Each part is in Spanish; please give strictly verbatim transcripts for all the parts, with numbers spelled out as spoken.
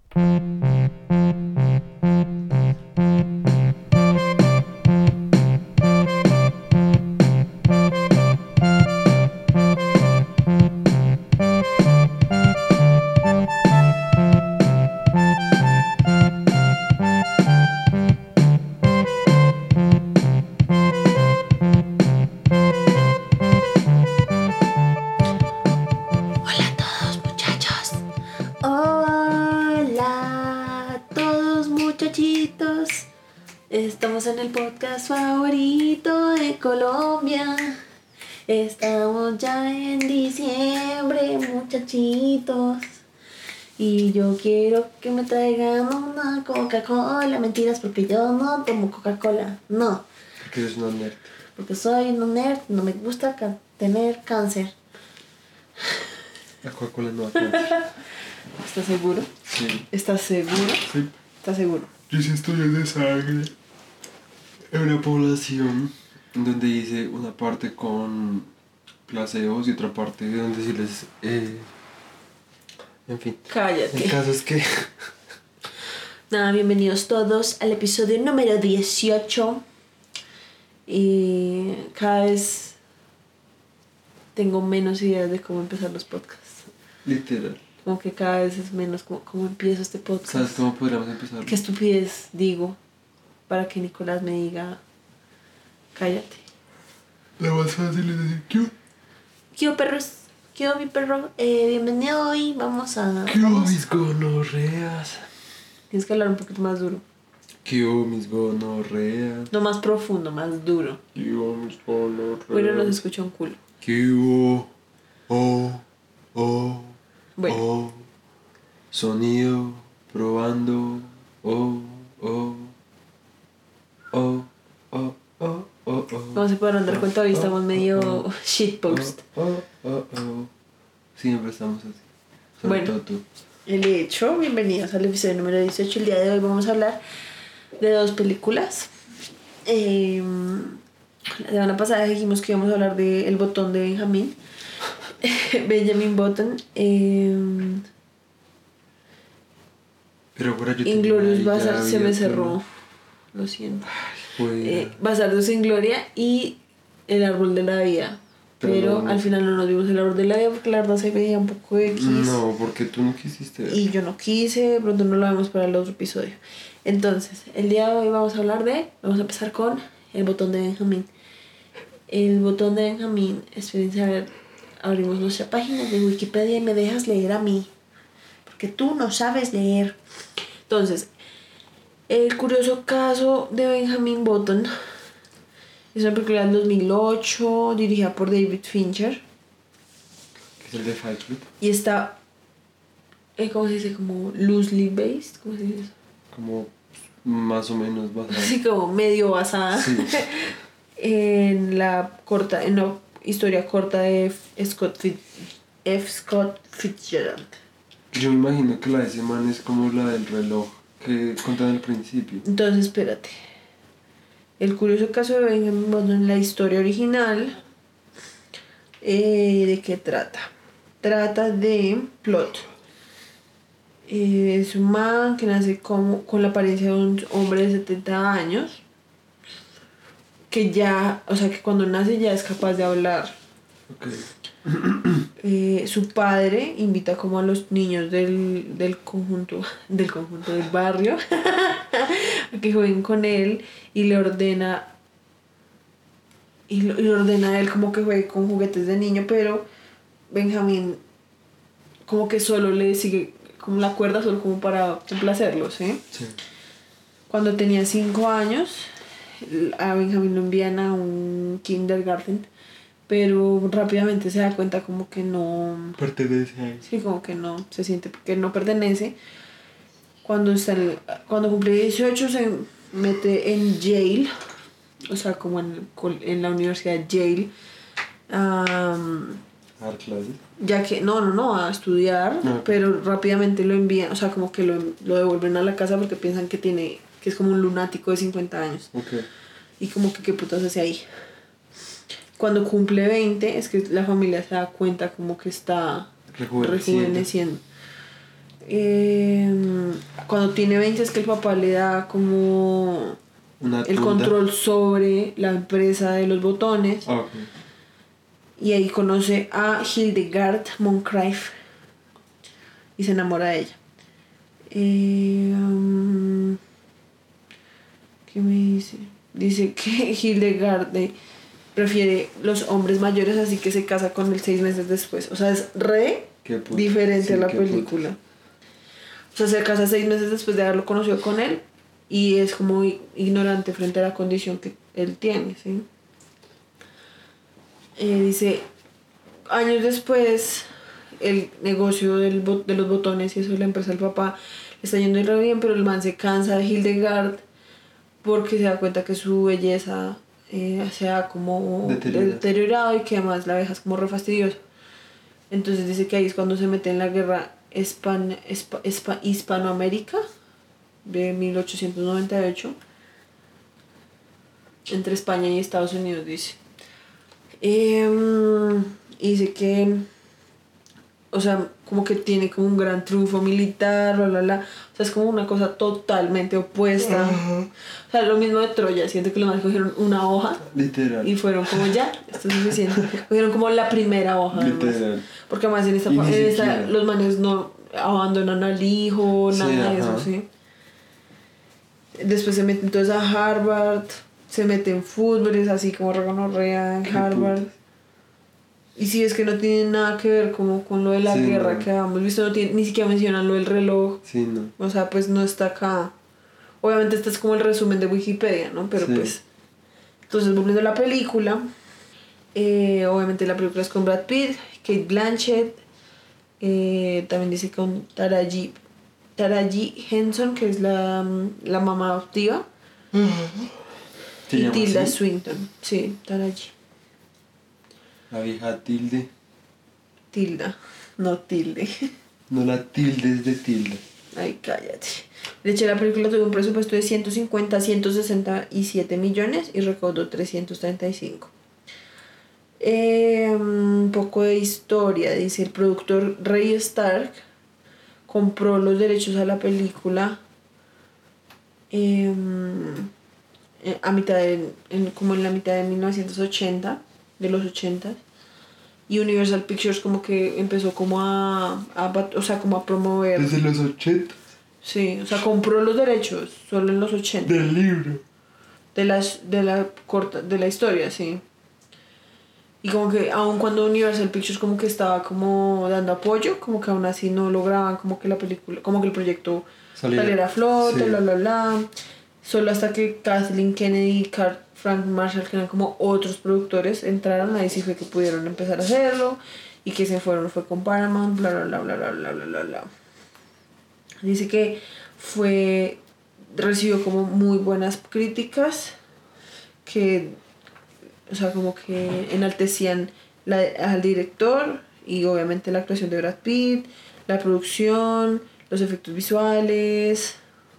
Estamos en el podcast favorito de Colombia. Estamos ya en diciembre, muchachitos. Y yo quiero que me traigan una Coca-Cola. Mentiras, porque yo no tomo Coca-Cola. No. Porque eres una nerd. Porque soy una nerd. No me gusta ca- tener cáncer. La Coca-Cola no da cáncer. ¿Estás seguro? Sí. ¿Estás seguro? Sí. ¿Estás seguro? Yo hice estudios de sangre en una población donde hice una parte con placebos y otra parte donde sí les... Eh, en fin. Cállate. El caso es que... Nada, bienvenidos todos al episodio número dieciocho. Y cada vez tengo menos ideas de cómo empezar los podcasts. Literal. Como que cada vez es menos como, cómo empiezo este podcast. ¿Sabes cómo podríamos empezar? ¿Qué estupidez digo para que Nicolás me diga cállate? Lo más fácil es decir ¿qué? ¿Qué hubo, perros? ¿Qué hubo, mi perro? Eh, bienvenido hoy. Vamos a... ¿Qué hubo, vamos. mis gonorreas? Tienes que hablar un poquito más duro. ¿Qué hubo, mis gonorreas? No más profundo, más duro. ¿Qué hubo, mis gonorreas? Bueno, nos escucha un culo. ¿Qué hubo? Oh, oh, Bueno. oh. Sonido, probando. Oh, oh. Oh, oh, oh, oh, oh. Como se podrán dar cuenta, hoy estamos medio oh, shitpost. Oh, oh, oh, oh. Siempre estamos así. Sobre Bueno. todo tú. El hecho, bienvenidos al episodio número dieciocho. El día de hoy vamos a hablar de dos películas. Eh, la semana pasada dijimos que íbamos a hablar de El botón de Benjamín. Benjamin Button. Eh, Pero por ahí yo Inglorious tenía ya Bastard se me abierto. cerró. Lo siento. Pues, Eh, Bastardos sin Gloria y El árbol de la vida. Pero, Pero no. al final no nos vimos El árbol de la vida porque la verdad se veía un poco X. no, porque tú no quisiste ver. Y yo no quise, de pronto no lo vemos para el otro episodio. Entonces, el día de hoy vamos a hablar de... Vamos a empezar con El botón de Benjamín. El botón de Benjamín, espérense a ver, abrimos nuestra página de Wikipedia y me dejas leer a mí. Porque tú no sabes leer. Entonces, El curioso caso de Benjamin Button es una película del dos mil ocho, dirigida por David Fincher. Que es el de Fight Club. Y está, eh, ¿cómo se dice? Como loosely based, ¿cómo se dice eso? Como más o menos basado. Así como medio basada Sí. en la corta, en una historia corta de F. Scott, Fitz, F. Scott Fitzgerald. Yo me imagino que la de ese man es como la del reloj que contaban al principio. Entonces, espérate. El curioso caso de Benjamin Button, la historia original, eh, ¿de qué trata? Trata de plot. Eh, es un man que nace como, con la apariencia de un hombre de setenta años, que ya, o sea, que cuando nace ya es capaz de hablar. Ok. Eh, su padre invita como a los niños del, del conjunto del conjunto del barrio a que jueguen con él y le ordena y, lo, y le ordena a él como que juegue con juguetes de niño, pero Benjamín como que solo le sigue como la cuerda solo como para complacerlos, ¿eh? Sí. Cuando tenía cinco años a Benjamín lo envían a un kindergarten, pero rápidamente se da cuenta como que no Pertenece a él. sí, como que no se siente que no pertenece. Cuando está en- cuando cumple dieciocho se mete en Yale, o sea, como en, el col- en la universidad Yale, um, A dar clases. ya que no, no, no, a estudiar, Ah, ok. pero rápidamente lo envían, o sea, como que lo, lo devuelven a la casa porque piensan que tiene que es como un lunático de cincuenta años. Ok. Y como que qué putas hace ahí. Cuando cumple veinte es que la familia se da cuenta como que está Rejuveneciendo. rejuveneciendo. Eh, cuando tiene veinte es que el papá le da como Una el tunda. control sobre la empresa de los botones. Ah, ok. Y ahí conoce a Hildegard Moncrief y se enamora de ella. Eh, um, ¿Qué me dice? Dice que Hildegard eh, prefiere los hombres mayores, así que se casa con él seis meses después. O sea, es re Qué puto. diferente Sí, a la qué puto. película. O sea, se casa seis meses después de haberlo conocido con él y es como ignorante frente a la condición que él tiene, ¿sí? Eh, dice, años después, el negocio del bot- de los botones y eso de la empresa del papá le está yendo re bien, pero el man se cansa de Hildegard porque se da cuenta que su belleza eh, se ha como Deteriorado. deteriorado y que además la vieja es como re fastidiosa. Entonces dice que ahí es cuando se mete en la guerra Espan- Espa- Espa- Hispanoamérica de mil ochocientos noventa y ocho entre España y Estados Unidos, dice. Em, y dice que, o sea, como que tiene como un gran triunfo militar, bla, bla, bla. O sea, es como una cosa totalmente opuesta. Ajá. O sea, lo mismo de Troya. Siento que los manes cogieron una hoja Literal. y fueron como ya, esto es suficiente. Cogieron como la primera hoja. Además. Literal. Porque además en esta, Y ni en esta siquiera. los manes no abandonan al hijo, Sí, nada de ajá. eso, ¿sí? Después se meten entonces a Harvard, se mete en fútbol, es así como regonorrea en Qué Harvard. putas. Y si es que no tiene nada que ver como con lo de la Sí, guerra no. que habíamos visto, no tiene, ni siquiera mencionan lo del reloj, Sí, no. o sea, pues no está acá. Obviamente este es como el resumen de Wikipedia, ¿no? Pero Sí. pues... Entonces, volviendo a la película, eh, obviamente la película es con Brad Pitt, Kate Blanchett, eh, también dice con Taraji, Taraji Henson, que es la, la mamá adoptiva, ¿Se y llama Tilda así? Swinton, sí, Taraji, La vieja tilde. Tilda, no Tilde. No la tildes de tilde. Ay, cállate. De hecho, la película tuvo un presupuesto de ciento cincuenta a ciento sesenta y siete millones y recaudó trescientos treinta y cinco. Eh, un poco de historia. Dice, el productor Ray Stark compró los derechos a la película eh, eh, a mitad de, en, como en la mitad de mil novecientos ochenta, de los ochenta. Y Universal Pictures como que empezó como a, a bat- o sea, como a promover. Desde los ochenta. Sí, o sea, compró los derechos solo en los ochenta. Del libro. De las de la corta de la historia, sí. Y como que aun cuando Universal Pictures como que estaba como dando apoyo, como que aún así no lograban como que la película, como que el proyecto Saliera. saliera a flote, Sí. bla bla bla. Solo hasta que Kathleen Kennedy y Car- Frank Marshall, que eran como otros productores, entraron, ahí sí fue que pudieron empezar a hacerlo. Y que se fueron, fue con Paramount, bla bla bla bla bla bla bla bla bla. Dice que fue recibió como muy buenas críticas, que o sea como que enaltecían la, al director y obviamente la actuación de Brad Pitt, la producción, los efectos visuales.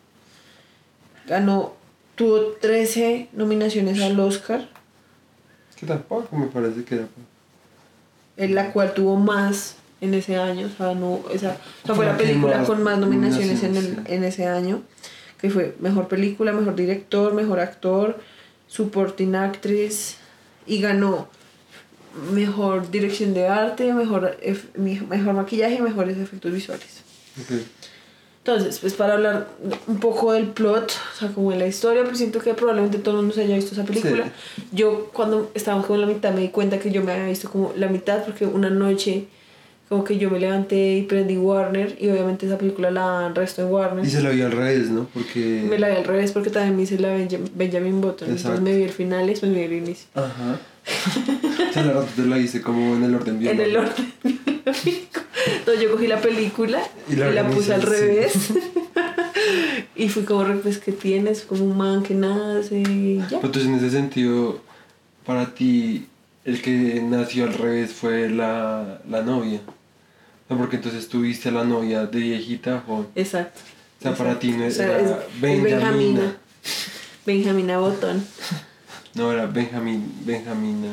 Ganó, tuvo trece nominaciones al Oscar, Que tampoco me parece que era. en la cual tuvo más en ese año, o sea, no, esa, o sea, fue la ¿Para qué película más con más nominaciones en, el, nominaciones? en ese año, que fue mejor película, mejor director, mejor actor, supporting actress, y ganó mejor dirección de arte, mejor, ef- mi- mejor maquillaje y mejores efectos visuales. Ok. Entonces, pues para hablar un poco del plot, o sea, como de la historia, pues siento que probablemente todo el mundo se haya visto esa película. Sí. Yo cuando estábamos como en la mitad me di cuenta que yo me había visto como la mitad porque una noche como que yo me levanté y prendí Warner y obviamente esa película la dan resto en Warner. Y se la vio al revés, ¿no? Porque. Me la vi al revés porque también me hice la Benja- Benjamin Button. Exacto. Entonces me vi el final y después me vi el inicio. Ajá. O sea, la rato te la hice como en el orden En biológico. el orden biológico. Entonces yo cogí la película Y y la la, puse al organizaste, revés. Y fui como, re, pues, ¿qué tienes? Como un man que nace y ya. Pero entonces en ese sentido, para ti, el que nació al revés fue la, la novia. No, porque entonces tuviste a la novia de viejita o... Exacto. O sea, para ti no O sea, era es- es Benjamina. Benjamina. Benjamina Botón. No, era Benjamín, Benjamina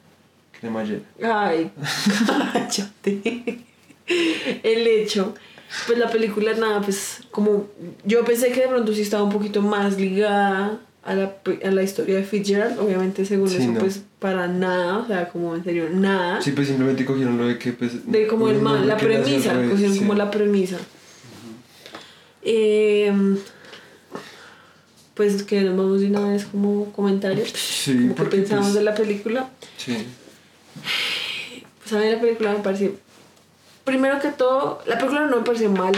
Cremallera. Ay, cállate. El hecho Pues la película, nada, pues como yo pensé que de pronto sí estaba un poquito más ligada a la, a la historia de Fitzgerald, obviamente según Sí, eso, no. pues para nada, o sea, como en serio, nada. Sí, pues simplemente cogieron lo de que, pues... De como el un man, hombre la que nació al premisa, revés, cogieron sí. como la premisa. Eh, pues que nos vamos de una vez como comentarios, Sí, como que porque, pensamos pues, de la película. Sí. Pues a mí la película me pareció, primero que todo, la película no me pareció mala,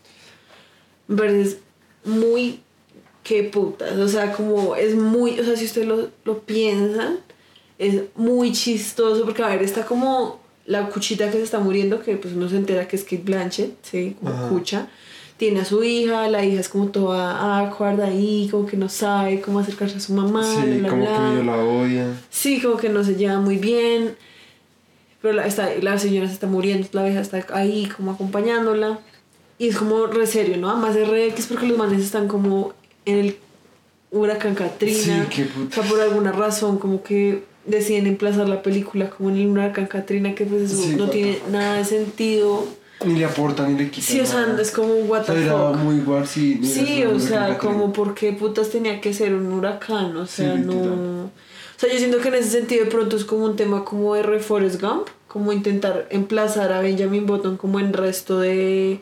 me parece muy que putas, o sea, como es muy, o sea, si ustedes lo, lo piensan, es muy chistoso, porque a ver, está como la cuchita que se está muriendo, que pues uno se entera que es Kate Blanchett, sí, como Ajá. cucha, tiene a su hija, la hija es como toda awkward ahí, como que no sabe cómo acercarse a su mamá, Sí, bla, bla, como bla. que medio la odia. Sí, como que no se lleva muy bien. Pero la, está, la señora se está muriendo, la vieja está ahí como acompañándola. Y es como re serio, ¿no? Además es re X porque los manes están como en el huracán Katrina. Sí, qué puta. O sea, por alguna razón como que deciden emplazar la película como en el huracán Katrina, que pues eso Sí, no what the tiene fuck. nsea de sentido. Ni le aportan ni le quitan Sí, o sea, nada. es como what O sea, the era fuck. muy igual, sí. ni Sí, era o una sea, caricatura. como por qué putas tenía que ser un huracán, o sea, Sí, no... literal. O sea, yo siento que en ese sentido de pronto es como un tema como de Re Forrest Gump, como intentar emplazar a Benjamin Button como en resto de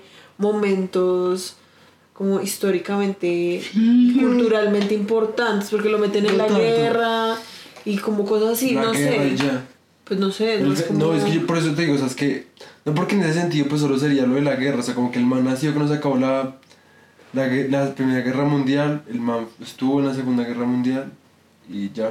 momentos como históricamente, culturalmente importantes, porque lo meten en No la tanto. guerra y como cosas así, La no guerra sé. y ya. Pues no sé, no El- es como... No, es que yo por eso te digo, o sea, es que... No porque en ese sentido pues solo sería lo de la guerra, o sea, como que el man nació cuando se acabó la, la, gue- la Primera Guerra Mundial, el man estuvo en la Segunda Guerra Mundial y ya,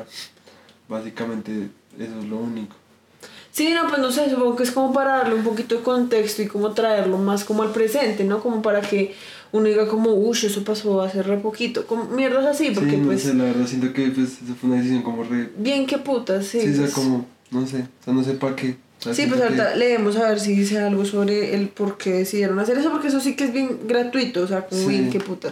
básicamente eso es lo único. Sí, no, pues no sé, supongo que es como para darle un poquito de contexto y como traerlo más como al presente, ¿no? Como para que uno diga como, uff, eso pasó hace re poquito, como mierdas así, porque Sí, no pues, sé, la verdad siento que pues eso fue una decisión como re... bien que putas, sí. Sí, o sea, pues. como, no sé, o sea, no sé para qué. O sea, Sí, siento pues ahorita que- leemos a ver si dice algo sobre el por qué decidieron hacer eso, porque eso sí que es bien gratuito, o sea, como Sí. bien que putas.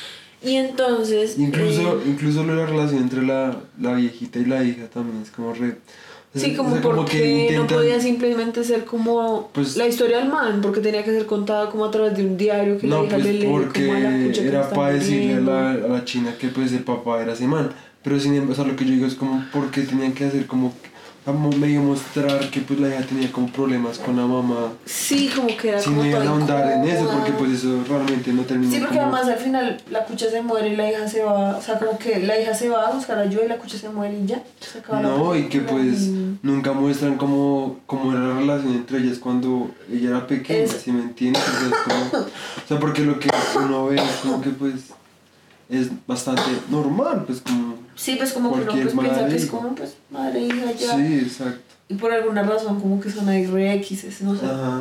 Y entonces... Incluso, eh, incluso lo de la relación entre la, la viejita y la hija también es como re... o sea, sí, como o sea, porque no intentan- podía simplemente ser como Pues- la historia del man, porque tenía que ser contada como a través de un diario que la No, hija pues le lee porque como a la cucha que era está para decirle a muriendo. la, a la china que pues el papá era ese man. Pero sin embargo, o sea, lo que yo digo es como porque tenían que hacer como, como medio mostrar que pues la hija tenía como problemas con la mamá. Sí, como que era Sin como iban toda a ahondar en eso, incómoda. porque pues eso realmente no termina Sí, porque como... además al final la cucha se muere y la hija se va, o sea, como que la hija se va a buscar ayuda y la cucha se muere y ya. Se acaba la No, y que película pues y- nunca muestran cómo, cómo era la relación entre ellas cuando ella era pequeña, Es- ¿sí me entiendes? O sea, es como- o sea, porque lo que uno ve es como que pues es bastante normal, pues como... Sí, pues como que uno Cualquier pues, piensa madre que es hija. como pues madre e hija ya. Sí, exacto. Y por alguna razón como que son ahí re X, no sé. Ajá.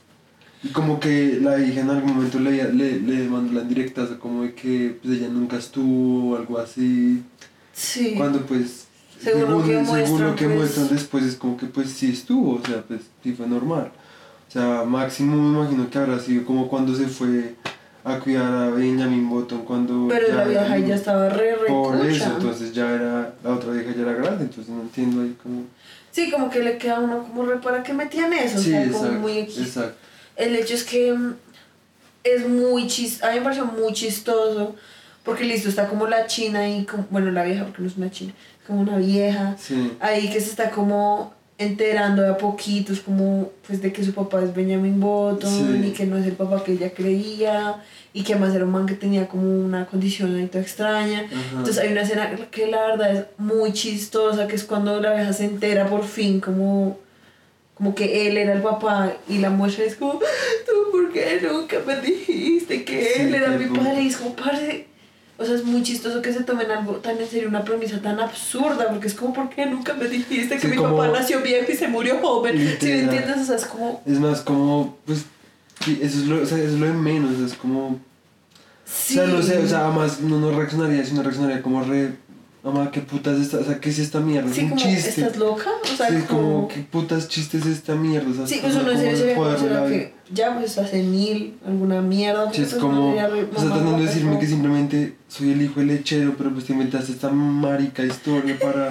Y como que la hija en algún momento le, le, le mandó la indirecta, o sea, como de que pues, ella nunca estuvo o algo así. Sí. Cuando pues, Según lo que según muestran, lo que pues- muestran después es como que pues sí estuvo, o sea, pues sí fue normal. O sea, máximo me imagino que habrá sido como cuando se fue a cuidar a Benjamin Button cuando... Pero ya la vieja era- ya estaba re re Por cucha. eso, entonces ya era, la otra vieja ya era grande, entonces no entiendo ahí como... Sí, como que le queda a uno como re para qué metían eso, Sí, o sea, como exacto, muy X. exacto. El hecho es que mm, es muy chistoso, a mí me pareció muy chistoso, porque listo, está como la china ahí, como, bueno, la vieja, porque no es una china, es como una vieja, Sí. ahí que se está como enterando de a poquitos, como pues de que su papá es Benjamin Button, Sí. y que no es el papá que ella creía, y que además era un man que tenía como una condición ahí toda extraña. Ajá. Entonces hay una escena que la verdad es muy chistosa, que es cuando la vieja se entera por fin como, como que él era el papá y la muestra es como, tú por qué nunca me dijiste que Sí, él era qué mi puta. padre, y es como, parce, o sea, es muy chistoso que se tomen algo tan en serio, una premisa tan absurda, porque es como, ¿por qué nunca me dijiste que Sí, mi como- papá nació viejo y se murió joven? ¿Sí me Literal. entiendes? O sea, es como, Es más como, pues, sí, eso es lo, o sea, eso es lo de menos, es como... sí. O sea, no sé, o sea, además no, no reaccionaría, sino reaccionaría como re... Mamá, ¿qué putas es esta? O sea, ¿qué es esta mierda? Es Sí, un como, chiste. ¿estás loca? O sea, Sí, como, como... ¿qué putas chistes es esta mierda? O sea, Sí, es pues como- uno en serio como se ve como joderle será la vida. que ya pues hace mil, alguna mierda. Sí, es pues, como, sería re- o sea, mamá, tratando de decirme como- que simplemente soy el hijo del lechero, pero pues te inventaste esta marica historia para,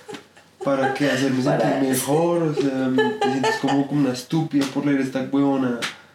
para que hacerme sentir Para- mejor, o sea, te sientes como, como una estúpida por leer esta huevona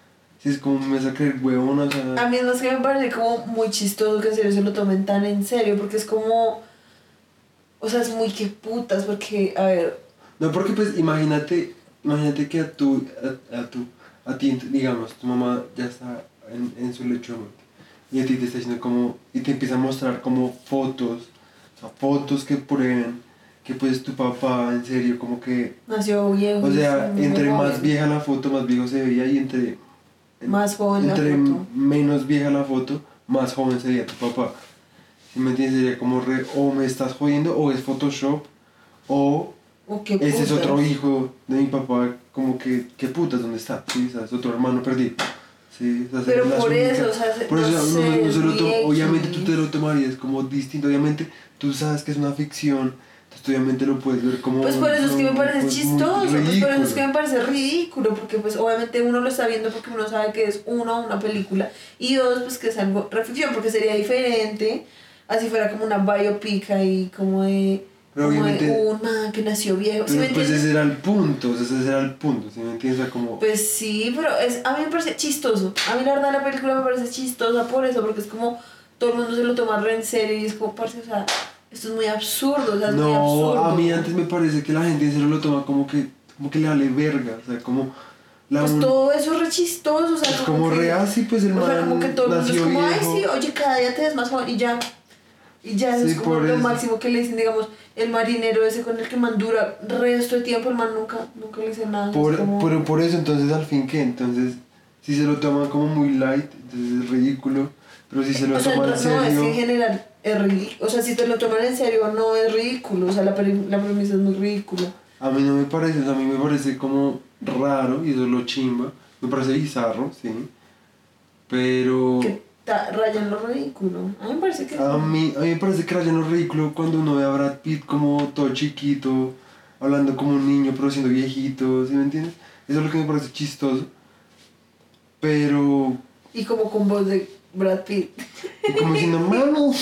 Sí, es como me saca el huevón, o sea... A mí no es que me parece como muy chistoso que en serio se lo tomen tan en serio, porque es como... O sea, es muy que putas, porque, a ver... No, porque pues imagínate, imagínate que a tu, a, a tu, a ti, digamos, tu mamá ya está en, en su lecho de muerte, y a ti te está diciendo como, y te empieza a mostrar como fotos, o sea, fotos que prueben que pues tu papá, en serio, como que... Nació viejo. O sea, entre más joven. vieja la foto, más viejo se veía, y entre... Más joven entre la foto. menos vieja la foto, más joven sería tu papá. Si me entiendes, sería como re, o me estás jodiendo, o es Photoshop, o Oh, qué ese es putas. otro hijo de mi papá, como que, ¿qué putas? ¿Dónde está? Sí, o sea, es otro hermano perdido. Sí, o sea, Pero las por únicas- eso, o sea, se- por no eso sé, no, no es se lo to- muy obviamente X. tú te lo tomarías como distinto, obviamente tú sabes que es una ficción, entonces tú obviamente lo puedes ver como... Pues por eso es que me como- parece pues, muy chistoso, pues por eso es ridículo. que me parece ridículo, porque pues obviamente uno lo está viendo porque uno sabe que es uno, una película, y dos, pues que es algo reflexión, porque sería diferente, así fuera como una biopic ahí, como de, Pero como de obviamente- un man que nació viejo, ¿sí Pero me pues entiendes? ese era el punto, o sea, ese era el punto, ¿sí me entiendes? O sea, como... Pues sí, pero es, a mí me parece chistoso, a mí la verdad la película me parece chistosa por eso, porque es como, todo el mundo se lo toma re en serio y es como, parce, o sea, esto es muy absurdo, o sea, es muy No, absurdo. a mí antes me parece que la gente en serio lo toma como que, como que le vale verga, o sea, como... La Pues un- todo eso es re chistoso, o sea, es como que, re así, pues el o sea, man como que todo el mundo es nació como, ay, viejo. sí, oye, cada día te ves más joven y ya. Y ya, eso Sí, es como por lo eso. máximo que le dicen, digamos, el marinero ese con el que man dura resto de tiempo, el man nunca, nunca le dice nada. Por, es como... pero por eso, entonces, al fin, ¿qué? Entonces, si se lo toman como muy light, entonces es ridículo, pero si se lo O sea, toman no, en no, es serio... que en general es ridículo. O sea, si te lo toman en serio, no es ridículo. O sea, la, pre- la premisa es muy ridícula. A mí no me parece, o sea, a mí me parece como raro, y eso es lo chimba, me parece bizarro, sí, pero... Que ta- rayan lo ridículo. A mí me parece que A mí, a mí me parece que rayan lo ridículo cuando uno ve a Brad Pitt como todo chiquito, hablando como un niño, pero siendo viejito, ¿sí me entiendes? Eso es lo que me parece chistoso. Pero, Y como con voz de Brad Pitt. y como diciendo, mami,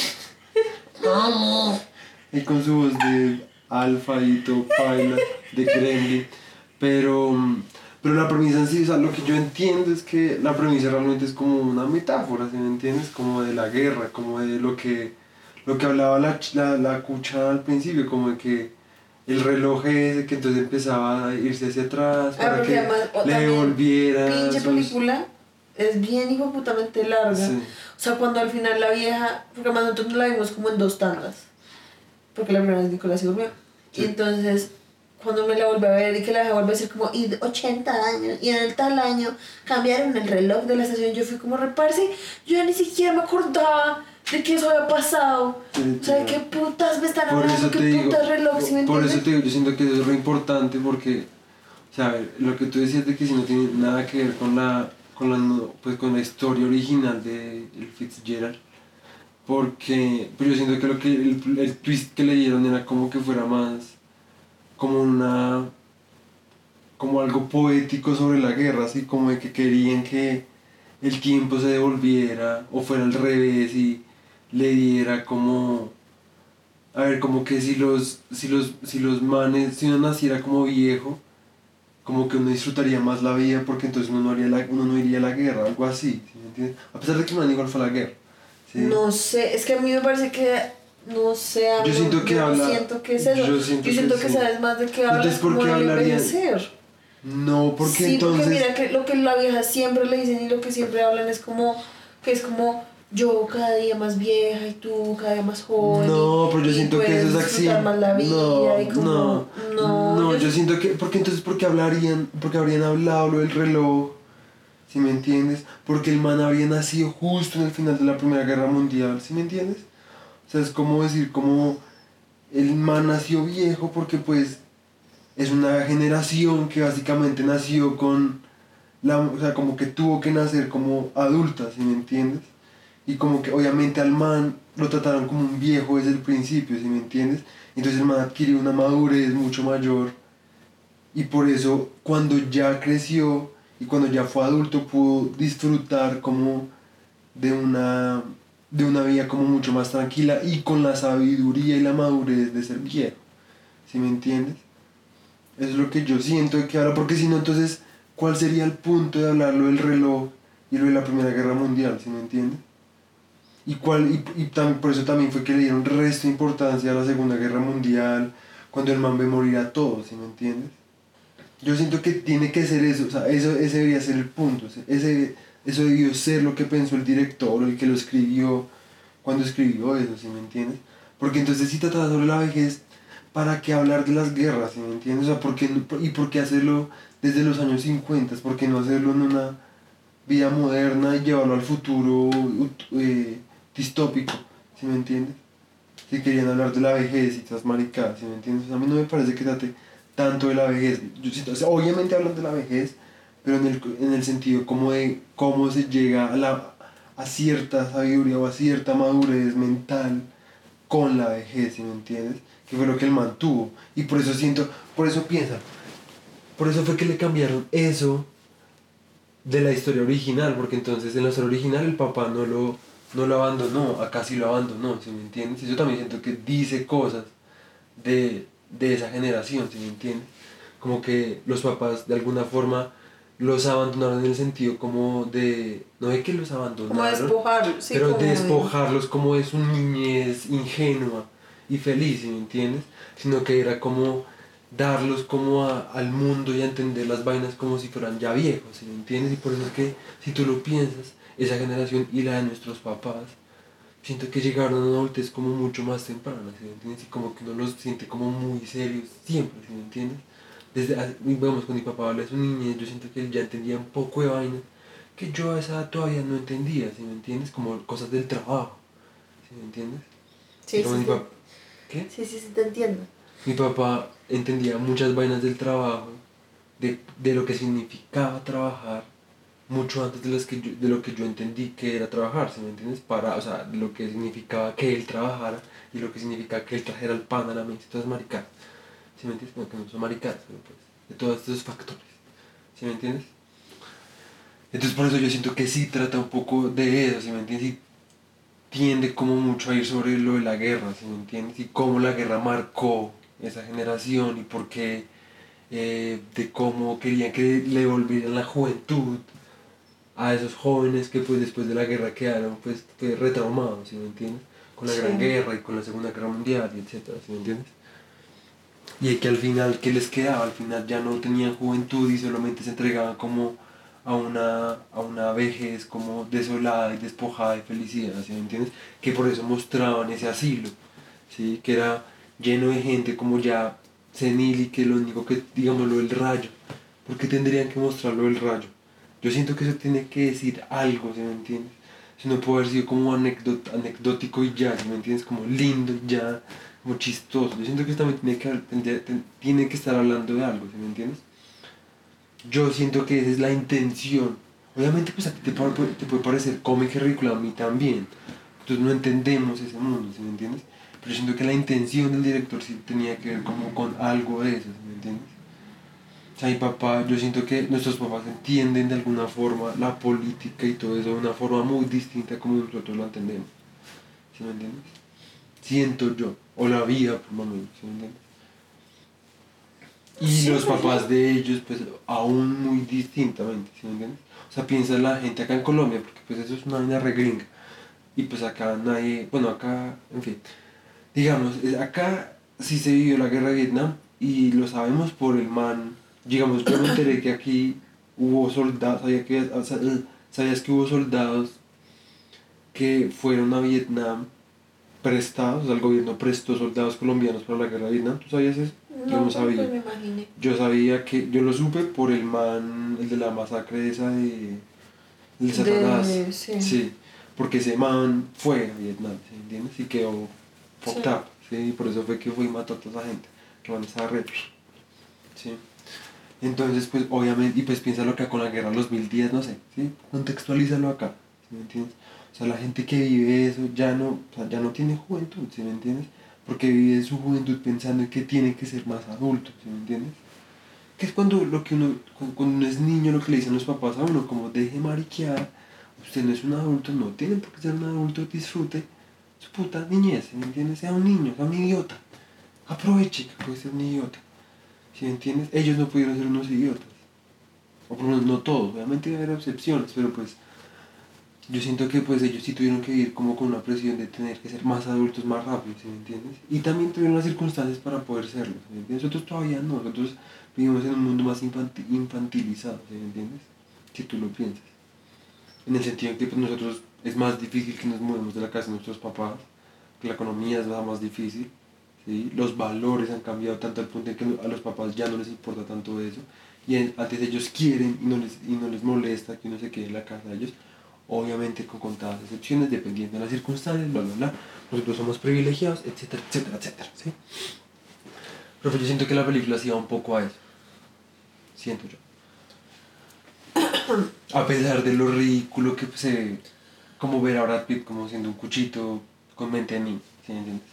mami. Y con su voz de alfa y todo paila, de gremlin. Pero, pero la premisa en sí, o sea, lo que yo entiendo es que la premisa realmente es como una metáfora, ¿sí me entiendes? Como de la guerra, como de lo que, lo que hablaba la, ch- la, la cucha al principio, como de que el reloj ese que entonces empezaba a irse hacia atrás Ah, para porque que además, o le también, devolviera pinche sus... película es bien hijo putamente larga. Sí. O sea, cuando al final la vieja, porque además nosotros no la vimos como en dos tandas, porque la primera vez Nicolás se durmió. Sí. Y entonces, cuando me la volví a ver y que la vieja vuelve a decir como, y de ochenta años, y en el tal año cambiaron el reloj de la estación, yo fui como, reparse, yo ya ni siquiera me acordaba de que eso había pasado. Sí, O sea, ¿de sí. qué putas me están Por eso hablando? te ¿Qué digo, putas reloj? ¿Sí me por eso entiendes? te digo, yo siento que eso es re importante porque, o sea, a ver, lo que tú decías de que si no tiene nada que ver con la, con la, no- pues con la historia original de el Fitzgerald, porque pues yo siento que lo que el, el twist que le dieron era como que fuera más como una, como algo poético sobre la guerra, así como de que querían que el tiempo se devolviera o fuera al revés y le diera como a ver, como que si los, si los, si los manes, si uno naciera como viejo, como que uno disfrutaría más la vida porque entonces uno no, haría la, uno no iría a la guerra, algo así, ¿sí me entiendes? A pesar de que man igual fue a la guerra, ¿sí? No sé, es que a mí me parece que, no sé, algo- Yo siento que yo habla- siento que es eso. yo siento que que, sí. sabes más de qué hablas Entonces, ¿por como qué del hablarían? envejecer. No, porque Sí, entonces... porque mira que lo que la vieja siempre le dicen y lo que siempre hablan es como, que es como, yo cada día más vieja y tú cada día más joven. No, y- pero yo y siento que puedes eso es disfrutar acción. más la vida No, y como, no, no, no, yo- yo siento que, porque entonces, porque hablarían, porque habrían hablado lo del reloj, ¿sí me entiendes? Porque el man habría nacido justo en el final de la Primera Guerra Mundial, ¿sí me entiendes? O sea, es como decir, como el man nació viejo porque pues es una generación que básicamente nació con la, o sea, como que tuvo que nacer como adulta, ¿sí me entiendes? Y como que obviamente al man lo trataron como un viejo desde el principio, ¿sí me entiendes? Entonces el man adquirió una madurez mucho mayor y por eso cuando ya creció y cuando ya fue adulto pudo disfrutar como de una, de una vida como mucho más tranquila y con la sabiduría y la madurez de ser viejo, ¿sí me entiendes? Eso es lo que yo siento de que habla, porque si no entonces, ¿cuál sería el punto de hablarlo del reloj y lo de la Primera Guerra Mundial, ¿sí me entiendes? Y, cuál, y, y tam, por eso también fue que le dieron resto de importancia a la Segunda Guerra Mundial, cuando el man ve morir a todos, ¿sí me entiendes? Yo siento que tiene que ser eso, o sea, eso, ese debería ser el punto, ese, eso debió ser lo que pensó el director o el que lo escribió cuando escribió eso, ¿sí me entiendes? Porque entonces si trataba sobre la vejez, ¿para qué hablar de las guerras, ¿sí me entiendes? O sea, ¿por qué, ¿y por qué hacerlo desde los años cincuenta? ¿Por qué no hacerlo en una vida moderna y llevarlo al futuro eh, distópico, ¿sí me entiendes? Si querían hablar de la vejez y esas maricadas, ¿sí me entiendes? O sea, a mí no me parece que trate tanto de la vejez. Yo siento, o sea, obviamente hablan de la vejez, pero en el, en el sentido como de cómo se llega a, la, a cierta sabiduría o a cierta madurez mental con la vejez, ¿sí me entiendes? Que fue lo que él mantuvo. Y por eso siento, por eso piensa, por eso fue que le cambiaron eso de la historia original, porque entonces en la historia original el papá no lo, no lo abandonó, acá sí lo abandonó, ¿sí me entiendes? Y yo también siento que dice cosas de, de esa generación, ¿sí me entiendes? Como que los papás de alguna forma los abandonaron en el sentido como de, no de que los abandonaron, como despojarlos, sí, pero como despojarlos como de su niñez ingenua y feliz, ¿sí me entiendes? Sino que era como darlos como a, al mundo y a entender las vainas como si fueran ya viejos, ¿sí me entiendes? Y por eso es que, si tú lo piensas, esa generación y la de nuestros papás, siento que llegaron a una adultez como mucho más temprana, ¿sí me entiendes? Y como que uno los siente como muy serios siempre, ¿sí me entiendes? Desde, vamos, con mi papá habla de su niñez, yo siento que él ya entendía un poco de vainas que yo a esa edad todavía no entendía, ¿sí me entiendes? Como cosas del trabajo, ¿sí me entiendes? Sí, sí, mi sí. papá, ¿qué? Sí, sí, sí, te entiendo. Mi papá entendía muchas vainas del trabajo, de, de lo que significaba trabajar, mucho antes de, las que yo, de lo que yo entendí que era trabajar, ¿sí me entiendes? Para, o sea, lo que significaba que él trabajara y lo que significaba que él trajera el pan a la mesa y todas maricadas, ¿sí me entiendes? Bueno, que no son maricadas, pero pues, de todos estos factores, ¿sí me entiendes? Entonces por eso yo siento que sí trata un poco de eso, ¿sí me entiendes? Y tiende como mucho a ir sobre lo de la guerra, ¿sí me entiendes? Y cómo la guerra marcó esa generación y por qué, eh, de cómo querían que le volvieran la juventud a esos jóvenes que pues después de la guerra quedaron pues, pues retraumados, ¿sí me entiendes? Con la Sí. Gran Guerra y con la Segunda Guerra Mundial y etcétera, ¿sí me entiendes? Y que al final, ¿qué les quedaba? Al final ya no tenían juventud y solamente se entregaban como a una, a una vejez como desolada y despojada de felicidad, ¿sí me entiendes? Que por eso mostraban ese asilo, ¿sí? Que era lleno de gente como ya senil y que lo único que, digámoslo, el rayo. ¿Por qué tendrían que mostrarlo el rayo? Yo siento que eso tiene que decir algo, ¿sí me entiendes? Si no puede haber sido como anecdot anecdótico y ya, ¿sí me entiendes? Como lindo y ya, como chistoso. Yo siento que esto también tiene que, tiene que estar hablando de algo, ¿sí me entiendes? Yo siento que esa es la intención. Obviamente pues a ti te puede, te puede parecer cómico y ridículo, a mí también. Entonces no entendemos ese mundo, ¿sí me entiendes? Pero yo siento que la intención del director sí tenía que ver como con algo de eso, ¿sí me entiendes? O sea, mi papá, yo siento que nuestros papás entienden de alguna forma la política y todo eso de una forma muy distinta como nosotros lo entendemos. ¿Sí me entiendes? Siento yo. O la vida, por momentos, ¿sí me entiendes? Y Sí, los pues, papás de ellos, pues, aún muy distintamente, ¿sí me entiendes? O sea, piensa la gente acá en Colombia, porque pues eso es una vaina re gringa. Y pues acá nadie, bueno, acá, en fin. Digamos, eh, acá sí se vivió la guerra de Vietnam y lo sabemos por el man. Digamos, yo me enteré que aquí hubo soldados, sabía que, o sea, eh, sabías que hubo soldados que fueron a Vietnam prestados, o sea, el gobierno prestó soldados colombianos para la guerra de Vietnam, ¿tú sabías eso? Yo no, no pero sabía. pues me imaginé. Yo sabía que, yo lo supe por el man, el de la masacre esa de, el de Satanás, De, sí. sí, porque ese man fue a Vietnam, ¿sí me entiendes? Y quedó fucked Sí. up, ¿sí? Y por eso fue que fue y mató a toda esa gente, que van a estar re, ¿sí? Entonces, pues, obviamente, y pues piénsalo acá con la guerra de los mil diez, no sé, ¿sí? Contextualízalo acá, ¿sí me entiendes? O sea, la gente que vive eso ya no, o sea, ya no tiene juventud, ¿sí me entiendes? Porque vive su juventud pensando en que tiene que ser más adulto, ¿sí me entiendes? Que es cuando lo que uno, cuando, cuando uno es niño, lo que le dicen los papás a uno, como deje mariquear, usted no es un adulto, no tiene por qué ser un adulto, disfrute su puta niñez, ¿sí me entiendes? Sea un niño, sea un idiota, aproveche que puede ser un idiota, ¿sí me entiendes? Ellos no pudieron ser unos idiotas, o por lo menos no todos, obviamente va a haber excepciones, pero pues yo siento que pues ellos sí tuvieron que vivir como con una presión de tener que ser más adultos más rápido, ¿sí me entiendes? Y también tuvieron las circunstancias para poder serlo, ¿sí me entiendes? Nosotros todavía no, nosotros vivimos en un mundo más infanti- infantilizado, ¿sí me entiendes? Si tú lo piensas. En el sentido en que pues, nosotros es más difícil que nos mudemos de la casa de nuestros papás, que la economía es la más difícil, ¿sí? Los valores han cambiado tanto al punto en que a los papás ya no les importa tanto eso, y en, antes ellos quieren y no, les, y no les molesta que uno se quede en la casa de ellos, obviamente con contadas excepciones, dependiendo de las circunstancias, bla, bla, bla. Nosotros somos privilegiados, etcétera, etcétera, etcétera, ¿sí? Pero pues yo siento que la película sí va un poco a eso, siento yo. A pesar de lo ridículo que se ve, como ver a Brad Pitt como siendo un cuchito con mente de niño, ¿sí me entiendes?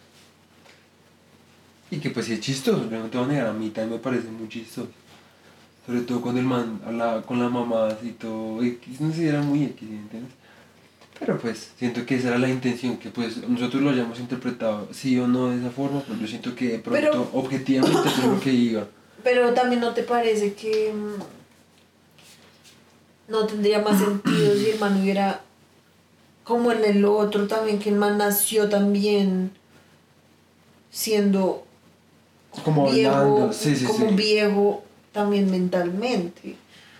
Y que pues sí es chistoso, yo no te voy a negar, a mí también me parece muy chistoso. Sobre todo cuando el man hablaba con la mamá así todo X, no sé si era muy X, ¿sí me entiendes? Pero pues siento que esa era la intención, que pues nosotros lo hayamos interpretado sí o no de esa forma, pero yo siento que de pronto Pero, objetivamente eso es lo que iba. pero también no te parece que mm, no tendría más sentido si el man hubiera, como en el otro también, que el man nació también siendo Como viejo, hablando, sí, sí, como sí. viejo también mentalmente.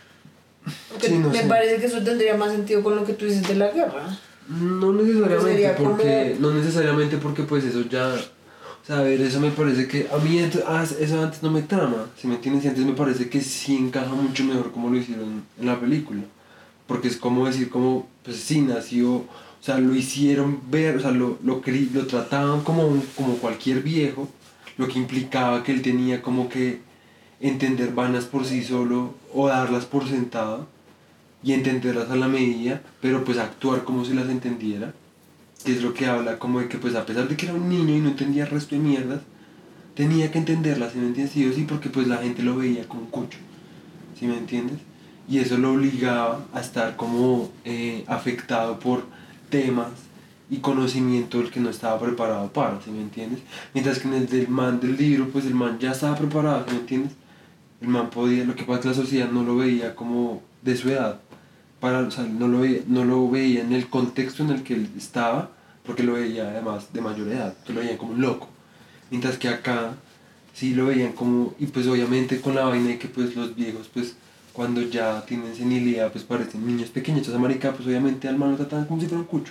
Porque Sí, no me sé. parece que eso tendría más sentido con lo que tú dices de la guerra. No necesariamente Sería porque, como- no necesariamente porque pues eso ya, o sea, a ver, eso me parece que, a mí ent- ah, eso antes no me trama, si me entiendes, y antes me parece que sí encaja mucho mejor como lo hicieron en la película, porque es como decir, como, pues sí, nació, o sea, lo hicieron ver, o sea, lo, lo, cri- lo trataban como, un- como cualquier viejo, lo que implicaba que él tenía como que entender vainas por sí solo o darlas por sentado y entenderlas a la medida, pero pues actuar como si las entendiera, que es lo que habla como de que pues a pesar de que era un niño y no entendía el resto de mierdas, tenía que entenderlas, ¿sí me entiendes? Sí o sí, porque pues la gente lo veía como un cucho, ¿sí me entiendes? Y eso lo obligaba a estar como eh, afectado por temas y conocimiento del que no estaba preparado para, ¿sí me entiendes? Mientras que en el del man del libro, pues el man ya estaba preparado, ¿sí me entiendes? El man podía, lo que pasa es que la sociedad no lo veía como de su edad, para, o sea, no lo veía, no lo veía en el contexto en el que él estaba, porque lo veía además de mayor edad, que lo veían como un loco. Mientras que acá sí lo veían como, y pues obviamente con la vaina de que pues los viejos pues cuando ya tienen senilidad pues parecen niños pequeños, entonces marica pues obviamente al man lo trataban como si fuera un cucho.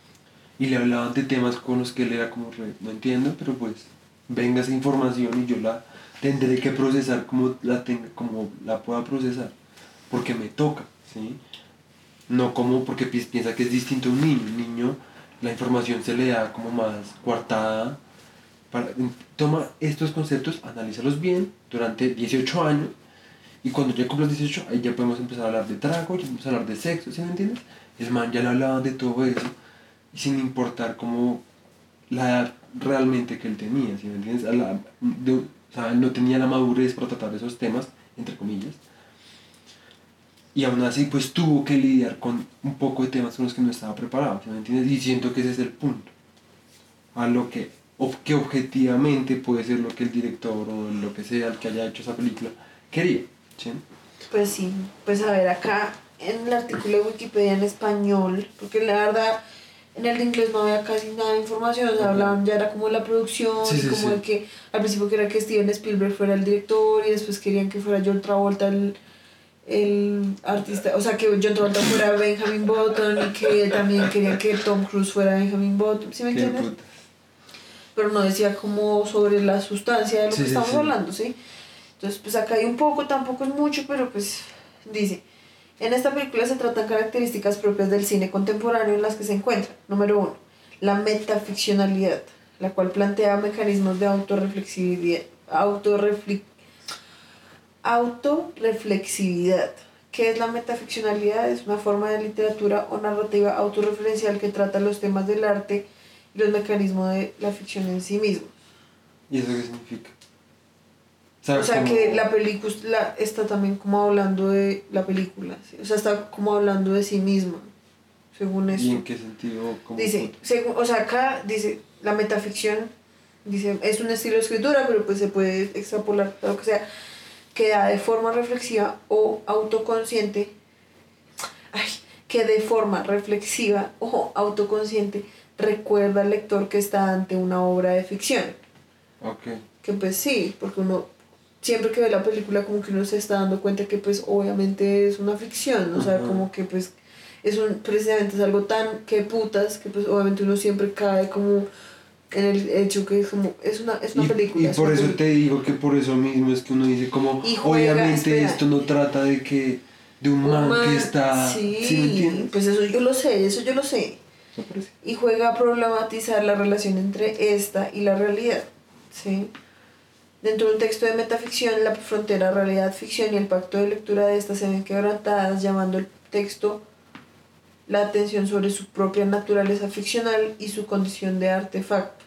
Y le hablaban de temas con los que él era como re, no entiendo, pero pues venga esa información y yo la tendré que procesar como la tenga, como la pueda procesar, porque me toca, ¿sí? No como porque pi- piensa que es distinto a un niño. Un niño, la información se le da como más coartada. Para, toma estos conceptos, analízalos bien durante dieciocho años. Y cuando ya cumplas dieciocho, ahí ya podemos empezar a hablar de trago, ya podemos hablar de sexo, ¿sí me entiendes? El man ya le hablaban de todo eso. Y sin importar como la edad realmente que él tenía, ¿sí me entiendes? A la- de- o sea, él no tenía la madurez para tratar esos temas, entre comillas. Y aún así pues tuvo que lidiar con un poco de temas con los que no estaba preparado, ¿sí me entiendes? Y siento que ese es el punto, a lo que, ob- que objetivamente puede ser lo que el director o lo que sea el que haya hecho esa película quería, ¿sí? Pues sí, pues a ver, acá en el artículo de Wikipedia en español, porque la verdad en el de inglés no había casi nada de información, o sea, Ok. hablaban ya era como de la producción Sí, y sí, como sí. de que al principio quería que Steven Spielberg fuera el director y después querían que fuera John Travolta el, el artista, o sea, que John Travolta fuera Benjamin Button y que también querían que Tom Cruise fuera Benjamin Button, ¿sí me Qué entiendes? puta. Pero no decía como sobre la sustancia de lo Sí, que sí, estamos sí. hablando, ¿sí? Entonces, pues acá hay un poco, tampoco es mucho, pero pues dice, en esta película se tratan características propias del cine contemporáneo en las que se encuentran. Número uno, la metaficcionalidad, la cual plantea mecanismos de autorreflexividad, autorrefli- autorreflexividad. ¿Qué es la metaficcionalidad? Es una forma de literatura o narrativa autorreferencial que trata los temas del arte y los mecanismos de la ficción en sí mismo. ¿Y eso qué significa? O sea como- que la película está también como hablando de la película, ¿sí? O sea, está como hablando de sí misma, según ¿Y esto. en qué sentido? Como Dice, puta? según, o sea, acá dice, la metaficción, dice, es un estilo de escritura, pero pues se puede extrapolar a lo que sea, que da de forma reflexiva o autoconsciente, ay, que de forma reflexiva o autoconsciente recuerda al lector que está ante una obra de ficción. Ok. Que pues sí, porque uno siempre que ve la película como que uno se está dando cuenta que pues obviamente es una ficción, o sea, Ajá. como que pues es un, precisamente es algo tan que putas que pues obviamente uno siempre cae como en el hecho que es como, es una, es una Y, película. y es por una eso película. te digo que por eso mismo es que uno dice como, Y juega, obviamente espera. esto no trata de que, de un Un man, man, que está, sí, ¿sí me entiendes? pues eso yo lo sé, eso yo lo sé. ¿Eso parece? Y juega a problematizar la relación entre esta y la realidad, ¿sí? Dentro de un texto de metaficción, la frontera realidad-ficción y el pacto de lectura de esta se ven quebrantadas, llamando el texto la atención sobre su propia naturaleza ficcional y su condición de artefacto.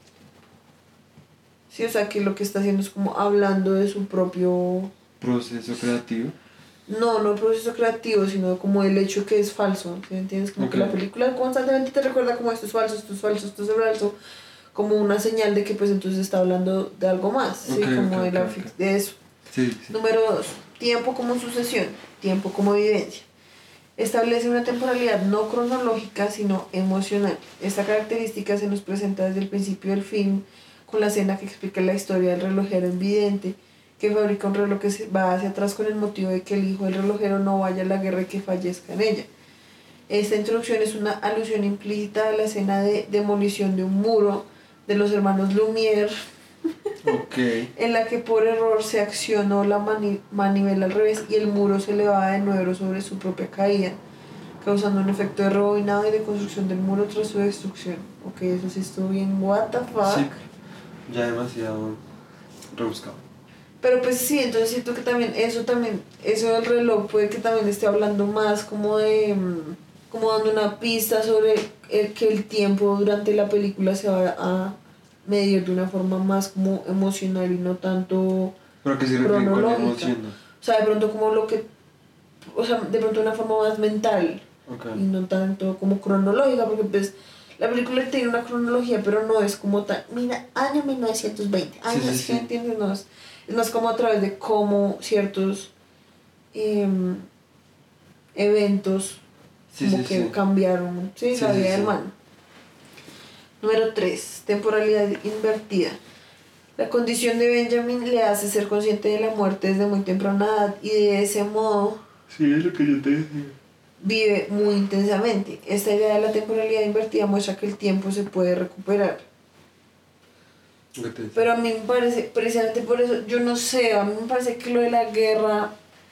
Sí, o sea que lo que está haciendo es como hablando de su propio... Proceso creativo. No, no proceso creativo, sino como el hecho que es falso, ¿sí me entiendes? Como Ok. que la película constantemente te recuerda como esto es falso, esto es falso, esto es falso, como una señal de que pues entonces está hablando de algo más, ¿sí? Ok, Como ok, de, la, ok, fic- ok. de eso. Sí, sí. Número dos. Tiempo como sucesión, tiempo como vivencia. Establece una temporalidad no cronológica, sino emocional. Esta característica se nos presenta desde el principio del film, con la escena que explica la historia del relojero invidente, que fabrica un reloj que se va hacia atrás con el motivo de que el hijo del relojero no vaya a la guerra y que fallezca en ella. Esta introducción es una alusión implícita a la escena de demolición de un muro de los hermanos Lumière, Ok. en la que por error se accionó la mani manivela al revés y el muro se elevaba de nuevo sobre su propia caída, causando un efecto de rebobinado y de construcción del muro tras su destrucción. Ok, eso sí estuvo bien, what the fuck. Sí. Ya demasiado rebuscado. Pero pues sí, entonces siento que también eso también, eso del reloj puede que también esté hablando más como de, mm, como dando una pista sobre el, que el tiempo durante la película se va a medir de una forma más como emocional y no tanto ¿Pero a qué se refiere con cronológica. emoción? O sea, de pronto como lo que, o sea, de pronto una forma más mental Ok. y no tanto como cronológica, porque pues la película tiene una cronología, pero no es como tan, mira, año mil novecientos veinte, año, Sí, sí, sí, sí. ¿me entiendes? No es, es más como a través de cómo ciertos em, eventos Sí, como sí, que sí. cambiaron, ¿sí? Sí, La sí, vida sí. del man. Número tres. Temporalidad invertida. La condición de Benjamin le hace ser consciente de la muerte desde muy temprana edad y de ese modo Sí, es lo que yo te decía. vive muy intensamente. Esta idea de la temporalidad invertida muestra que el tiempo se puede recuperar. Lo que te decía. Pero a mí me parece, precisamente por eso, yo no sé, a mí me parece que lo de la guerra,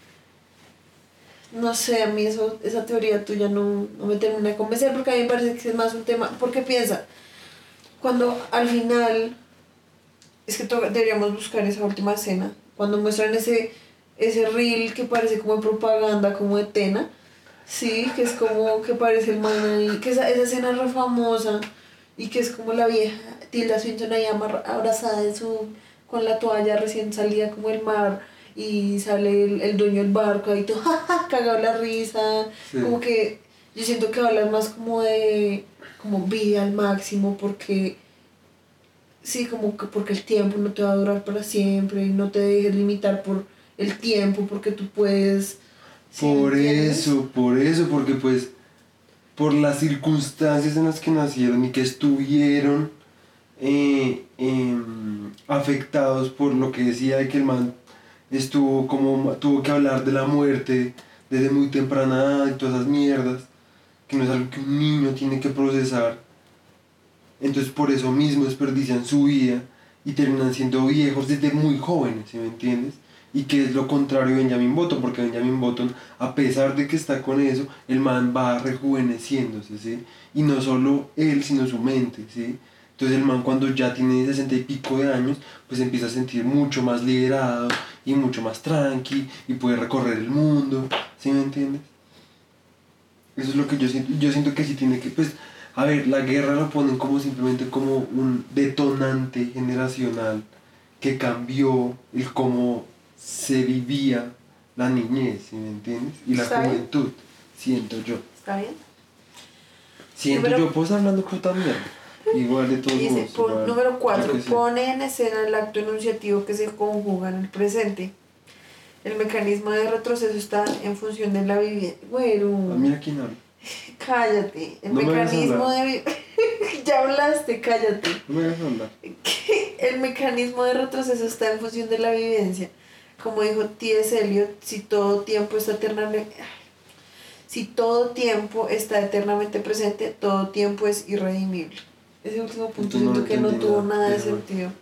no sé, a mí eso, esa teoría tuya no, no me termina de convencer porque a mí me parece que es más un tema, porque piensa, cuando al final, es que to- deberíamos buscar esa última escena, cuando muestran ese, ese reel que parece como de propaganda, como de Tena, sí, que es como que parece el man ahí, que esa, esa escena es re famosa y que es como la vieja Tilda Swinton ahí amarra- abrazada en su, con la toalla recién salida como el mar y sale el, el dueño del barco ahí todo, jaja, cagado la risa, Sí. como que yo siento que hablas más como de, como vive al máximo porque, sí, como que porque el tiempo no te va a durar para siempre y no te dejes limitar por el tiempo porque tú puedes... ¿sí me Por entiendes? eso, por eso, porque pues por las circunstancias en las que nacieron y que estuvieron eh, em, afectados por lo que decía de que el man estuvo como tuvo que hablar de la muerte desde muy temprana edad y todas esas mierdas, que no es algo que un niño tiene que procesar. Entonces por eso mismo desperdician su vida y terminan siendo viejos desde muy jóvenes, ¿sí me entiendes? Y que es lo contrario de Benjamin Button, porque Benjamin Button, a pesar de que está con eso, el man va rejuveneciéndose, ¿sí? Y no solo él, sino su mente, ¿sí? Entonces el man cuando ya tiene sesenta y pico de años, pues empieza a sentir mucho más liberado y mucho más tranqui y puede recorrer el mundo, ¿sí me entiendes? Eso es lo que yo siento. Yo siento que sí tiene que, pues, a ver, la guerra la ponen como simplemente como un detonante generacional que cambió el cómo se vivía la niñez, ¿sí me entiendes? Y la ¿Está bien? juventud, siento yo. ¿Está bien? Siento Número- yo, pues hablando puta mierda. Igual de todos Dice, modos. pon- igual, número yo cuatro, qué sé. pone en escena el acto enunciativo que se conjuga en el presente. El mecanismo de retroceso está en función de la vivienda. Bueno, A mí aquí no. cállate. El No me dejas mecanismo hablar. de... Ya hablaste, cállate. No me dejas hablar. Que el mecanismo de retroceso está en función de la vivencia. Como dijo T S. Eliot, si todo tiempo está eternamente... Si todo tiempo está eternamente presente, todo tiempo es irredimible. Ese último punto Entonces no siento que no entendí tuvo nada, nada de pero bueno. sentido.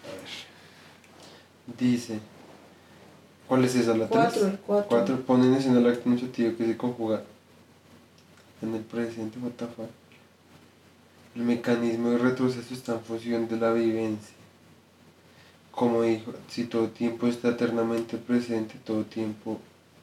Dice, ¿cuál es esa? ¿La Cuatro, tres? el cuatro. Cuatro. Pone en escena el acto enunciativo que se conjuga en el presente, what the fuck. El mecanismo de retroceso está en función de la vivencia. Como dijo, si todo tiempo está eternamente presente, todo tiempo...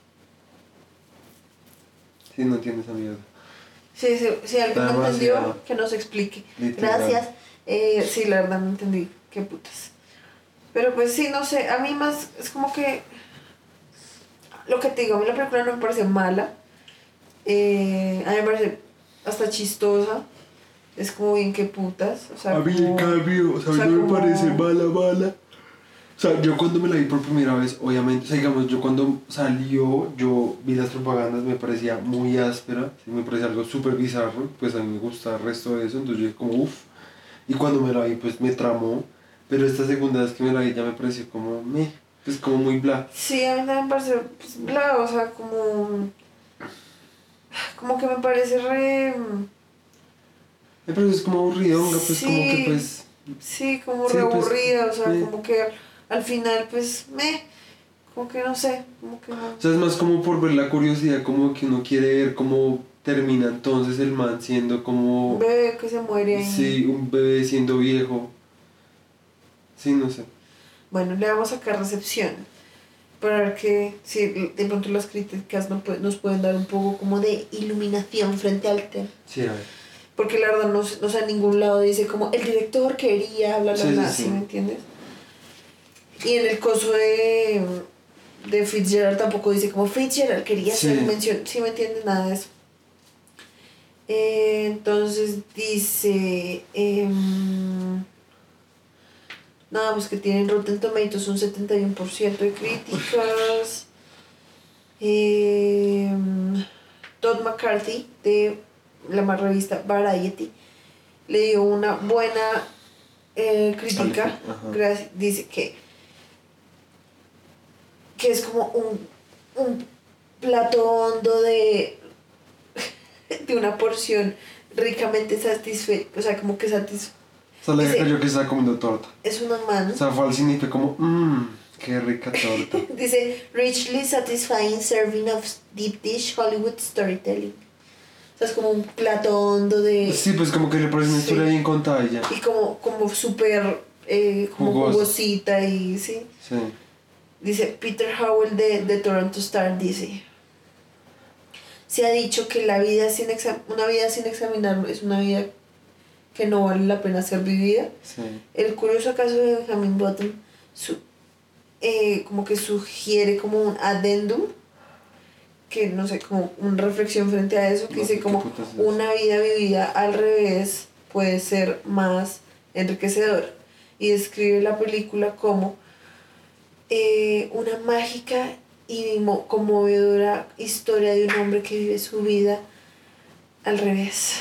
Sí, no entiendes esa mierda. Sí, sí, si alguien no Demasiado. entendió, que nos explique. Literal. Gracias. Eh, sí, la verdad no entendí. Qué putas. Pero pues sí, no sé. A mí más es como que... Lo que te digo, a mí la película no me parece mala. Eh, a mí me parece hasta chistosa. Es como bien que putas. O sea, A mí, en como- cambio, o sea, o sea, no me como- parece mala, mala. O sea, yo cuando me la vi por primera vez, obviamente, o sea, digamos, yo cuando salió, yo vi las propagandas, me parecía muy áspera, sí, me parecía algo súper bizarro, pues a mí me gusta el resto de eso, entonces yo dije como, uff, y cuando me la vi, pues me tramó, pero esta segunda vez que me la vi ya me pareció como, meh, pues como muy bla. Sí, a mí también me parece, pues, bla, o sea, como... Como que me parece re... Me parece es como aburridonga, pues Sí. como que pues, Sí, como Sí, re pues, aburrida, o sea, me- como que al final, pues, me... Como que no sé, como que no... o sea, es más como por ver la curiosidad, como que uno quiere ver cómo termina entonces el man siendo como... Un bebé que se muere ahí. Sí, un bebé siendo viejo. Sí, no sé. Bueno, le vamos a sacar recepción. Para ver que si de pronto las críticas no pu- nos pueden dar un poco como de iluminación frente al tema. Sí, a ver. Porque la verdad no, s- no sé, en ningún lado dice como el director quería, bla, bla, Sí, bla, sí, ¿sí sí. me entiendes? Y en el coso de, de Fitzgerald tampoco dice como Fitzgerald quería Sí. hacer mención, ¿sí me entiendes? Nada de eso. Eh, entonces dice... em, nada, pues que tienen Rotten Tomatoes un setenta y uno por ciento de críticas. Eh, Todd McCarthy de la más revista Variety le dio una buena eh, crítica. Califica, ajá. Gracias, dice que, que es como un, un plato hondo de, de una porción ricamente satisfecha. O sea, como que satis, O sea, le Dice- cayó que estaba comiendo torta. es una mano. O sea, fue al cine y fue como, mmm, qué rica torta. Dice, richly satisfying serving of deep dish Hollywood storytelling. O sea, es como un plato hondo de... Sí, pues como que le parece una Sí. historia bien contada y ya. Y como, como súper, eh, como Jugosa. jugosita y sí. Sí. Dice, Peter Howell de, de Toronto Star dice, se ha dicho que la vida sin exam- una vida sin examinar es una vida que no vale la pena ser vivida. Sí. El curioso caso de Benjamin Button su- eh, como que sugiere como un addendum, que no sé, como una reflexión frente a eso, que No sé dice qué como putas es. una vida vivida al revés puede ser más enriquecedor. Y describe la película como eh, una mágica y mo- conmovedora historia de un hombre que vive su vida al revés.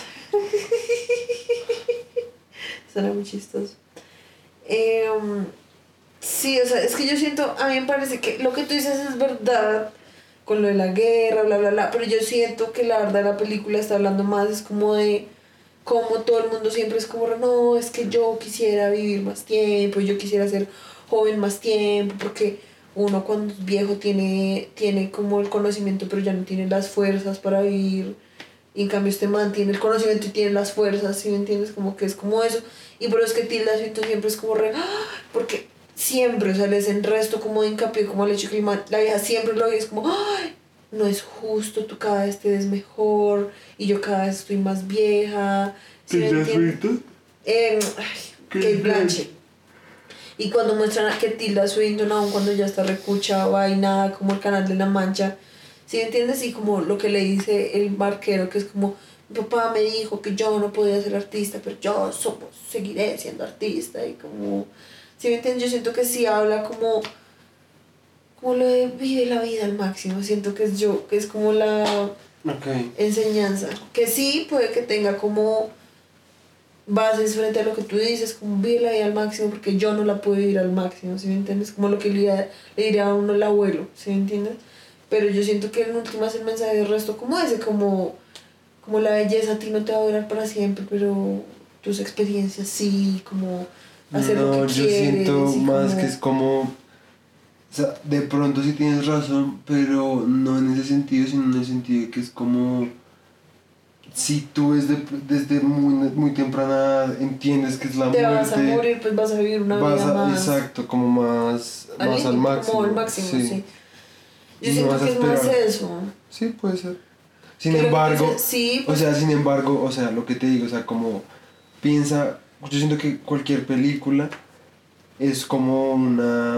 Suena muy chistoso. Em, sí, o sea, es que yo siento, a mí me parece que lo que tú dices es verdad con lo de la guerra, bla, bla, bla, pero yo siento que la verdad la película está hablando más, es como de cómo todo el mundo siempre es como, no, es que yo quisiera vivir más tiempo, yo quisiera ser joven más tiempo, porque uno cuando es viejo tiene, tiene como el conocimiento, pero ya no tiene las fuerzas para vivir. Y en cambio este man tiene el conocimiento y tiene las fuerzas, ¿sí me entiendes? Como que es como eso. Y por eso es que Tilda Swinton siempre es como re... ¡ah! Porque siempre, o sea, le hacen resto como de hincapié, como el hecho que el man, la vieja siempre lo ve y es como... ¡ay! No es justo, tú cada vez te ves mejor y yo cada vez estoy más vieja. ¿Sí me entiendes? Eh, ay, Kate Blanchett. Y cuando muestran a que Tilda Swinton, aún cuando ya está recucha, vaina, como el canal de la Mancha, ¿sí me entiendes? Y como lo que le dice el barquero, que es como, mi papá me dijo que yo no podía ser artista, pero yo somos, seguiré siendo artista. Y como, ¿sí me entiendes? Yo siento que sí habla como, como lo de vive la vida al máximo. Siento que es yo, que es como la okay. enseñanza. Que sí, puede que tenga como bases frente a lo que tú dices, como vive la vida al máximo, porque yo no la puedo vivir al máximo, ¿sí me entiendes? Como lo que le diría, le diría a uno el abuelo, ¿sí me entiendes? Pero yo siento que en últimas el mensaje del resto como ese, como, como la belleza a ti no te va a durar para siempre, pero tus experiencias sí, como hacer no, lo que yo quieres. siento más como... que es como, o sea, de pronto sí tienes razón, pero no en ese sentido, sino en el sentido de que es como, si tú desde, desde muy, muy temprana edad entiendes que es la te muerte, vas a morir, pues vas a vivir una vas vida a, más exacto, como más al más al límite, máximo, como al máximo, sí. sí. Yo Y no siento vas a que es más esperar. eso. Sí, puede ser. Sin Que lo que tú embargo, dices, sí, o pues, sea, sin embargo, o sea, lo que te digo, o sea, como piensa, yo siento que cualquier película es como una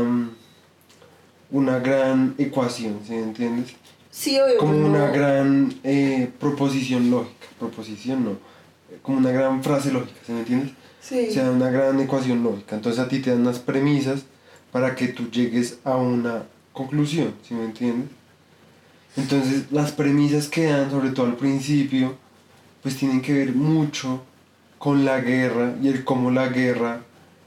una gran ecuación, ¿sí me entiendes? sí, obvio, Como pues una no. gran eh, proposición lógica, proposición no, como una gran frase lógica, ¿sí me entiendes? O Sí. sea, una gran ecuación lógica. Entonces a ti te dan unas premisas para que tú llegues a una conclusión, ¿sí me entiendes? Entonces las premisas que dan, sobre todo al principio, pues tienen que ver mucho con la guerra y el cómo la guerra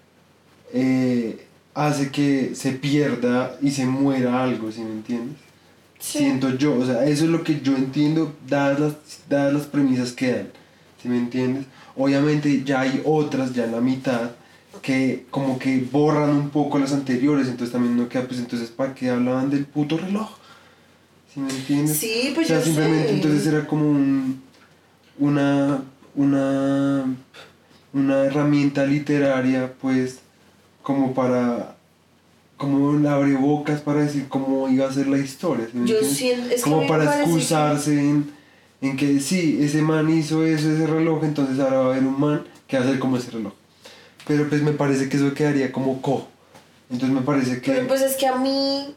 eh, hace que se pierda y se muera algo, ¿sí me entiendes? Sí. Siento yo, o sea, eso es lo que yo entiendo dadas las, dadas las premisas que dan, ¿sí me entiendes? Obviamente ya hay otras, ya en la mitad, que como que borran un poco las anteriores, entonces también uno queda, pues entonces ¿para qué hablaban del puto reloj? ¿Sí me entiendes? Sí, O pues sea, yo simplemente entonces sé. era como un, una, una, una herramienta literaria, pues, como para como un abrebocas para decir cómo iba a ser la historia, ¿sí me Yo entiendes? siento, es que a Como mí me para parece que, excusarse en, en que sí, ese man hizo eso, ese reloj, entonces ahora va a haber un man que va a hacer como ese reloj. Pero pues me parece que eso quedaría como cojo. Entonces me parece pero que... pues es que a mí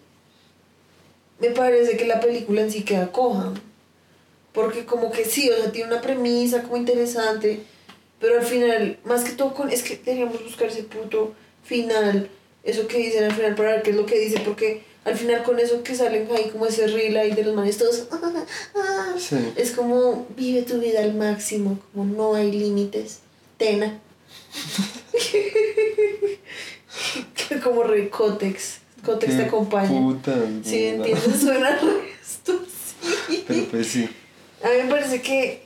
me parece que la película en sí queda coja. Porque como que sí, o sea, tiene una premisa como interesante, pero al final, más que todo con, es que deberíamos buscar ese puto final, eso que dicen al final para ver qué es lo que dice, porque al final con eso que salen ahí como ese reel ahí de los manes todos, Sí. es como vive tu vida al máximo, como no hay límites, tena. Como re Cotex, Cotex te Qué acompaña. puta. Sí, No. ¿entiendes? Suena re esto, sí. Pero pues sí. A mí me parece que,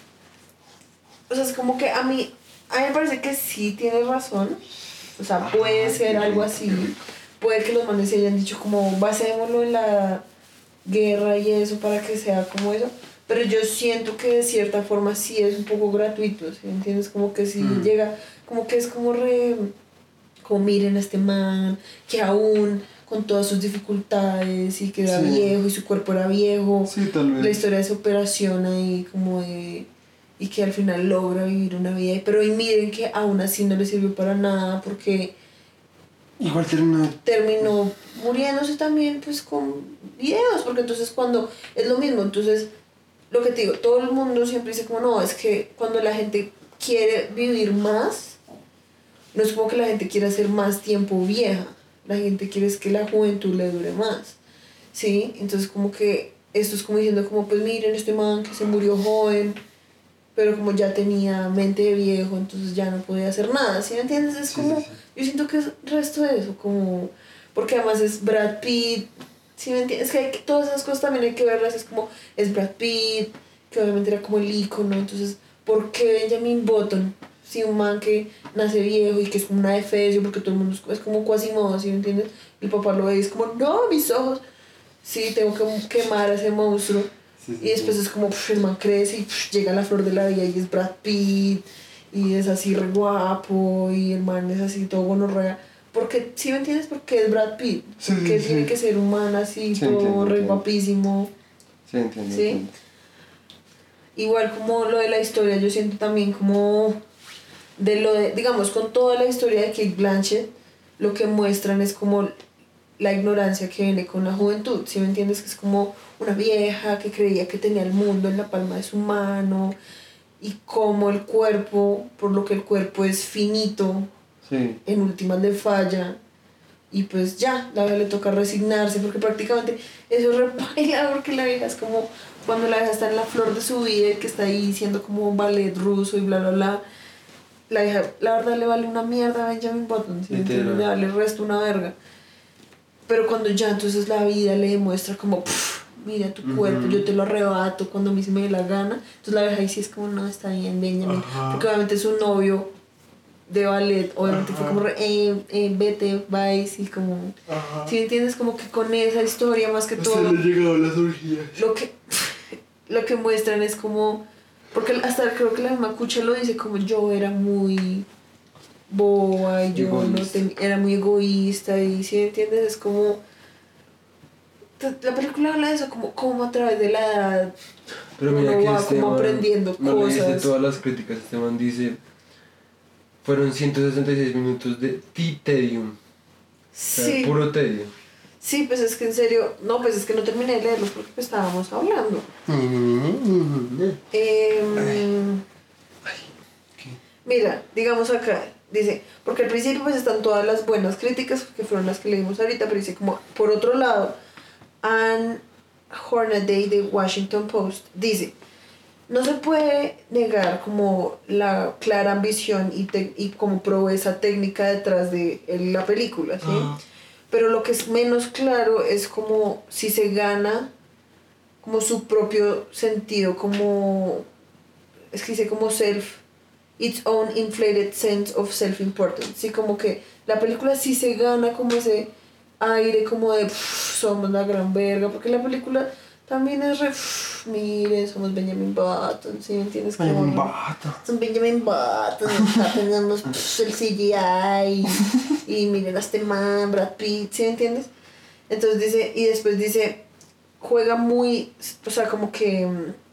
o sea, es como que a mí, a mí me parece que sí tienes razón. O sea, puede Ay, ser qué algo rico, así. qué rico. Puede que los manes se hayan dicho como basémoslo en la guerra y eso para que sea como eso. Pero yo siento que de cierta forma sí es un poco gratuito, ¿sí? ¿Entiendes? Como que sí Mm. llega, como que es como re, como miren a este man, que aún con todas sus dificultades y que era Sí. viejo y su cuerpo era viejo, Sí, tal vez. la historia de su operación ahí como de... y que al final logra vivir una vida, pero y miren que aún así no le sirvió para nada porque Igual terminó. terminó muriéndose también pues con videos, porque entonces cuando es lo mismo, entonces lo que te digo, todo el mundo siempre dice como no, es que cuando la gente quiere vivir más, no es como que la gente quiera hacer más tiempo vieja, la gente quiere es que la juventud le dure más, ¿sí? Entonces como que esto es como diciendo como pues miren este man que se murió joven, pero como ya tenía mente de viejo, entonces ya no podía hacer nada, ¿sí me entiendes? Es Sí, como, sí, sí. yo siento que es resto de eso, como, porque además es Brad Pitt, ¿sí me entiendes? Es que hay que, todas esas cosas también hay que verlas, es como, es Brad Pitt, que obviamente era como el ícono, entonces, ¿por qué Benjamin Button? Si un man que nace viejo y que es como una defecio, porque todo el mundo es, es como Quasimodo, ¿sí me entiendes? El papá lo ve y es como, no, mis ojos, sí, tengo que quemar a ese monstruo. Sí, sí, Y después sí. es como, pf, el man crece y pf, llega a la flor de la vida y es Brad Pitt y es así re guapo y el man es así todo gonorrea. Porque, ¿sí me entiendes? Porque es Brad Pitt. Sí, Porque sí, tiene sí. que ser un man así Sí, todo entiendo, re entiendo. guapísimo. Sí, entiendo, ¿Sí? entiendo. Igual como lo de la historia, yo siento también como de lo de, digamos, con toda la historia de Kate Blanchett, lo que muestran es como la ignorancia que viene con la juventud, ¿sí me entiendes? Que es como una vieja que creía que tenía el mundo en la palma de su mano y como el cuerpo, por lo que el cuerpo es finito, Sí. en últimas le falla, Y pues ya, la vieja le toca resignarse porque prácticamente eso es repaila porque la vieja es como cuando la vieja está en la flor de su vida, que está ahí siendo como ballet ruso y bla bla bla. La vieja, la verdad le vale una mierda a Benjamin Button, ¿sí? Le vale el resto una verga. Pero cuando ya entonces la vida le demuestra como, pff, mira tu cuerpo, uh-huh. yo te lo arrebato cuando a mí se me dé la gana. Entonces la vieja ahí sí es como, no, está bien, Benjamin. Uh-huh. Porque obviamente su novio de ballet, obviamente uh-huh. fue como, eh, eh, vete, bye, sí, como... Uh-huh. ¿Sí entiendes? Como que con esa historia más que todo... Se le han llegado las orgías. Lo que, lo que muestran es como... Porque hasta creo que la misma Cucha lo dice como yo era muy boba y yo no ten, era muy egoísta y si ¿sí entiendes? Es como... La película habla de eso como, como a través de la edad pero mira uno que va este como man, aprendiendo no cosas. Le dice todas las críticas, este man dice fueron ciento sesenta y seis minutos de tedium. Sí. O sea, puro tedio. Sí, pues es que en serio, no, pues es que no terminé de leerlos porque pues estábamos hablando. eh, mira, digamos acá, dice, porque al principio pues están todas las buenas críticas que fueron las que leímos ahorita, pero dice como, por otro lado, Anne Hornaday de Washington Post dice, no se puede negar como la clara ambición y, te, y como proeza técnica detrás de la película, ¿sí? Uh-huh. Pero lo que es menos claro es como si se gana como su propio sentido, como, es que dice como self, its own inflated sense of self-importance, sí, como que la película sí se gana como ese aire como de pff, somos la gran verga, porque la película también es re, pff, mire, somos Benjamin Button, ¿sí me entiendes? Benjamin Button. Son Benjamin Button, tenemos pff, el C G I y, y miren a este man, Brad Pitt, ¿sí me entiendes? Entonces dice, y después dice, juega muy, o sea, como que,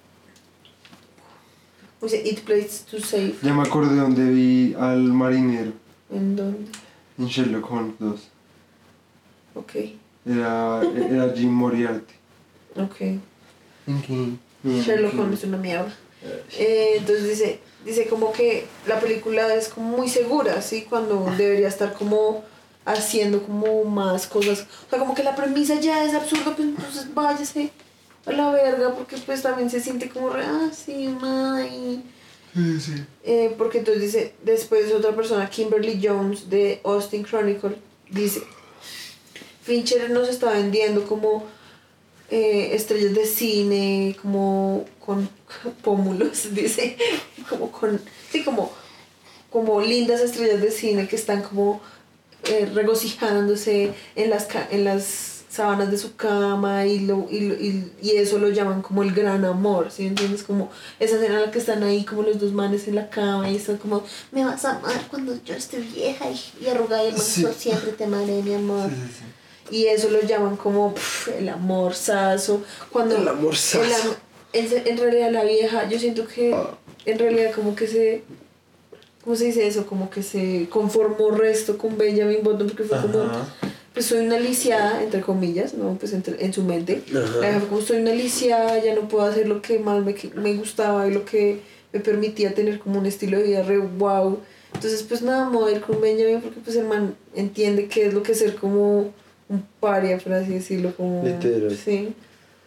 dice, it plays too safe. Ya me acordé de donde vi al marinero. ¿En dónde? En Sherlock Holmes dos. Ok. Era, era Jim Moriarty. Ok. Okay. Sherlock Holmes es una mierda. Eh, entonces dice, dice como que la película es como muy segura, ¿sí? Cuando debería estar como haciendo como más cosas. O sea, como que la premisa ya es absurda, pues entonces váyase a la verga, porque pues también se siente como re, ah, sí, may. Sí, sí. Eh, porque entonces dice, después otra persona, Kimberly Jones de Austin Chronicle, dice, Fincher nos está vendiendo como eh, estrellas de cine, como con pómulos, dice, como con, sí, como, como lindas estrellas de cine que están como eh, regocijándose en las, en las sábanas de su cama y, lo, y, y, y eso lo llaman como el gran amor, ¿sí entiendes? Como esa escena en la que están ahí como los dos manes en la cama y están como, me vas a amar cuando yo esté vieja y, y arrugada y el sí. siempre te amaré, mi amor. Sí, sí, sí. Y eso lo llaman como pff, el amorzazo. Cuando el amorzazo. El am- en, en realidad la vieja, yo siento que en realidad como que se, ¿cómo se dice eso? Como que se conformó resto con Benjamin Button porque fue Ajá. como, pues soy una lisiada, entre comillas, ¿no? Pues entre, en su mente. Ajá. La vieja fue como soy una lisiada, ya no puedo hacer lo que más me, me gustaba y lo que me permitía tener como un estilo de vida re wow. Entonces pues nada, me voy a ir con Benjamin porque pues el man entiende qué es lo que es ser como un paria, por así decirlo, como... Literal. Sí.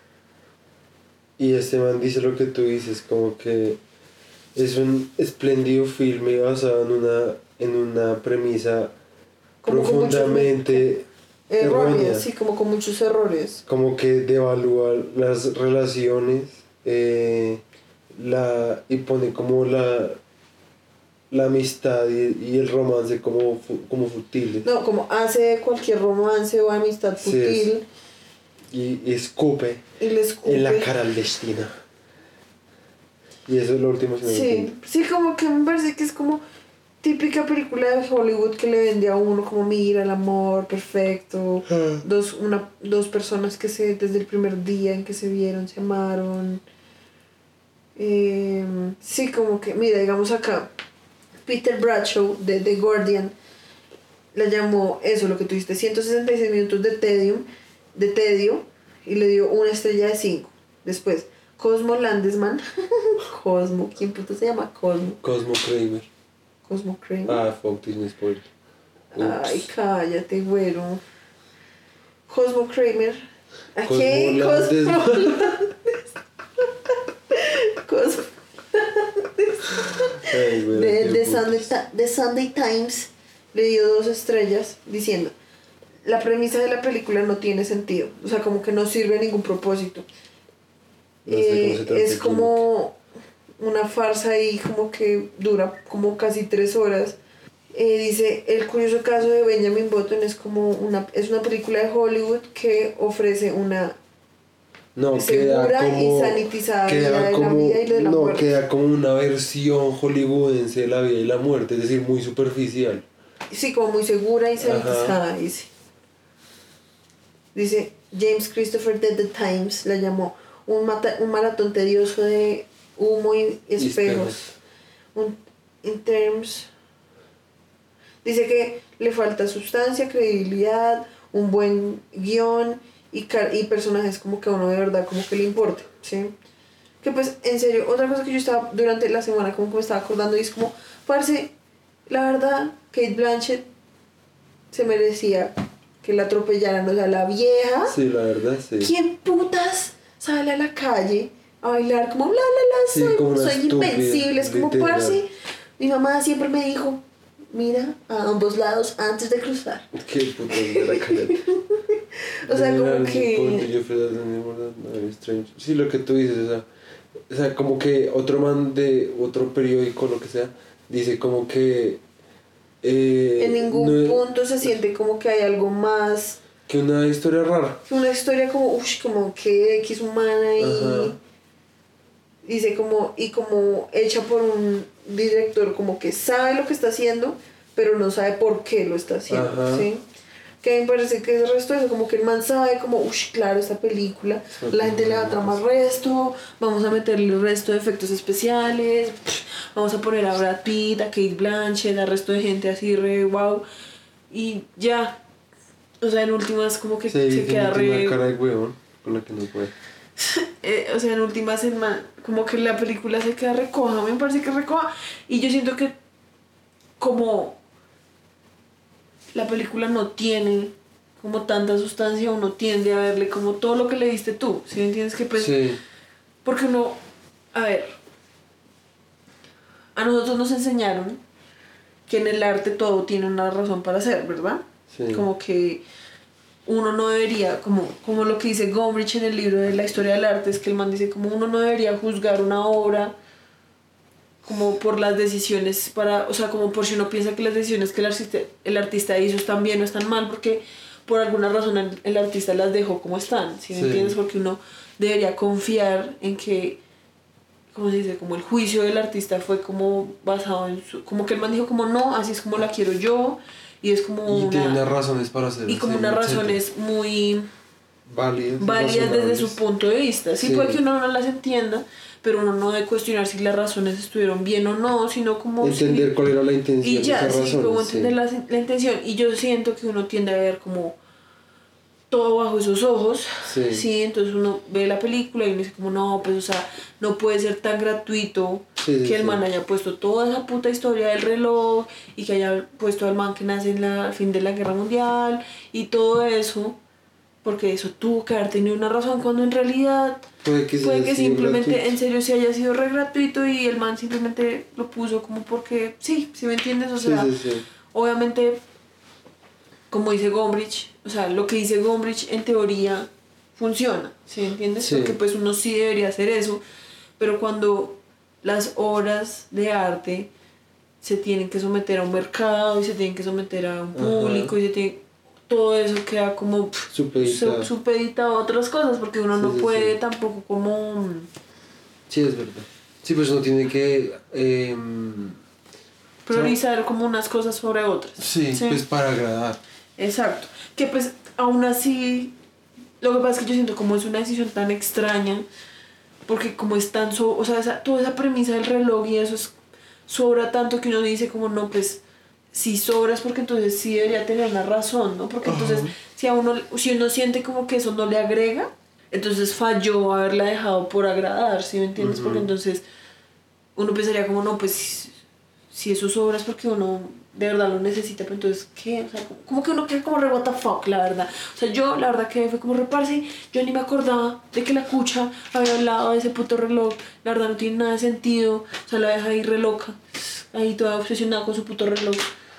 Y este man dice lo que tú dices, como que es un espléndido filme basado en una, en una premisa como profundamente errónea, sí, como con muchos errores. Como que devalúa las relaciones eh, la, y pone como la... la amistad y, y el romance como, como futiles. No, como hace cualquier romance o amistad futil. Sí, y, y escupe, y le escupe en la cara al destino. Y eso es lo último que me Sí, entiendo. Sí, como que me parece que es como típica película de Hollywood que le vende a uno como mira el amor perfecto. Ah. Dos, una, dos personas que se desde el primer día en que se vieron se amaron. Eh, sí, como que, mira, digamos acá. Peter Bradshaw de The Guardian la llamó eso, lo que tuviste, ciento sesenta y seis minutos de tedio, de tedio y le dio una estrella de cinco. Después, Cosmo Landesman, Cosmo, ¿quién puto se llama Cosmo? Cosmo Kramer. Cosmo Kramer. Ah, fuck, Disney spoiler. Ay, cállate, güero. Cosmo Kramer. ¿A Cosmo qué? Holandes. Cosmo. Ay, güey, De, qué de, putas. Sunday, Ta- de Sunday Times le dio dos estrellas diciendo: la premisa de la película no tiene sentido, o sea, como que no sirve a ningún propósito. No sé cómo Eh, se trata es el como una farsa ahí como que dura como casi tres horas. Eh, dice: el curioso caso de Benjamin Button es como una, es una película de Hollywood que ofrece una No, segura queda como, y sanitizada vida queda de la como, vida y de la no, muerte. queda como una versión hollywoodense de la vida y la muerte, es decir, muy superficial. Sí, como muy segura y sanitizada, Ajá. dice. Dice: James Christopher de The Times la llamó un, mata, un maratón tedioso de humo y espejos. espejos. Un, in terms... Dice que le falta sustancia, credibilidad, un buen guión y, car- y personajes como que a uno de verdad como que le importe, ¿sí? Que pues, en serio, otra cosa que yo estaba durante la semana como que me estaba acordando y es como, parce, la verdad, Kate Blanchett se merecía que la atropellaran, o sea, la vieja. Sí, la verdad, sí. ¿Quién putas sale a la calle a bailar como bla bla bla? Sí, Soy, como una soy estúpida, invencible, es como literal. parce. Mi mamá siempre me dijo: mira a ambos lados antes de cruzar. Qué puta de la cállate. O sea, como General, que- Paul, yo fui a la- no, Strange. Sí, lo que tú dices, o sea, o sea, como que otro man de otro periódico, lo que sea, dice como que eh, En ningún no- punto se siente como que hay algo más que una historia rara. que una historia como, uff, como que X humana y Ajá. dice como, y como hecha por un director como que sabe lo que está haciendo, pero no sabe por qué lo está haciendo, Ajá. ¿sí? Que me parece que es el resto de eso, como que el man sabe como, uff, claro, esta película, Sí, la gente le va a sí, tramar sí. resto, vamos a meterle el resto de efectos especiales, vamos a poner a Brad Pitt, a Kate Blanchett, al resto de gente así re wow, y ya, o sea, en últimas como que Sí, se queda tiene re... una cara de huevón con la que no puede. Eh, o sea, en últimas el man, como que la película se queda recoja, me parece que recoja, y yo siento que como la película no tiene como tanta sustancia, uno tiende a verle como todo lo que le diste tú, ¿sí me entiendes? Que pues, Sí, porque uno, a ver, a nosotros nos enseñaron que en el arte todo tiene una razón para ser, ¿verdad? sí. Como que uno no debería, como, como lo que dice Gombrich en el libro de la historia del arte, es que el man dice como uno no debería juzgar una obra como por las decisiones para, o sea, como por si uno piensa que las decisiones que el artista, el artista hizo están bien o están mal, porque por alguna razón el, el artista las dejó como están, ¿sí me Sí. entiendes? Porque uno debería confiar en que, ¿cómo se dice? Como el juicio del artista fue como basado en su, como que el man dijo como no, así es como la quiero yo, y es como Y una, tiene unas razones para hacerlo. y como sí, unas etcétera. razones muy válidas, válidas desde su razonables. punto de vista. Sí, Sí. puede que uno no las entienda, pero uno no debe cuestionar si las razones estuvieron bien o no, sino como Entender si, cuál era la intención y ya, de esas sí, razones. como sí. entender la, la intención. Y yo siento que uno tiende a ver como todo bajo esos ojos, Sí. entonces uno ve la película y uno dice como no, pues o sea, no puede ser tan gratuito Sí, sí, que el sí. man haya puesto toda esa puta historia del reloj y que haya puesto al man que nace en la al fin de la guerra mundial y todo eso, porque eso tuvo que haber tenido una razón cuando en realidad Puede que, puede sea que así, simplemente gratuito. en serio se haya sido re gratuito y el man simplemente lo puso como porque sí, ¿sí me entiendes? O Sí, sea, sí, sí. obviamente, como dice Gombrich, o sea, lo que dice Gombrich en teoría funciona, ¿sí me entiendes? Sí. Porque pues uno sí debería hacer eso, pero cuando las obras de arte se tienen que someter a un mercado y se tienen que someter a un público Ajá. y se tiene, todo eso queda como pff, Supeditado. su- supeditado a otras cosas porque uno Sí, no sí, puede sí. tampoco como Sí, es verdad. Sí, pues uno tiene que... Eh, priorizar como unas cosas sobre otras. sí, pues para agradar. Exacto. Que pues aún así, lo que pasa es que yo siento como es una decisión tan extraña, porque como es tan, so, o sea, esa, toda esa premisa del reloj y eso es, sobra tanto que uno dice como no, pues si sobra es porque entonces sí debería tener una razón, ¿no? Porque entonces Ajá. si a uno, si uno siente como que eso no le agrega, entonces falló haberla dejado por agradar, ¿sí me entiendes? Ujú. Porque entonces uno pensaría como no, pues si eso sobra es porque uno de verdad lo necesita, pero entonces, ¿qué? O sea, como que uno queda como re what the fuck, la verdad. O sea, yo, la verdad que fue como reparse, yo ni me acordaba de que la cucha había hablado de ese puto reloj, la verdad no tiene nada de sentido, o sea, la deja ahí re loca, ahí toda obsesionada con su puto reloj.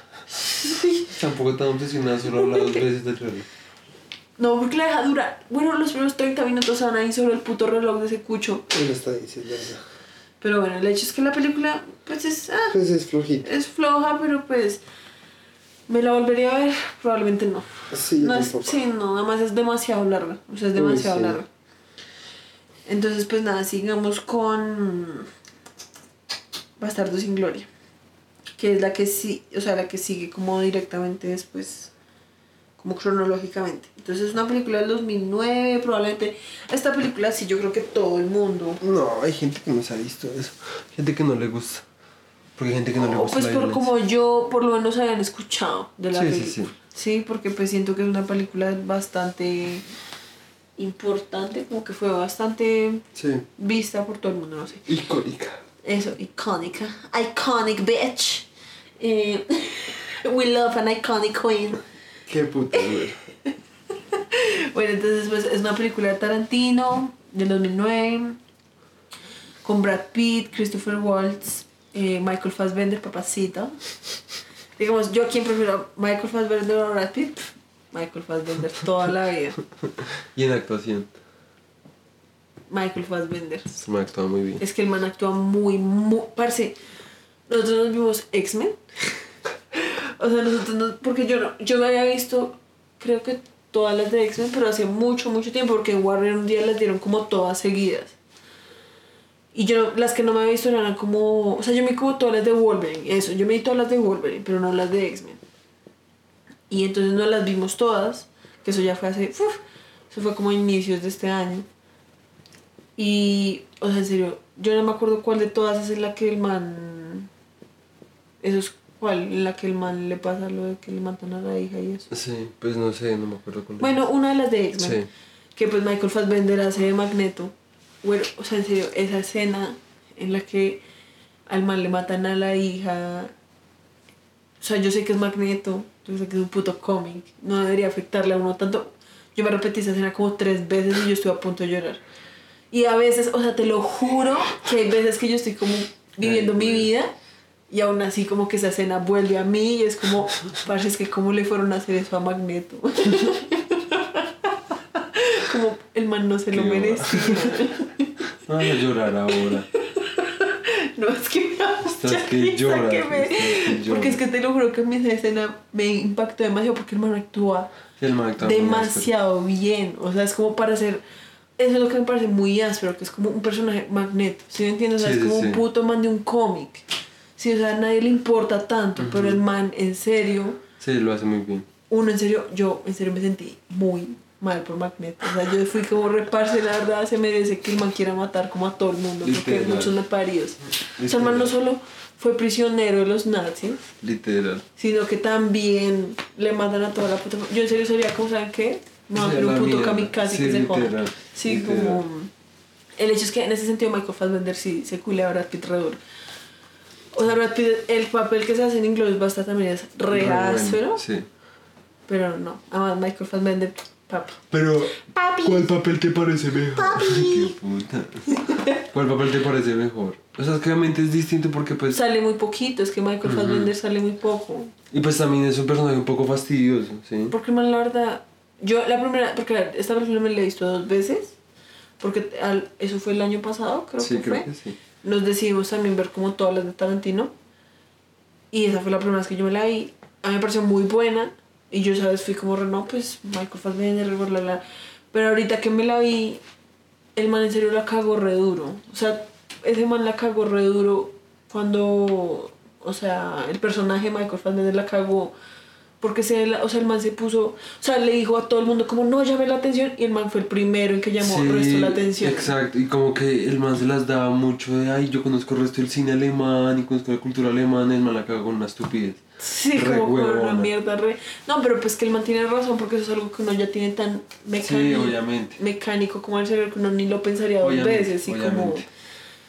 Tampoco tan obsesionada, solo habla dos veces del reloj. No, porque la deja durar. Bueno, los primeros treinta minutos van ahí sobre el puto reloj de ese cucho. Él está diciendo eso. Pero bueno, el hecho es que la película, pues es... Ah, Pues es flojita. es floja, pero pues... ¿Me la volvería a ver? Probablemente no. Sí, yo no es, tampoco. sí, no, además es demasiado larga. O sea, es demasiado Uy, sí. larga. Entonces, pues nada, sigamos con... Bastardo sin Gloria. Que es la que sí, o sea, la que sigue como directamente después... como cronológicamente. Entonces es una película del dos mil nueve, probablemente. Esta película sí, yo creo que todo el mundo. No, hay gente que no se ha visto eso. Gente que no le gusta. Porque hay gente que no le O gusta pues la por, violencia. como yo, por lo menos habían escuchado de la Sí, película. sí, sí. Sí, porque pues siento que es una película bastante importante, como que fue bastante Sí. vista por todo el mundo, no sé. Icónica. Eso, icónica. Iconic bitch. Eh, we love an iconic queen. Qué puta, güey. Bueno, entonces pues es una película de Tarantino del dos mil nueve con Brad Pitt, Christopher Waltz, eh, Michael Fassbender, papacito. Digamos, yo a quién prefiero, Michael Fassbender o Brad Pitt. Pff, Michael Fassbender toda la vida. Y en actuación. Michael Fassbender. Se me ha actuado muy bien. Es que el man actúa muy, muy... Parce, nosotros nos vimos X-Men. O sea, nosotros no... Porque yo no... Yo me había visto, creo que todas las de X-Men, pero hace mucho, mucho tiempo, porque en Warner un día las dieron como todas seguidas. Y yo, las que no me había visto eran como... O sea, yo me vi como todas las de Wolverine, eso. Yo me vi todas las de Wolverine, pero no las de X-Men. Y entonces no las vimos todas, que eso ya fue hace... Uf, eso fue como a inicios de este año. Y, o sea, en serio, yo no me acuerdo cuál de todas es en la que el man... Eso es cuál, en la que el man le pasa lo de que le matan a la hija y eso. Sí, pues no sé, no me acuerdo cuál. Bueno, una de las de X-Men, Sí. que pues Michael Fassbender hace de Magneto. Bueno, o sea, en serio, esa escena en la que al man le matan a la hija... O sea, yo sé que es Magneto, yo sé que es un puto cómic, no debería afectarle a uno tanto. Yo me repetí esa escena como tres veces y yo estuve a punto de llorar. Y a veces, o sea, te lo juro que hay veces que yo estoy como viviendo Ay, mi pues. vida y aún así como que esa escena vuelve a mí y es como, parece es que cómo le fueron a hacer eso a Magneto. Como el man no se lo Qué merecía. No vas a llorar ahora. No, es que me da mucha Estás que risa lloras, que me- estás que lloras. Porque es que te lo juro que a mí esa escena me impactó demasiado porque el man actúa El man actúa muy demasiado bien. O sea, es como para hacer... Eso es lo que me parece muy áspero, que es como un personaje Magneto. ¿Sí me entiendes? O sea, Sí, es sí, como sí. un puto man de un cómic. Sí, o sea, a nadie le importa tanto, pero el man, en serio, Sí, lo hace muy bien. uno en serio, yo en serio me sentí muy mal por Magneto. O sea, yo fui como reparse, la verdad, se merece que el man quiera matar como a todo el mundo, porque Literal. muchos malparidos. O sea, el man no Literal. solo fue prisionero de los nazis, Literal. sino que también le matan a toda la puta... Yo en serio sería como, ¿saben qué? No, Sí, pero un la puto mierda. kamikaze Sí, que se joda. literal, Sí, literal. como... El hecho es que en ese sentido Michael Fassbender sí se culea a Brad Pitt re duro. O sea, Brad Pitt, el papel que se hace en inglés basta también es re Re áspero, bueno, sí. pero no. Además, Michael Fassbender, papi. Pero, Papi. ¿cuál papel te parece mejor? Qué puta. ¿Cuál papel te parece mejor? O sea, es que obviamente es distinto porque pues... Sale muy poquito, es que Michael Fassbender sale muy poco. Y pues también es un personaje un poco fastidioso, ¿sí? Porque, man, la verdad, yo la primera, porque la- esta película me la he visto dos veces, porque al- eso fue el año pasado, creo Sí, que creo fue. que sí. Nos decidimos también ver como todas las de Tarantino. Y esa fue la primera vez que yo me la vi. A mí me pareció muy buena. Y yo, ¿sabes? Fui como, re, no, pues Michael Fassbender, bla, bla, bla. Pero ahorita que me la vi, el man en serio la cagó re duro. O sea, ese man la cagó re duro cuando... O sea, el personaje Michael Fassbender la cagó. Porque se, la- o sea, el man se puso... O sea, le dijo a todo el mundo como, no, llame la atención. Y el man fue el primero en que llamó el resto la atención. Exacto, y como que el man se las daba mucho de, ay, yo conozco el resto del cine alemán y conozco la cultura alemana, y el man la caga con una estupidez. Sí, Re como con una huevona. mierda re... No, pero pues que el man tiene razón porque eso es algo que uno ya tiene tan Sí, mecánico, obviamente. mecánico como el cerebro que uno ni lo pensaría dos Obviamente, veces y como... obviamente.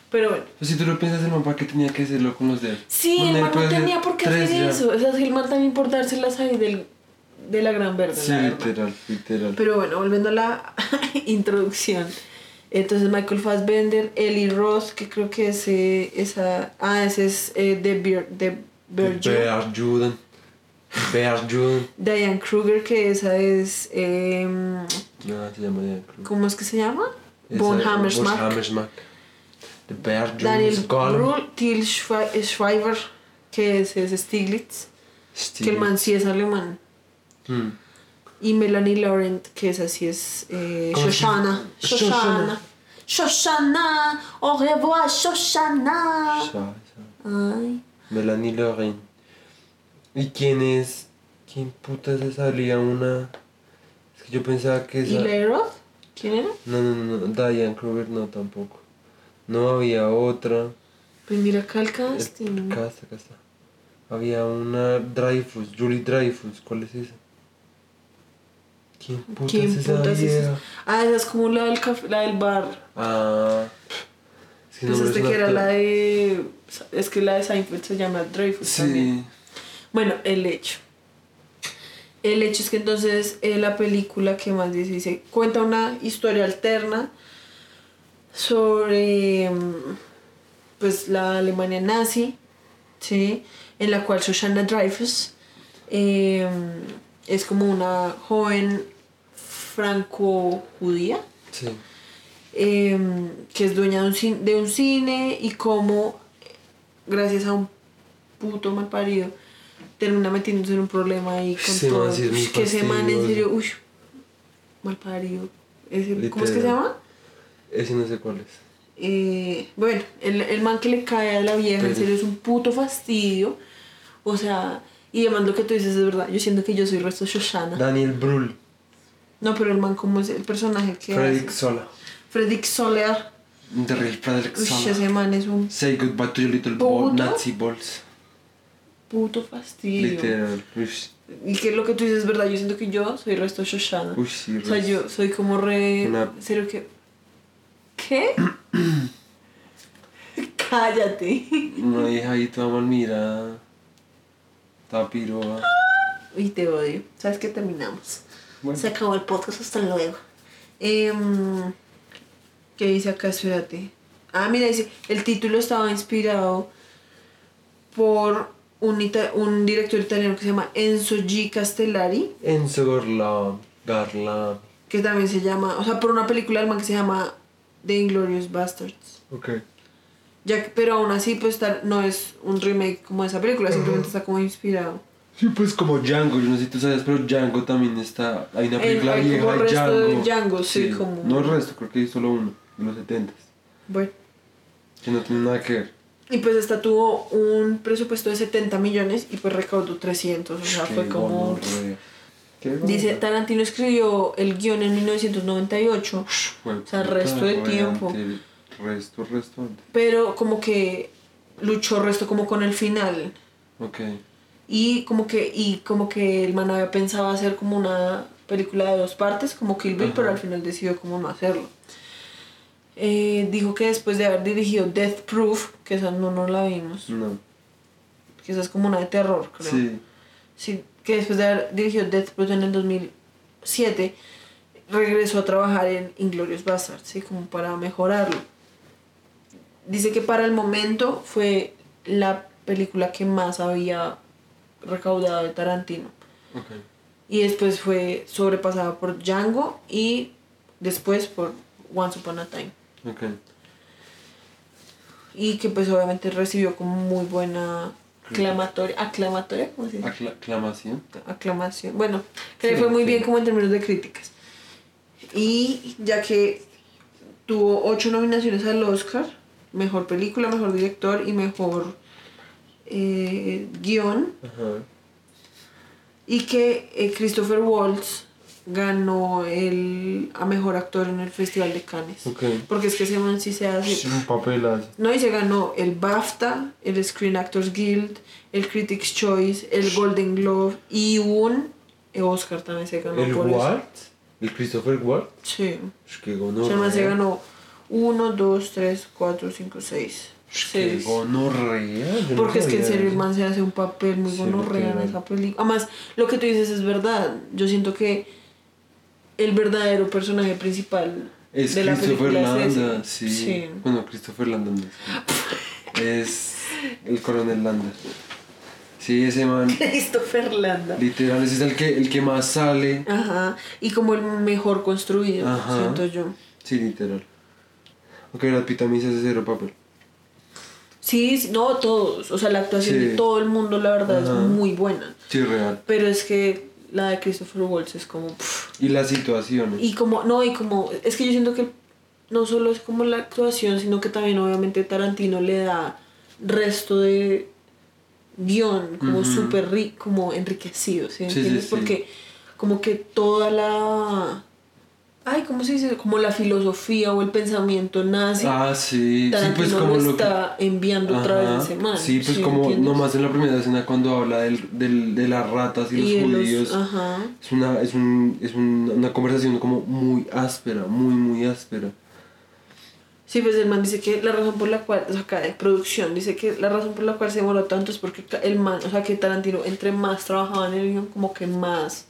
Pero bueno. Pues si tú lo piensas, el man, ¿para qué tenía que hacerlo con los dedos? Sí, Un el dedo man no puede hacer tenía por qué tres hacer ya. eso. O sea, el man también por dárselas ahí del, de la gran verde. Sí, la verdad. literal, literal. Pero bueno, volviendo a la introducción. Entonces Michael Fassbender, Eli Roth, que creo que es eh, esa... Ah, ese es eh, de Bear, de Bear Jew. Bear Jordan. Bear Jordan. Diane Kruger, que esa es... Eh, No, se llama Diane Kruger. ¿Cómo es que se llama? Esa- Von Von Hammersmark. Hammersmark. The Bear Jordan. Daniel Gollum. Brühl, Till Schwe- Schreiber, que es, es Stiglitz, Steve. que el man sí es alemán. Hmm. Y Melanie Laurent, que esa sí es eh, ¿Cómo se Shoshana. llama? Shoshana. Shoshana. Au revoir, Shoshana. Ya, ya. Ay. Melanie Laurent. ¿Y quién es? ¿Quién puta se salía una? Es que yo pensaba que esa... ¿Y Eli Roth? ¿Quién era? No, no, no, no, Diane Kruger no tampoco. No había otra. Pues mira acá el El- casting. Acá está, acá está. Había una Dreyfus, Julie Dreyfus, ¿cuál es esa? ¿Quién puta ¿Quién es esa putas es vieja? esa? Ah, esa es como la del, café, la del bar. Ah. Es que no me Pensaste suena que era tan- la de... Es que la de Seinfeld se llama Dreyfus también. Sí. Bueno, el hecho. El hecho es que entonces eh, la película que más dice, dice, cuenta una historia alterna sobre mm, pues la Alemania nazi, ¿sí? En la cual Shoshana Dreyfus eh, es como una joven franco-judía Sí. eh, que es dueña de un, cine, de un cine y como gracias a un puto mal parido termina metiéndose en un problema ahí con Ese todo. man sí es muy Ush, que ese man en fastidioso. serio, uy, mal parido. Ese- ¿Cómo es que se Literal. llama? Ese no sé cuál es. Eh, bueno, el, el man que le cae a la vieja en Pero- serio es un puto fastidio. O sea, y además lo que tú dices es verdad. Yo siento que yo soy resto Shoshana. Daniel Brühl. No, pero el man como es el personaje que Fredrik hace. Sola. Fredrik Soler. The real Fredrik Uy, Sola. ese man es un Say goodbye to your little ¿Puto? ball, Nazi balls. puto fastidio. Literal. Ush. Y que lo que tú dices es verdad, yo siento que yo soy resto Shoshana. Uy, sí, O sea, res- yo soy como re... Una- ¿Serio que...? ¿Qué? Cállate. Una hija ahí toda mal mirada. Toda piroa. Uy, te odio. ¿Sabes qué? Terminamos. Bueno. Se acabó el podcast, hasta luego. Em, ¿Qué dice acá? Espérate. Ah, mira, dice, el título estaba inspirado por un, ita- un director italiano que se llama Enzo G. Castellari, Enzo Garlam. Garlam. que también se llama, o sea, por una película alemana que se llama The Inglourious Basterds. Ok. Ya que- pero aún así, pues tal- no es un remake como esa película, simplemente está como inspirado. Sí, pues como Django, yo no sé si tú sabes, pero Django también está. Hay una película hay como vieja de resto Django. de Django, sí, como- No el resto, creo que hay solo uno, de los setentas. Bueno. Que no tiene nada que ver. Y pues esta tuvo un presupuesto de setenta millones y pues recaudó trescientos, o sea, Qué fue como... gonorrea. Qué Dice, gonorrea. Tarantino escribió el guión en mil novecientos noventa y ocho, Fue o sea, puta, resto de fue tiempo. ante- Resto, resto antes. pero como que luchó resto como con el final. Ok. Y como que, y como que el man había pensado hacer como una película de dos partes, como Kill Bill, Ajá. pero al final decidió como no hacerlo. Eh, dijo que después de haber dirigido Death Proof, que esa no nos la vimos, No. que esa es como una de terror, creo. Sí. Sí, que después de haber dirigido Death Proof en el dos mil siete, regresó a trabajar en Inglourious Basterds, ¿sí? Como para mejorarlo. Dice que para el momento fue la película que más había recaudado de Tarantino. Ok. Y después fue sobrepasada por Django y después por Once Upon a Time. Ok. Y que pues obviamente recibió como muy buena aclamatoria. ¿Aclamatoria? ¿Cómo se dice? Acla- Aclamación. Aclamación. Bueno, que le Sí, fue muy sí. bien como en términos de críticas. Y ya que tuvo ocho nominaciones al Oscar, mejor película, mejor director y mejor eh, guión. Ajá. Y que eh, Christopher Waltz ganó el a mejor actor en el Festival de Cannes. Ok. Porque es que ese man sí se hace. Es un papelazo. No, y se ganó el BAFTA, el Screen Actors Guild, el Critics' Choice, el Golden Globe y un Oscar también se ganó ¿El por Walt? ¿El Christopher Walt? eso. Sí. Es que O sea, el man se ganó Uno, dos, tres, cuatro, cinco, seis. Qué Seis. gonorrea. yo no Porque es que en sabía serio el eso. man se hace un papel muy Sí, gonorrea en literal. esa película. Además, lo que tú dices es verdad. Yo siento que el verdadero personaje principal Es de la Christopher película es Landa, ese. sí. Sí. Bueno, Christopher Landa no es. Es el coronel Landa. Sí, ese man, Christopher Landa. literal, ese es el que, el que más sale. Ajá. Y como el mejor construido, Ajá. siento yo. Sí, literal. Aunque Brad Pitt a mí se hace cero papel. Sí, sí, no, todos. O sea, la actuación Sí. de todo el mundo, la verdad, Ajá. es muy buena. Sí, real. Pero es que la de Christopher Waltz es como... pff. Y las situaciones. Y como, no, y como, es que yo siento que no solo es como la actuación, sino que también obviamente Tarantino le da resto de guión, como Ujú. súper rico, como enriquecido, ¿sí? Sí, sí, ¿Entiendes? sí. Porque como que toda la... Ay, ¿cómo se dice? Como la filosofía o el pensamiento nazi, Ah, sí. Sí, Tarantino pues como lo lo que... está enviando otra vez Ajá. ese man. Sí, pues como ¿entiendes? nomás en la primera escena cuando habla del, del, de las ratas y, Y de los los- judíos. ajá. Es, una, es, un, es un- una conversación como muy áspera, muy, muy áspera. Sí, pues el man dice que la razón por la cual, o sea, acá de producción, dice que la razón por la cual se demoró tanto es porque ca- el man, o sea, que Tarantino entre más trabajaba en el guión, como que más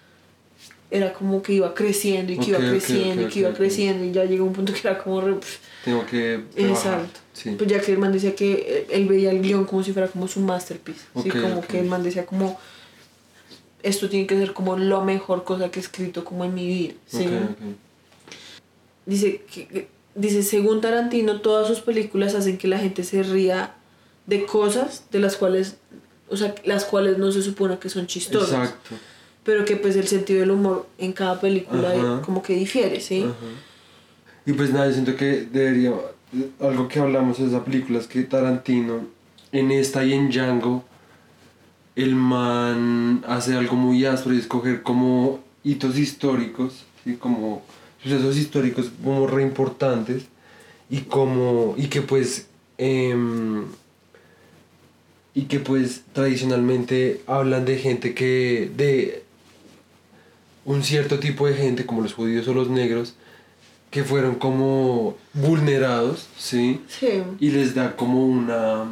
era como que iba creciendo y que Ok, iba ok, creciendo ok, y que iba ok, ok. creciendo y ya llegó un punto que era como re, pff, Tengo que trabajar. exacto. Sí. Pues ya que el man decía que eh, él veía el guión como si fuera como su masterpiece, ¿sí? Ok, Como ok. que el man decía como esto tiene que ser como la mejor cosa que he escrito como en mi vida, ¿sí? Ok, ok. Dice que que- dice según Tarantino todas sus películas hacen que la gente se ría de cosas de las cuales, o sea, las cuales no se supone que son chistosas, Exacto. pero que pues el sentido del humor en cada película Ajá. como que difiere, ¿sí? Ajá. Y pues nada, yo siento que debería, algo que hablamos de esa película es que Tarantino, en esta y en Django, el man hace algo muy áspero y escoger como hitos históricos, ¿sí? Como sucesos históricos como re importantes y como, y que pues, em, y que pues tradicionalmente hablan de gente que, de un cierto tipo de gente como los judíos o los negros, que fueron como vulnerados, ¿sí? Sí. Y les da como una...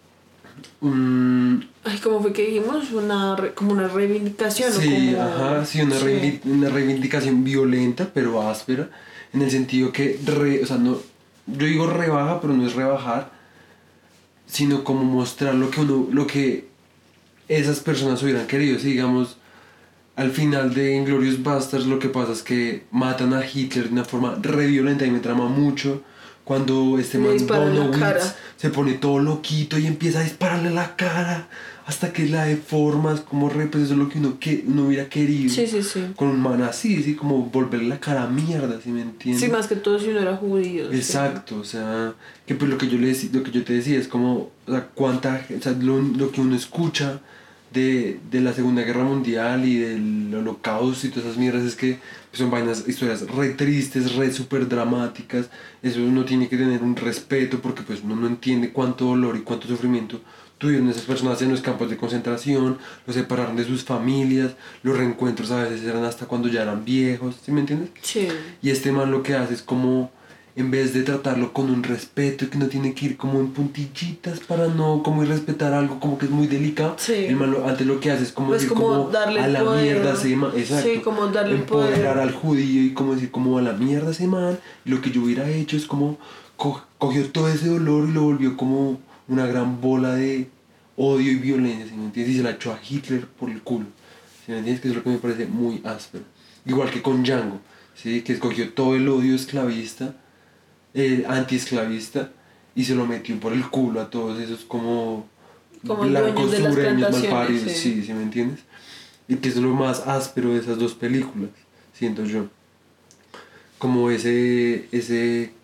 Un, Ay, ¿cómo fue que dijimos? Una re- como una reivindicación, sí, ¿o como... ajá, sí, una, Sí. reivi- una reivindicación violenta, pero áspera, en el sentido que, re- o sea, no, yo digo rebaja, pero no es rebajar, sino como mostrar lo que uno, lo que esas personas hubieran querido, sí, digamos, al final de Inglourious Basterds lo que pasa es que matan a Hitler de una forma re violenta y me trama mucho cuando este Le man disparan en la Bonowitz cara. se pone todo loquito y empieza a dispararle la cara hasta que la deformas como re, pues eso es lo que uno, que, uno hubiera querido Sí, sí, sí. con un man así, ¿sí? Como volverle la cara a mierda, ¿sí me entiendes? Sí, más que todo si uno era judío. sí. Exacto, o sea, que pues lo que yo le decí- lo que yo te decía es como, o sea, cuánta, o sea, lo, lo que uno escucha de, de la Segunda Guerra Mundial y del Holocausto y todas esas mierdas es que pues, son vainas, historias re tristes, re super dramáticas, eso uno tiene que tener un respeto porque pues uno no entiende cuánto dolor y cuánto sufrimiento tuvieron esas personas en los campos de concentración, los separaron de sus familias, los reencuentros a veces eran hasta cuando ya eran viejos, ¿sí me entiendes? Sí. Y este man lo que hace es como, en vez de tratarlo con un respeto, que no tiene que ir como en puntillitas para no como irrespetar algo como que es muy delicado, Sí. el man lo- antes lo que hace es como Pues decir como como, darle a el la poder. mierda ese man, exacto, Sí, como darle el empoderar poder. al judío y como decir como a la mierda ese man, y lo que yo hubiera hecho es como co- cogió todo ese dolor y lo volvió como una gran bola de odio y violencia, ¿sí me entiendes? Y se la echó a Hitler por el culo, ¿sí me entiendes? Que es lo que me parece muy áspero. Igual que con Django, ¿sí? Que escogió todo el odio esclavista, eh, antiesclavista, y se lo metió por el culo a todos esos como, Como blancos dueños de las sureños plantaciones, malparidos, sí. sí, ¿sí me entiendes? Y que es lo más áspero de esas dos películas, siento yo. Como ese, ese,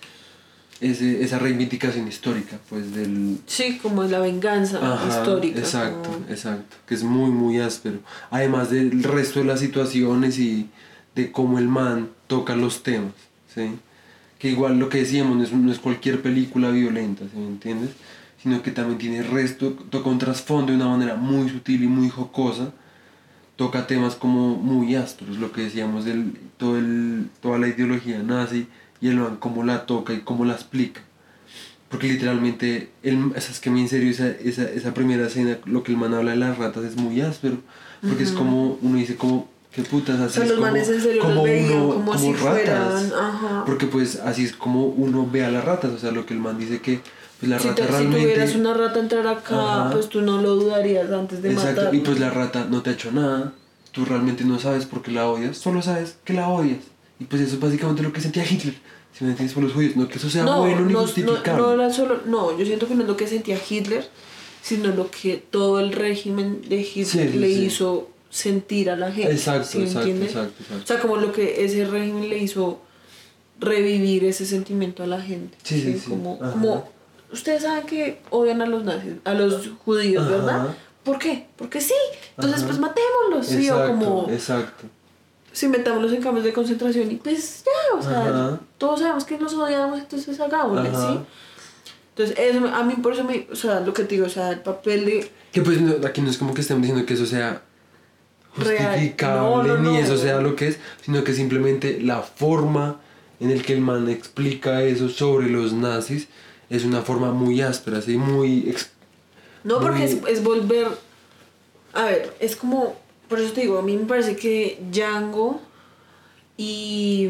ese esa reivindicación histórica, pues del... Sí, como la venganza Ajá, histórica. exacto, como- exacto, que es muy, muy áspero. Además del resto de las situaciones y de cómo el man toca los temas, ¿sí? Que igual lo que decíamos, no es, no es cualquier película violenta, ¿sí me entiendes? Sino que también tiene resto, toca un trasfondo de una manera muy sutil y muy jocosa, toca temas como muy ásperos, lo que decíamos del todo el, toda la ideología nazi y el man cómo la toca y cómo la explica. Porque literalmente, el, o sea, es que a mí en serio esa, esa, esa primera escena, lo que el man habla de las ratas es muy áspero. Porque uh-huh. es como, uno dice como, qué putas, así o sea, es los como, manes en serio como los veían uno, como, como si ratas. fueran, ajá. Porque pues así es como uno ve a las ratas, o sea, lo que el man dice que pues la si rata te, realmente... Si tuvieras una rata entrar acá, ajá. pues tú no lo dudarías antes de matarla. Exacto, y pues la rata no te ha hecho nada, tú realmente no sabes por qué la odias, solo sabes que la odias. Y pues eso es básicamente lo que sentía Hitler, si me entiendes, por los judíos, no que eso sea no, bueno ni no, justificable. No, no, era solo, no, yo siento que no es lo que sentía Hitler, sino lo que todo el régimen de Hitler sí, sí, le sí. hizo sentir a la gente. Exacto, ¿sí exacto, entiendes? exacto, exacto. O sea, como lo que ese régimen le hizo revivir ese sentimiento a la gente. Sí, sí, sí. sí. Como, como, ustedes saben que odian a los nazis, a los judíos, ajá. ¿verdad? ¿Por qué? Porque sí. Entonces, ajá. pues matémoslos, ¿sí? Exacto, o como... exacto. Si metámoslos en campos de concentración y pues ya, o sea, ajá. todos sabemos que los odiamos, entonces hagámosle, ¿sí? Entonces, eso, a mí por eso me, o sea, lo que te digo, o sea, el papel de... Que pues no, aquí no es como que estemos diciendo que eso sea justificable, no, no, ni no. eso sea lo que es, sino que simplemente la forma en el que el man explica eso sobre los nazis es una forma muy áspera, así, muy... Ex, no, muy... porque es, es volver... A ver, es como... Por eso te digo, a mí me parece que Django y...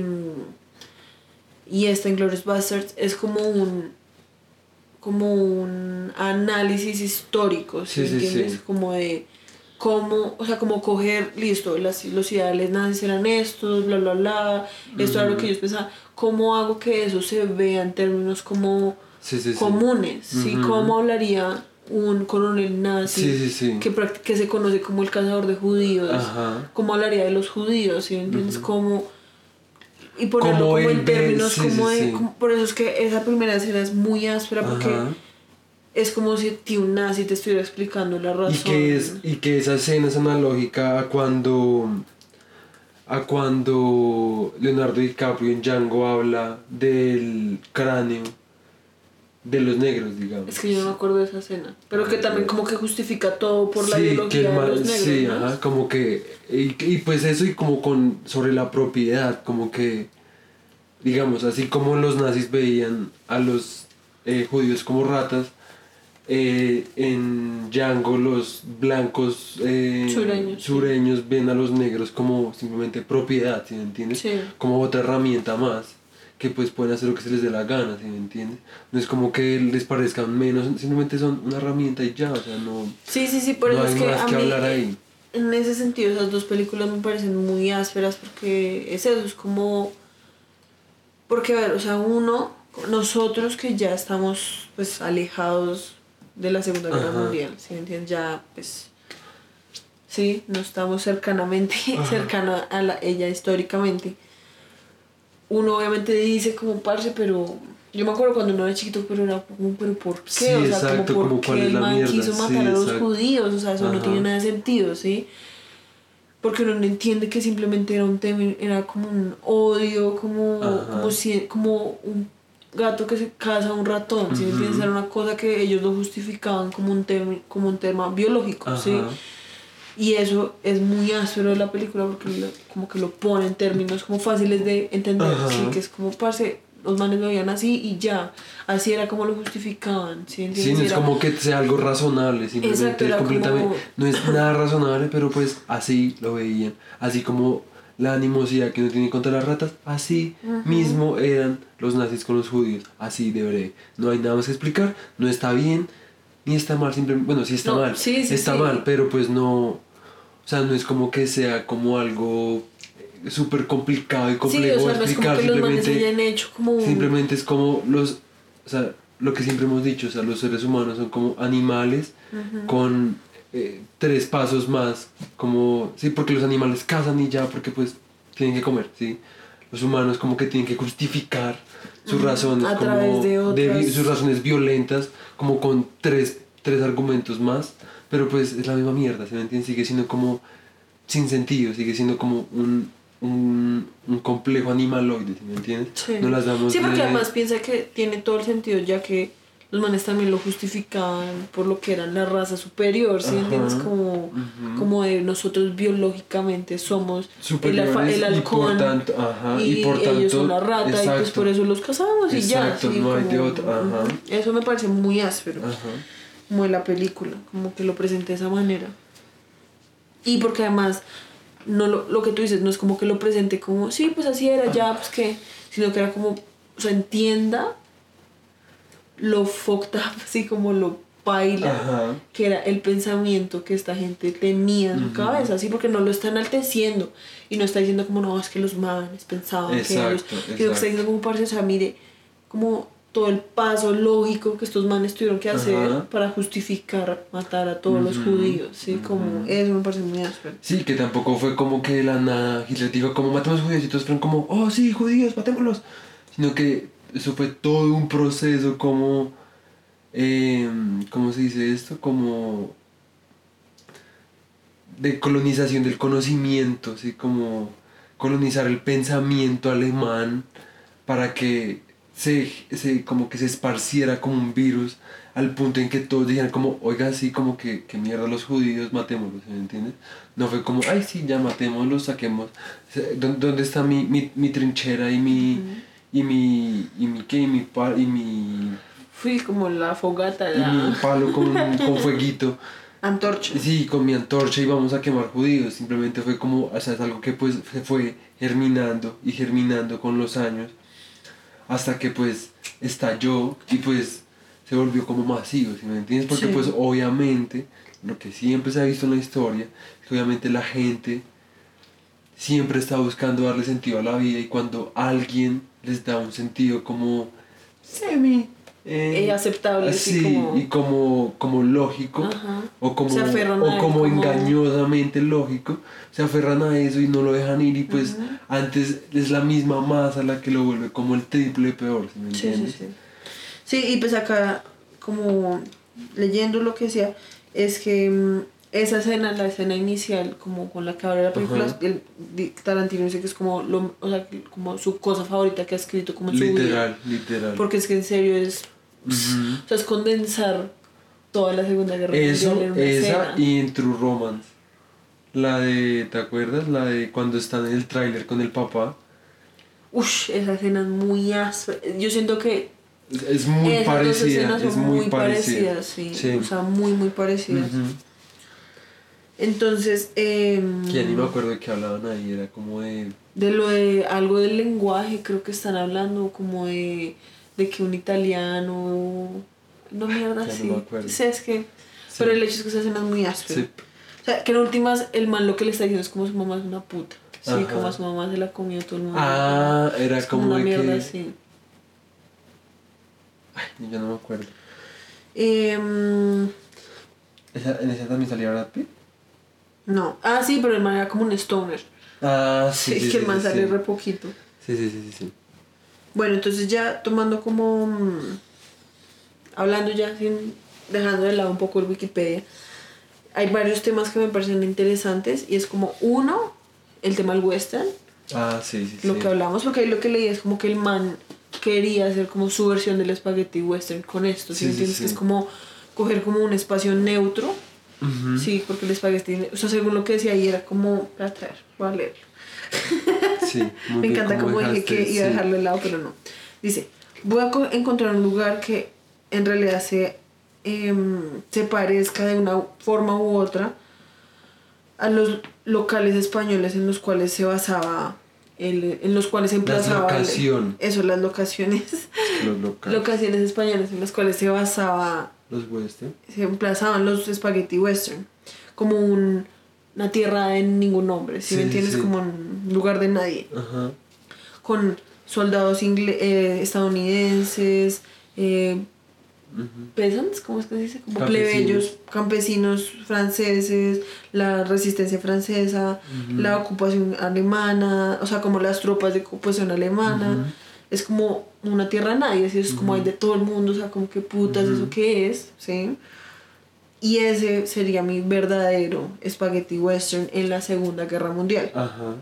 Y esta Inglourious Basterds es como un... como un análisis histórico, ¿sí? Sí, ¿entiendes? sí, sí. Como de cómo, o sea, como coger, listo, las, los ideales nazis eran estos, bla, bla, bla, esto uh-huh. era lo que ellos pensaban, cómo hago que eso se vea en términos como sí, sí, comunes, sí. ¿sí? Uh-huh. ¿Cómo hablaría un coronel nazi sí, sí, sí. Que, que se conoce como el cazador de judíos? Uh-huh. ¿Cómo hablaría de los judíos, ¿sí? ¿Entiendes? Uh-huh. Cómo... Y ponerlo como, como en términos sí, como sí, de... sí. Como, por eso es que esa primera escena es muy áspera porque... Uh-huh. Es como si un nazi te estuviera explicando la razón. Y que, es, y que esa escena es analógica a cuando, a cuando Leonardo DiCaprio en Django habla del cráneo de los negros, digamos. Es que yo no me acuerdo de esa escena. Pero que también como que justifica todo por la sí, ideología que de los negros, sí, ¿no? ajá, como que... Y, y pues eso y como con sobre la propiedad, como que... Digamos, así como los nazis veían a los eh, judíos como ratas, Eh, en Django los blancos eh, sureños, sureños sí. ven a los negros como simplemente propiedad, ¿sí me entiendes? Sí. Como otra herramienta más que pues pueden hacer lo que se les dé la gana, ¿sí me entiendes? No es como que les parezcan menos, simplemente son una herramienta y ya, o sea, no, sí, sí, sí, por no eso hay es que más a que mí, hablar ahí. En ese sentido esas dos películas me parecen muy ásperas porque es eso, es como... Porque a ver, o sea, uno, nosotros que ya estamos pues alejados de la Segunda Guerra Ajá. Mundial, ¿sí me entiendes? Ya, pues, sí, no estamos cercanamente, cercana a la, ella históricamente. Uno obviamente dice como parce, pero yo me acuerdo cuando uno era chiquito, pero era como, pero ¿por qué? Sí, o sea, exacto, como ¿por qué el man mierda? quiso matar sí, a los exacto. judíos? O sea, eso Ajá. no tiene nada de sentido, ¿sí? Porque uno no entiende que simplemente era un tema, era como un odio, como, como, si, como un gato que se caza a un ratón, ¿sí? Uh-huh. Era una cosa que ellos lo justificaban como un tema, como un tema biológico, uh-huh. ¿sí? Y eso es muy áspero de la película porque lo, como que lo pone en términos como fáciles de entender, uh-huh. ¿sí? Que es como, parce, los manes lo veían así y ya, así era como lo justificaban, ¿sí? Sí, no es era... como que sea algo razonable, simplemente Exacto, es completamente, como... no es nada razonable, pero pues así lo veían, así como la animosidad que uno tiene contra las ratas, así uh-huh. mismo eran los nazis con los judíos, así de breve. No hay nada más que explicar, no está bien, ni está mal, simplemente, bueno, sí está no, mal, sí, sí, está sí. mal, pero pues no, o sea, no es como que sea como algo súper complicado y complejo sí, o sea, de explicar, no es como que simplemente, los manes hayan hecho como un... simplemente es como los, o sea, lo que siempre hemos dicho, o sea, los seres humanos son como animales uh-huh. con... Eh, tres pasos más, como, sí, porque los animales cazan y ya, porque pues tienen que comer, sí. Los humanos como que tienen que justificar sus mm, razones, a como través de, otras... de sus razones violentas, como con tres, tres argumentos más, pero pues es la misma mierda, ¿sí me entiendes? Sigue siendo como sin sentido, sigue siendo como un, un, un complejo animaloide, ¿sí me entiendes? Sí. No las damos sí, porque de... además piensa que tiene todo el sentido, ya que los manes también lo justificaban por lo que eran la raza superior, ¿sí Ajá. entiendes? Como, Ujú. como de nosotros biológicamente somos el, Superiores alfa- el y por halcón tanto, ajá, y, y por tanto, ellos son la rata y pues exacto, por eso los casamos y ya. exacto, ¿sí? no hay de Como, otra, ajá. ujú. Eso me parece muy áspero, ajá, como de la película, como que lo presenté de esa manera. Y porque además, no lo, lo que tú dices, no es como que lo presente como, sí, pues así era, ya, pues que, sino que era como, o sea, entienda lo fucked up, así como lo paila, ajá, que era el pensamiento que esta gente tenía en su Ujú. cabeza, así porque no lo está enalteciendo y no está diciendo como, no, es que los manes pensaban que ellos, exacto, sino que está exacto, diciendo como, parce, o sea, mire, como todo el paso lógico que estos manes tuvieron que hacer Ajá. para justificar matar a todos los Ujú, judíos, ¿sí? Como, ujú. eso me parece muy áspero. Sí, que tampoco fue como que de la nada Hitler dijo como matemos judíos y todos fueron como, oh sí, judíos, matémoslos. Sino que eso fue todo un proceso como, eh, ¿cómo se dice esto? Como de colonización del conocimiento, ¿sí? Como colonizar el pensamiento alemán para que se, se, como que se esparciera como un virus al punto en que todos dijeran como, oiga, sí, como que, que mierda los judíos, matémoslos, ¿me entiendes? No fue como, ay, sí, ya matémoslos, saquemos, se- ¿dó- ¿dónde está mi, mi, mi trinchera y mi, y mi, y mi, qué, y mi, pa- y mi, Fui como la fogata, y mi la palo con, con fueguito? antorcha. Sí, con mi antorcha íbamos a quemar judíos, simplemente fue como, o sea, es algo que pues se fue germinando y germinando con los años, hasta que pues estalló y pues se volvió como masivo, ¿sí me entiendes? Porque Sí. pues obviamente, lo que siempre se ha visto en la historia, es que obviamente la gente siempre está buscando darle sentido a la vida y cuando alguien les da un sentido como semi... eh, Eh, aceptable, así, sí, como- y como, como lógico, Ajá. o como, Se aferran a o él, como, como- engañosamente lógico, se aferran a eso y no lo dejan ir y pues Ujú. antes es la misma masa la que lo vuelve como el triple peor, ¿sí me Sí, sí, entiendes? sí. Sí, y pues acá, como leyendo lo que sea, es que mm, esa escena, la escena inicial, como con la que abre la película, Ajá. el, di- Tarantino dice que es como, lo, o sea, como su cosa favorita que ha escrito como en su vida. Literal, literal. Porque es que en serio es, Ujú. o sea, es condensar toda la Segunda Guerra Eso, Mundial en una esa escena. y en True Romance. La de, ¿te acuerdas? La de cuando están en el tráiler con el papá. Ush, esa escena es muy áspera. Yo siento que Es, es muy esas dos parecida, escenas son es muy, muy parecida. parecidas, sí. Sí. O sea, muy, muy parecidas. Ujú. Entonces, eh, Que ya ni me acuerdo de qué hablaban ahí, era como de... de lo de algo del lenguaje, creo que están hablando como de, de que un italiano, no mierda, Ya no sí. me acuerdo. Sí, es que, Sí. pero el hecho es que esa escena es muy áspera. Sí. O sea, que en últimas el man lo que le está diciendo es como su mamá es una puta. Sí, Ajá. como a su mamá se la comió todo el mundo. Ah, era es como como una de mierda que... así. Ay, yo no me acuerdo. Em, ¿Esa, ¿En esa también salía Brad Pitt? no. Ah, sí, pero el man era como un stoner. Ah, Sí, sí, sí, que sí, el man sí, sale sí. re poquito. Sí, sí, sí, sí, sí. Bueno, entonces ya tomando como... mm, hablando ya, sin, dejando de lado un poco el Wikipedia, hay varios temas que me parecen interesantes y es como uno, el tema del western, Ah, sí, sí, lo sí. que hablamos, porque ahí lo que leí es como que el man quería hacer como su versión del spaghetti western con esto, ¿sí, Sí, me sí, entiendes? sí. Que es como coger como un espacio neutro, Ujú. sí, porque el espagueti, o sea, según lo que decía ahí era como, voy a traer, voy a leerlo. Sí, muy Me bien encanta cómo como dije dejaste, que iba a sí. dejarlo de lado, pero no. Dice, voy a co- encontrar un lugar que en realidad se, em, se parezca de una forma u otra a los locales españoles en los cuales se basaba, el, en los cuales se emplazaba... el- locación. eso, las locaciones. Es que los locales. Locaciones españolas en las cuales se basaba, Los western. se emplazaban los spaghetti western. Como un, una tierra de ningún nombre, ¿sí, Sí, me sí, entiendes? sí. Como un lugar de nadie. Ajá. Con soldados ingle- eh, estadounidenses, eh, Ujú. peasants, ¿cómo es que se dice? Como Campesinos. plebeyos, campesinos franceses, la resistencia francesa, Ujú. la ocupación alemana, o sea, como las tropas de ocupación alemana. Ujú. Es como una tierra de nadie, así es como hay de todo el mundo, o sea, como que putas, Ujú. ¿eso qué es? ¿Sí? Y ese sería mi verdadero spaghetti western en la Segunda Guerra Mundial. Ajá.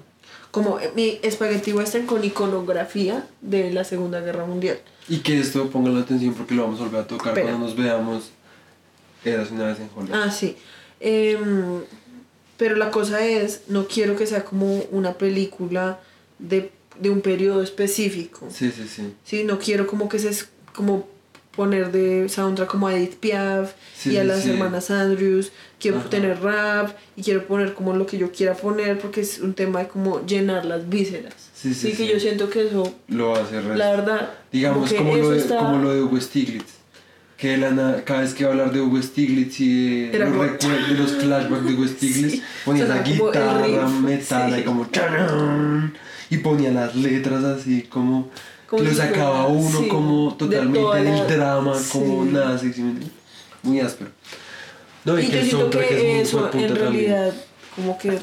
como mi spaghetti western con iconografía de la Segunda Guerra Mundial. Y que esto, pongan la atención porque lo vamos a volver a tocar Espera. cuando nos veamos. Eras una vez en Hollywood. Ah, sí. Em, pero la cosa es, no quiero que sea como una película de, de un periodo específico. Sí, sí, sí. Sí, no quiero como que se es como poner de soundtrack como a Edith Piaf Sí, y a sí, las sí. hermanas Andrews. Quiero Ajá. tener rap y quiero poner como lo que yo quiera poner porque es un tema de como llenar las vísceras. Sí, sí, que sí. yo siento que eso, Lo hace re- la verdad, Digamos, que como, eso lo de, está- como lo de Hugo Stiglitz. Que la na- cada vez que va a hablar de Hugo Stiglitz y de Era los, como- recuerdos, de los flashbacks de Hugo Stiglitz, Sí, ponía sonaba esa como el guitarra riff, metal sí. y como ¡charán! Y ponía las letras así como, Como que lo si sacaba fuera- uno sí, como de totalmente toda del la- drama, sí. como nazi, ¿sí me entiendes? Muy áspero. No, Y que yo el siento soundtrack es muy que eso hijueputa en también. realidad como que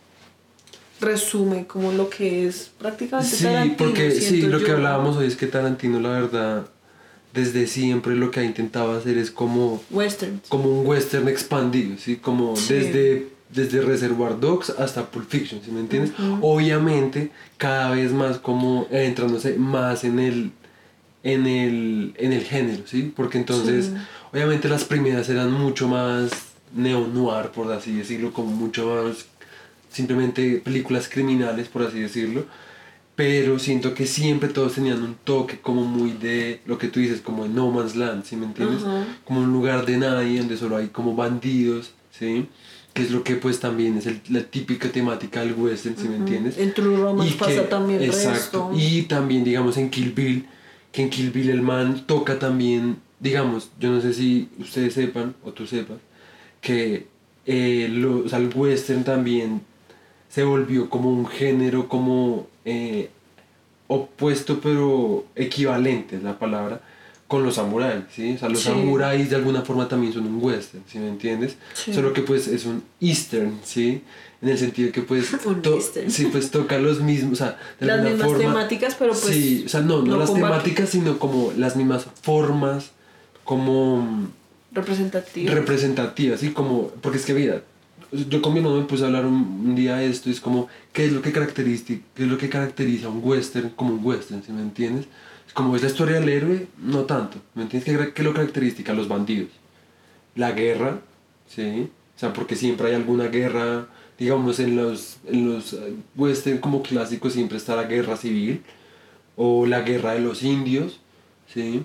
resume como lo que es prácticamente Sí, Tarantino, porque sí, siento lo que yo. hablábamos hoy es que Tarantino, la verdad, desde siempre lo que ha intentado hacer es como, Western. como un western expandido, ¿sí? Como Sí. desde, desde Reservoir Dogs hasta Pulp Fiction, ¿sí me entiendes? Ujú. Obviamente, cada vez más como entrándose más en el, en el, en el género, ¿sí? Porque entonces, Sí. obviamente las primeras eran mucho más neo-noir, por así decirlo, como mucho más simplemente películas criminales, por así decirlo, pero siento que siempre todos tenían un toque como muy de lo que tú dices, como de No Man's Land, ¿sí me entiendes? Ajá. Como un lugar de nadie donde solo hay como bandidos, ¿sí? Que es lo que pues también es el- la típica temática del western, ¿sí me entiendes? En True Romance Y pasa que- también exacto, resto. y también digamos en Kill Bill, que en Kill Bill el man toca también, digamos, yo no sé si ustedes sepan o tú sepas, que eh, lo- o sea, el western también se volvió como un género como eh, opuesto pero equivalente es la palabra con los samuráis, ¿sí? O sea, los Sí. samuráis de alguna forma también son un western, ¿sí me entiendes? Sí. Solo que pues es un eastern, ¿sí? En el sentido que pues, Un to- eastern. sí, pues toca los mismos, o sea, de Las alguna mismas forma, temáticas, pero pues sí, o sea, no, no, no las combate. temáticas, sino como las mismas formas, como representativas. representativas, ¿sí? Como, porque es que mira, yo con mi mamá me puse a hablar un, un día de esto, y es como, ¿qué es lo que caracteriza, qué es lo que caracteriza a un western como un western, ¿sí me entiendes? Es como, ¿es la historia del héroe? No tanto, ¿me entiendes? ¿Qué, qué es lo que caracteriza? Los bandidos, la guerra, ¿sí? O sea, porque siempre hay alguna guerra, digamos, en los, en los eh, western como clásicos siempre está la guerra civil, o la guerra de los indios, ¿sí?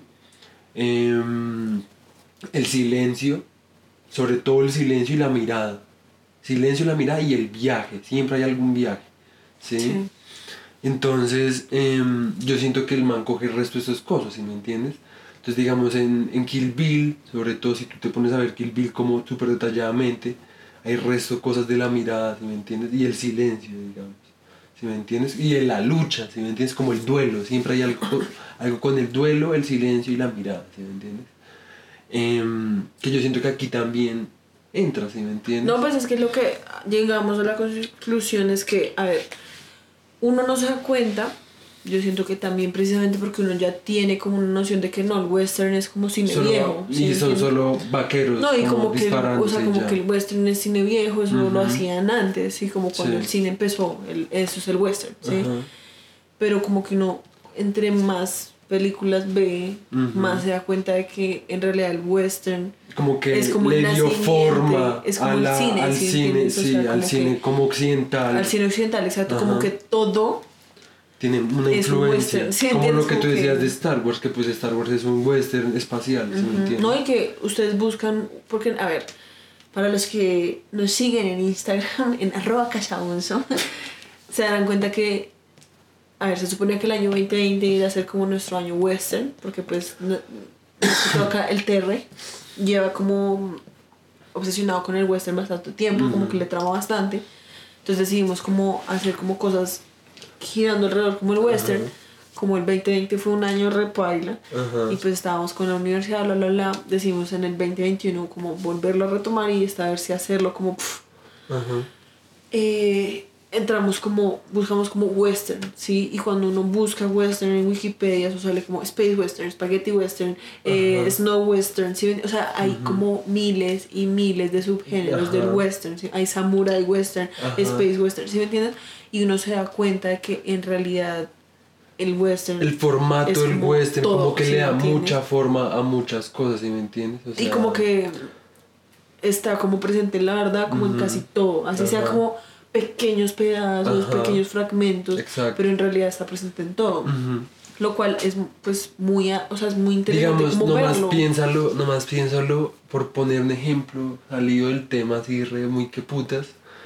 Em, el silencio, sobre todo el silencio y la mirada. Silencio, la mirada y el viaje. Siempre hay algún viaje. ¿Sí? Sí. Entonces, em, yo siento que el man coge el resto de esas cosas, ¿sí me entiendes? Entonces, digamos, en, en Kill Bill, sobre todo si tú te pones a ver Kill Bill como súper detalladamente, hay resto de cosas de la mirada, ¿sí me entiendes? Y el silencio, digamos. ¿Sí me entiendes? Y en la lucha, ¿sí me entiendes? Como el duelo. Siempre hay algo, algo con el duelo, el silencio y la mirada, ¿sí me entiendes? Em, que yo siento que aquí también entra, ¿sí me entiendes? No, pues es que lo que llegamos a la conclusión es que, a ver, uno no se da cuenta, yo siento que también precisamente porque uno ya tiene como una noción de que no, el western es como cine Solo- viejo. ¿sí y me son entiendes? solo vaqueros. No, y como que, o disparándose sea, como ya. que el western es cine viejo, eso lo Ujú. hacían antes, y como cuando Sí. el cine empezó, el, eso es el western, ¿sí? Ajá. Pero como que uno, entre más películas ve, Ujú. más se da cuenta de que en realidad el western Como que es como el le dio nacimiento, forma es como a el la- cine, al ¿sí cine, entiendes? O sí, sea, al como cine que- como occidental. al cine occidental, exacto, como Ajá. que todo Tiene una es un influencia. western, sí, como lo entiendes, que tú como decías que- de Star Wars, que pues Star Wars es un western espacial, ¿sí me Ujú. entiendes? No, y que ustedes buscan, porque, a ver, para los que nos siguen en Instagram, en arroba casabunzo, se darán cuenta que, a ver, se suponía que el año veinte veinte iba a ser como nuestro año western, porque pues no, nos toca el Terre, lleva como obsesionado con el western bastante tiempo, como que le trama bastante, entonces decidimos como hacer como cosas girando alrededor como el western, Ajá. como el veinte veinte fue un año repaila, Ajá. y pues estábamos con la universidad, bla, bla, bla. Decimos en el veinte veintiuno como volverlo a retomar y esta vez sí hacerlo como... pff. Ajá. Eh, entramos como, buscamos como western, ¿sí? Y cuando uno busca western en Wikipedia, eso sale como space western, spaghetti western, eh, snow western, ¿sí? O sea, hay uh-huh. como miles y miles de subgéneros uh-huh. del western, ¿sí? Hay samurai western, uh-huh. space western, ¿sí me entiendes? Y uno se da cuenta de que en realidad el western... El formato del western todo, como que ¿sí le da mucha forma a muchas cosas, ¿sí me entiendes? O sea, y como que está como presente, la verdad, como uh-huh. en casi todo, así uh-huh. sea como... pequeños pedazos, Ajá. pequeños fragmentos, Exacto. pero en realidad está presente en todo. Uh-huh. Lo cual es pues muy, o sea, es muy interesante. Digamos, como nomás verlo. piénsalo, nomás piénsalo por poner un ejemplo, salido del tema así re muy que putas.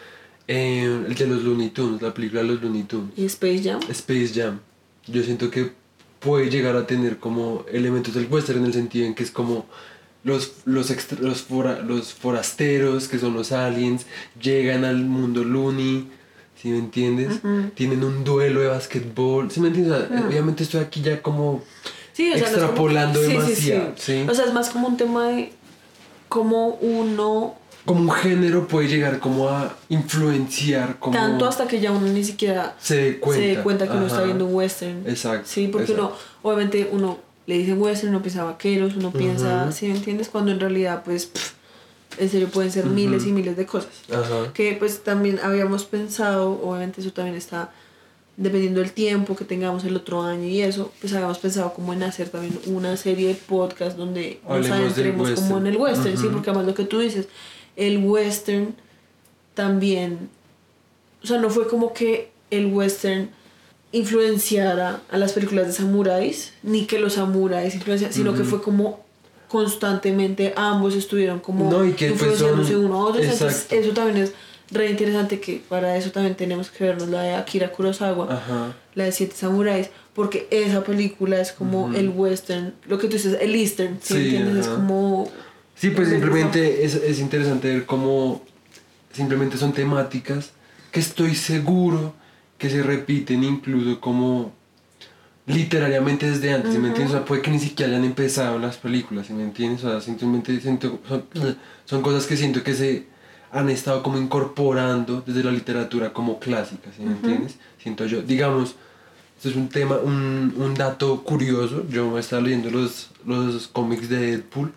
Eh, el de los Looney Tunes, la película de los Looney Tunes. ¿Y Space Jam? Space Jam. Yo siento que puede llegar a tener como elementos del western en el sentido en que es como Los, los, extra, los, fora, los forasteros, que son los aliens, llegan al mundo looney, ¿sí me entiendes? Uh-huh. Tienen un duelo de basquetbol, ¿sí me entiendes? O sea, uh-huh. Obviamente estoy aquí ya como sí, o sea, extrapolando no es como... demasiado. Sí, sí, sí. ¿sí? O sea, es más como un tema de cómo uno... Como un género puede llegar como a influenciar como... Tanto hasta que ya uno ni siquiera se dé cuenta, se dé cuenta que Ajá. uno está viendo un western. Exacto. Sí, porque exacto. uno, obviamente uno... le dicen western, uno piensa vaqueros, uno uh-huh. piensa, ¿sí me entiendes? Cuando en realidad, pues, pff, en serio pueden ser uh-huh. miles y miles de cosas. Uh-huh. Que pues también habíamos pensado, obviamente eso también está dependiendo del tiempo que tengamos el otro año y eso, pues habíamos pensado como en hacer también una serie de podcast donde nos adentremos como en el western, uh-huh. sí, porque además lo que tú dices, el western también, o sea, no fue como que el western influenciara a las películas de samuráis, ni que los samuráis influenciaran, sino uh-huh. que fue como constantemente ambos estuvieron como no, y que influenciándose pues son... uno a otro. Entonces eso también es re interesante, que para eso también tenemos que vernos la de Akira Kurosawa, uh-huh. la de Siete Samuráis, porque esa película es como uh-huh. el western, lo que tú dices, el eastern, ¿sí, sí entiendes? Uh-huh. Es como... Sí, pues simplemente es, es interesante ver cómo simplemente son temáticas que estoy seguro que se repiten incluso como literariamente desde antes, uh-huh. ¿sí me entiendes? O sea, puede que ni siquiera hayan empezado las películas, ¿sí me entiendes? O sea, simplemente siento, son, son cosas que siento que se han estado como incorporando desde la literatura como clásica, ¿sí me uh-huh. entiendes? Siento yo, digamos, esto es un tema, un, un dato curioso, yo me estaba leyendo los, los cómics de Deadpool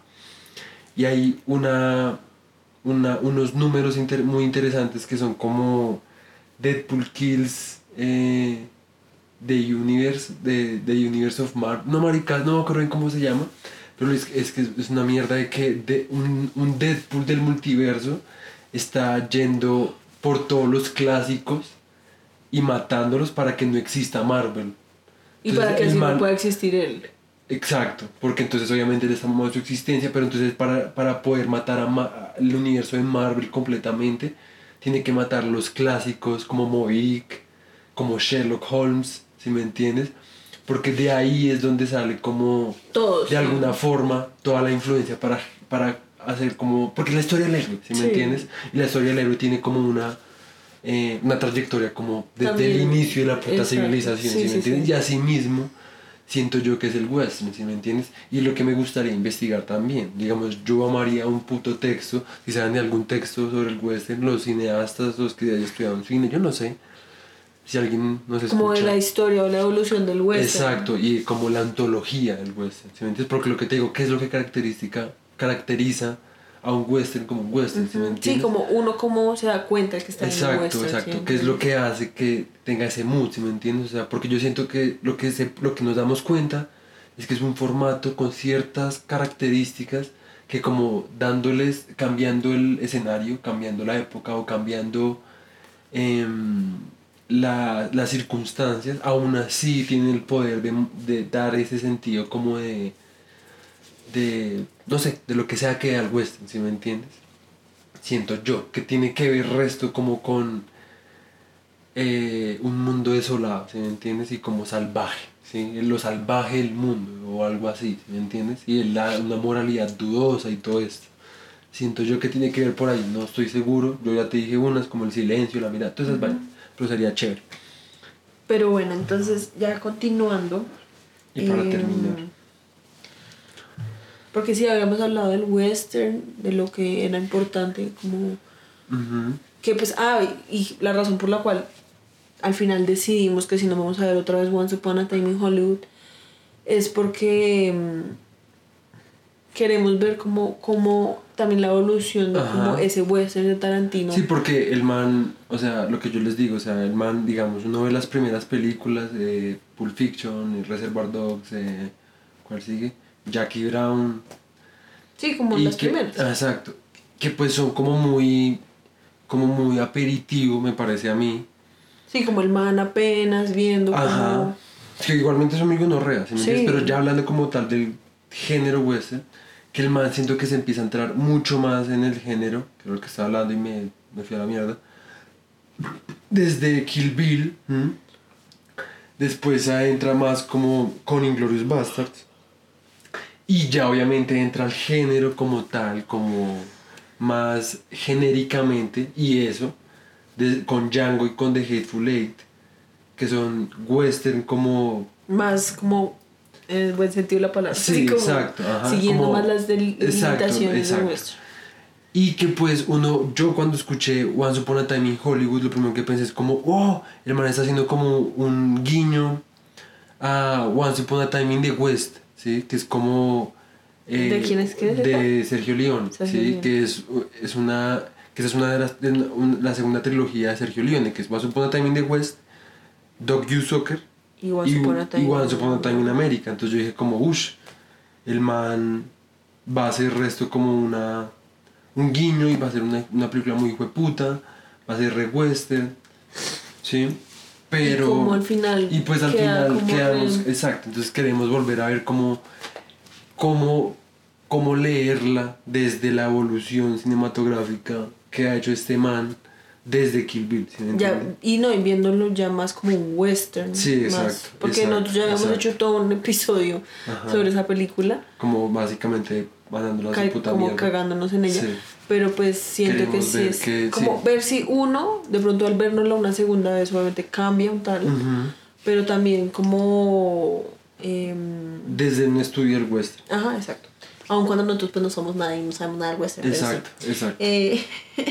y hay una, una, unos números inter, muy interesantes que son como Deadpool Kills eh, The Universe The, the Universe of Marvel, no maricas, no me acuerdo bien cómo se llama, pero es, es que es una mierda de que de, un, un Deadpool del multiverso está yendo por todos los clásicos y matándolos para que no exista Marvel. Y entonces, para que así man, no pueda existir él. Exacto, porque entonces obviamente le está mamando su existencia, pero entonces para, para poder matar a Ma- el universo de Marvel completamente tiene que matar los clásicos como Movic, como Sherlock Holmes, si me entiendes, porque de ahí es donde sale como todos, de alguna sí. forma toda la influencia para, para hacer como, porque la historia del héroe, si ¿sí me sí. entiendes? Y la historia del héroe tiene como una eh, una trayectoria como desde También, el inicio de la puta exacto. civilización, ¿sí, sí me entiendes? Sí. Y así mismo siento yo que es el western, ¿sí me entiendes? Y es lo que me gustaría investigar también. Digamos, yo amaría un puto texto, si saben de algún texto sobre el western, los cineastas, los que hayan estudiado cine, yo no sé, si alguien nos escucha. Como de la historia o la evolución del western. Exacto, y como la antología del western, ¿sí me entiendes? Porque lo que te digo, ¿qué es lo que característica, caracteriza a un western como un western? Uh-huh. ¿Sí me entiendes? Sí, como uno cómo se da cuenta que está exacto, en un western. Exacto, exacto. ¿Sí? ¿Qué es lo que hace que tenga ese mood? ¿Sí me entiendes? O sea, porque yo siento que lo que, se, lo que nos damos cuenta es que es un formato con ciertas características que como dándoles, cambiando el escenario, cambiando la época o cambiando eh, la, las circunstancias, aún así tienen el poder de, de dar ese sentido como de, de, no sé, de lo que sea que al western, ¿sí me entiendes? Siento yo, que tiene que ver resto como con eh, un mundo desolado, ¿sí me entiendes? Y como salvaje, ¿sí? Lo salvaje del mundo o algo así, ¿sí me entiendes? Y la, una moralidad dudosa y todo esto. Siento yo que tiene que ver por ahí, no estoy seguro. Yo ya te dije unas como el silencio, la mirada, todas esas vainas, pero sería chévere. Pero bueno, entonces ya continuando. Y para eh, terminar. Porque sí, habíamos hablado del western, de lo que era importante como Ujú. Que pues, ah, y, y la razón por la cual al final decidimos que si no vamos a ver otra vez Once Upon a Time in Hollywood es porque mm, queremos ver como, como también la evolución de Ajá. como ese western de Tarantino. Sí, porque el man, o sea, lo que yo les digo, o sea, el man, digamos, uno ve las primeras películas de Pulp Fiction, Reservoir Dogs, eh, ¿cuál sigue? Jackie Brown. Sí, como y las que, primeras. Exacto. Que pues son como muy, como muy aperitivo, me parece a mí. Sí, como el man apenas viendo Ajá. como... Que igualmente son muy gonorreas, ¿sí me Sí. entiendes? Pero ya hablando como tal del género western, que el man siento que se empieza a entrar mucho más en el género, que es lo que estaba hablando y me, me fui a la mierda. Desde Kill Bill, ¿m? Después ya entra más como con Inglourious Basterds. Y ya obviamente entra el género como tal, como más genéricamente, y eso, de- con Django y con The Hateful Eight, que son western como... Más como en el buen sentido de la palabra. Sí, Así como exacto, ajá, siguiendo como- más las exacto, delimitaciones de exacto. nuestro. Y que pues uno, yo cuando escuché Once Upon a Time in Hollywood, lo primero que pensé es como, oh, el man está haciendo como un guiño a Once Upon a Time in the West, ¿sí? Que es como... eh, ¿De quién es que es De Sergio Leone, Sergio ¿sí? Leone. Que es, es una... Que esa es una de las... de un- la segunda trilogía de Sergio Leone, que es Once Upon a Time in the West, Dog You Soccer Y Once y, Upon a Time y Once in- Upon a Time in America. Entonces yo dije como, uff, el man va a hacer resto como una... un guiño y va a ser una, una película muy hijueputa, va a ser re western, ¿sí? Pero... Y como al final y pues al queda final como quedamos... re- Exacto, entonces queremos volver a ver cómo, cómo, cómo leerla desde la evolución cinematográfica que ha hecho este man desde Kill Bill, ¿sí me Ya, entiende? y no, y viéndolo ya más como un western. Sí, más, exacto, porque exacto, nosotros ya habíamos exacto. hecho todo un episodio Ajá. sobre esa película, Como básicamente mandándola a ca- su puta como mierda. cagándonos en ella. Sí. Pero pues siento que Queremos sí ver es que- como sí. ver si uno, de pronto al vernosla una segunda vez, obviamente cambia un tal, Ujú. pero también como... em, Desde un estudio del western. ajá, exacto. Aun cuando nosotros pues no somos nada y no sabemos nada del western. pero sí. Exacto, exacto. Eh,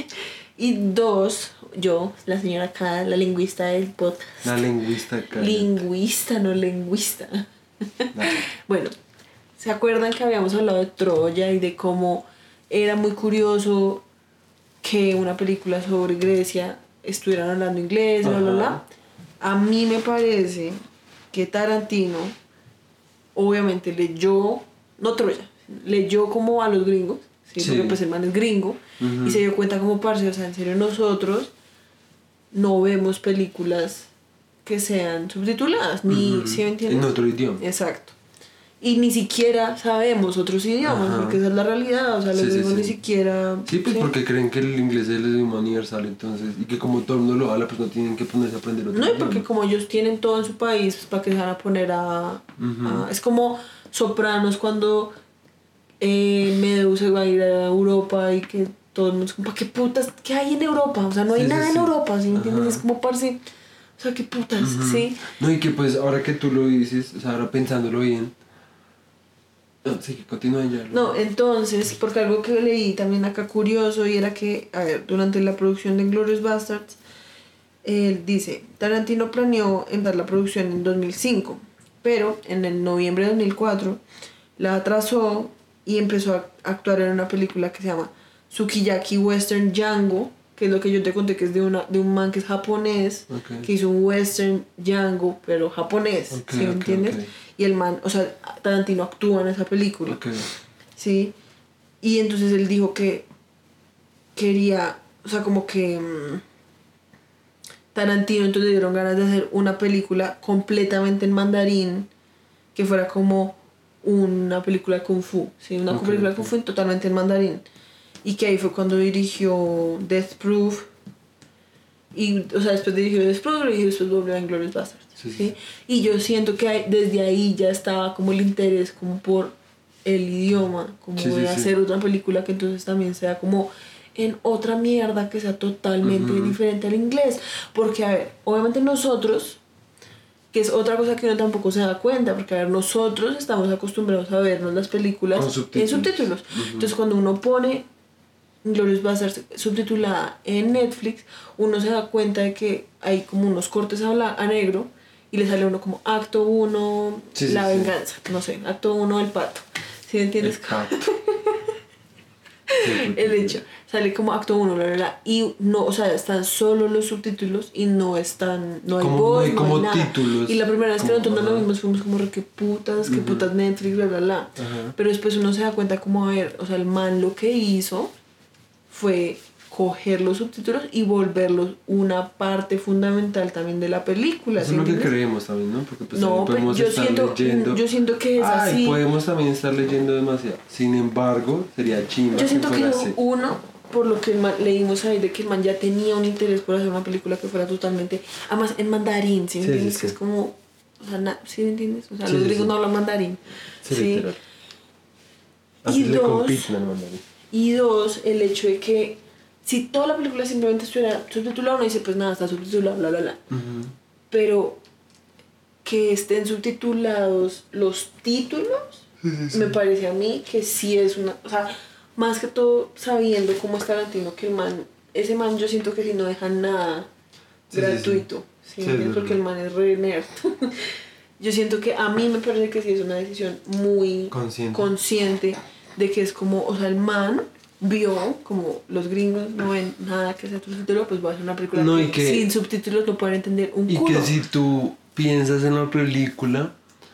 y dos, yo, la señora acá, la lingüista del podcast. La lingüista acá. Lingüista, no lingüista. Dale. Bueno, ¿se acuerdan que habíamos hablado de Troya y de cómo era muy curioso que una película sobre Grecia estuvieran hablando inglés, bla, bla, Ajá. bla? A mí me parece que Tarantino obviamente leyó, no Troya, leyó como a los gringos, ¿sí? Sí. Porque pues el man es gringo, Ujú. y se dio cuenta como parce, o sea, en serio nosotros no vemos películas que sean subtituladas, ni, Ujú. ¿sí me entiendes? En otro idioma. Exacto. Y ni siquiera sabemos otros idiomas, Ajá. porque esa es la realidad, o sea, los Sí, sí, gringos sí. ni siquiera... Sí, pues porque creen que el inglés es el idioma universal, entonces, y que como todo el mundo lo habla, pues no tienen que ponerse a aprender otro No, y idioma. porque como ellos tienen todo en su país, pues para que se van a poner a... Ujú. a- es como Sopranos cuando eh, Meadows se va a ir a Europa y que todo el mundo es como, ¿qué putas? ¿Qué hay en Europa? O sea, no hay Sí, sí, nada sí. en Europa, ¿sí me entiendes? Ajá. Es como, parce, o sea, ¿qué putas? Ujú. ¿Sí? No, y que pues ahora que tú lo dices, o sea, ahora pensándolo bien. No, sí, que continúen ya. No, entonces, porque algo que leí también acá curioso y era que, a ver, durante la producción de Inglourious Basterds, él dice, Tarantino planeó empezar la producción en dos mil cinco, pero en el noviembre de dos mil cuatro la atrasó y empezó a actuar en una película que se llama Sukiyaki Western Django, que es lo que yo te conté que es de, una, de un man que es japonés, Ok. que hizo un western Django, pero japonés, Ok, ¿sí me ok, entiendes? ok. Y el man, o sea, Tarantino actúa en esa película. Ok. ¿Sí? Y entonces él dijo que quería, o sea, como que mm, Tarantino entonces le dieron ganas de hacer una película completamente en mandarín, que fuera como una película de Kung Fu, ¿sí? Una Ok, película de ok. Kung Fu totalmente en mandarín. Y que ahí fue cuando dirigió Death Proof. Y, o sea, después dirigió Death Proof y después volvió a Inglourious Basterds. Sí, ¿Sí? sí. Y yo siento que hay- desde ahí ya estaba como el interés como por el idioma, como Sí, sí, de sí. hacer otra película que entonces también sea como en otra mierda que sea totalmente Ujú. diferente al inglés. Porque, a ver, obviamente nosotros, que es otra cosa que uno tampoco se da cuenta, porque, a ver, nosotros estamos acostumbrados a vernos las películas Con subtítulos. en subtítulos. Ujú. Entonces, cuando uno pone Glorious Bastards subtitulada en Netflix, uno se da cuenta de que hay como unos cortes a, bla- a negro y le sale a uno como acto uno, Sí, sí, la sí. venganza, no sé, acto uno del pato. ¿Sí me entiendes? El pato. El hecho, sale como acto uno, bla, bla, bla, y no, o sea, están solo los subtítulos y no están, no hay Como- voz, no hay como nada. títulos, Y la primera vez que como, nosotros nos lo ajá. vimos fuimos como, re, qué putas, qué Ujú. putas Netflix, bla, bla, bla. Ajá. Pero después uno se da cuenta como, a ver, o sea, el man lo que hizo fue coger los subtítulos y volverlos una parte fundamental también de la película. Eso ¿sí es lo que entiendes? creemos también, ¿no? Porque pues No, también pero podemos yo estar siento, leyendo. yo siento que es Ay, así. podemos también estar leyendo demasiado. Sin embargo, sería chimba Yo siento que fuera no, así. uno, por lo que el man- leímos ahí, de que el man ya tenía un interés por hacer una película que fuera totalmente, además en mandarín, ¿sí me Sí, entiendes? sí, Que sí. es como, o sea, na- ¿sí me entiendes? O sea, Sí, los sí, gringos sí. no hablan mandarín. Sí, Sí. literal. Así Y le dos, compiten al mandarín. y dos, el hecho de que si toda la película simplemente estuviera subtitulada, uno dice, pues nada, está subtitulado, bla, bla, bla. Ujú. Pero que estén subtitulados los títulos, me parece a mí que sí es una, o sea, más que todo sabiendo cómo es Tarantino, que el man, ese man yo siento que si no deja nada Sí, sí, gratuito, ¿sí, Sí, me entiendes? es Porque el man es re nerd. Yo siento que a mí me parece que sí es una decisión muy Consciente. consciente de que es como, o sea, el man vio como los gringos no ven nada que sea subtítulo, pues voy a hacer una película No, que, y que- sin subtítulos no pueden entender un Y culo. que si tú piensas en la película,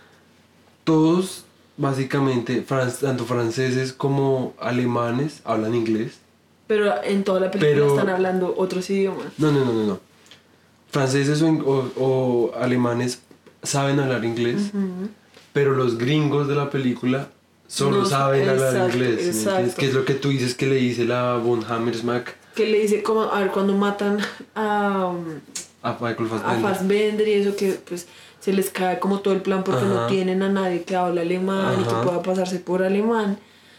todos básicamente, fran- tanto franceses como alemanes, hablan inglés. Pero en toda la película Pero- están hablando otros idiomas. No, no, no, no, no. Franceses o, o- o alemanes saben hablar inglés, Ujú. pero los gringos de la película solo No, saben hablar exacto, inglés. ¿Sí me entiendes? exacto. Que es lo que tú dices que le dice la Von Hammersmack Que le dice, como, a ver, cuando matan a, um, a Michael a Fassbender. Fassbender y eso, que pues se les cae como todo el plan porque no Ajá. tienen a nadie que hable alemán y Ajá. que pueda pasarse por alemán.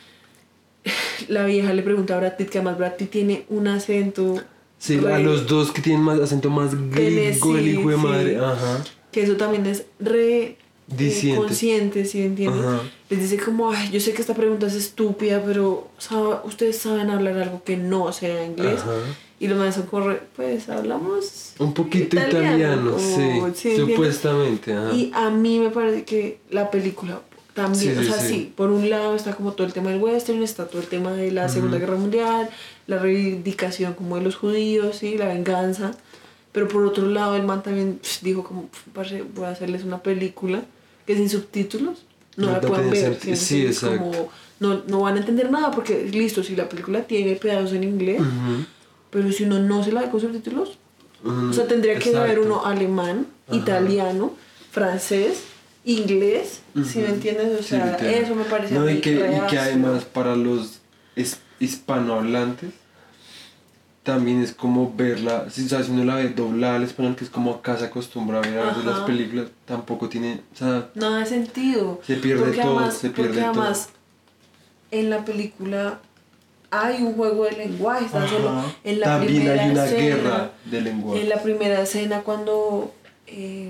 La vieja le pregunta a Brad Pitt, que además Brad Pitt tiene un acento. Sí, re- a los dos que tienen más acento más griego, el hijo de sí. madre. Ajá. Que eso también es re eh, Diciente. consciente, ¿sí me entiendes? Ajá. Les dice como, ay, yo sé que esta pregunta es estúpida, pero ¿sabe- ustedes saben hablar algo que no sea inglés. Ajá. Y los demás son como, re, pues hablamos Un poquito italiano, como- sí. ¿sí me entiendes? Supuestamente, ajá. Y a mí me parece que la película también, Sí, o sí, sea, sí. sí. por un lado está como todo el tema del western, está todo el tema de la Segunda Guerra Mundial, la reivindicación como de los judíos, ¿sí? La venganza. Pero por otro lado, el man también pf, dijo como, pf, parce, voy a hacerles una película que sin subtítulos no, No la te puedan tiene ver. senti- ¿sí? sí, Entonces, exacto. como, no, no van a entender nada porque, listo, si la película tiene pedazos en inglés, Ujú. pero si uno no se la ve con subtítulos, Mm, o sea, tendría que saber exacto. uno alemán, Ajá. italiano, francés, inglés, ¿sí me Ujú. entiendes? O Sí, sea, literal. eso me parece a No, mí y que, re y que ácido. además para los es- hispanohablantes también es como verla, si, o sea, si uno la ve doblada al español, que es como acá se acostumbra a ver a veces Ajá. las películas, tampoco tiene, o sea, No da sentido. se pierde porque todo, además, se pierde porque todo. además en la película hay un juego de lenguaje, tan solo Ajá. en la También primera hay una escena, guerra de lenguaje. en la primera escena cuando eh,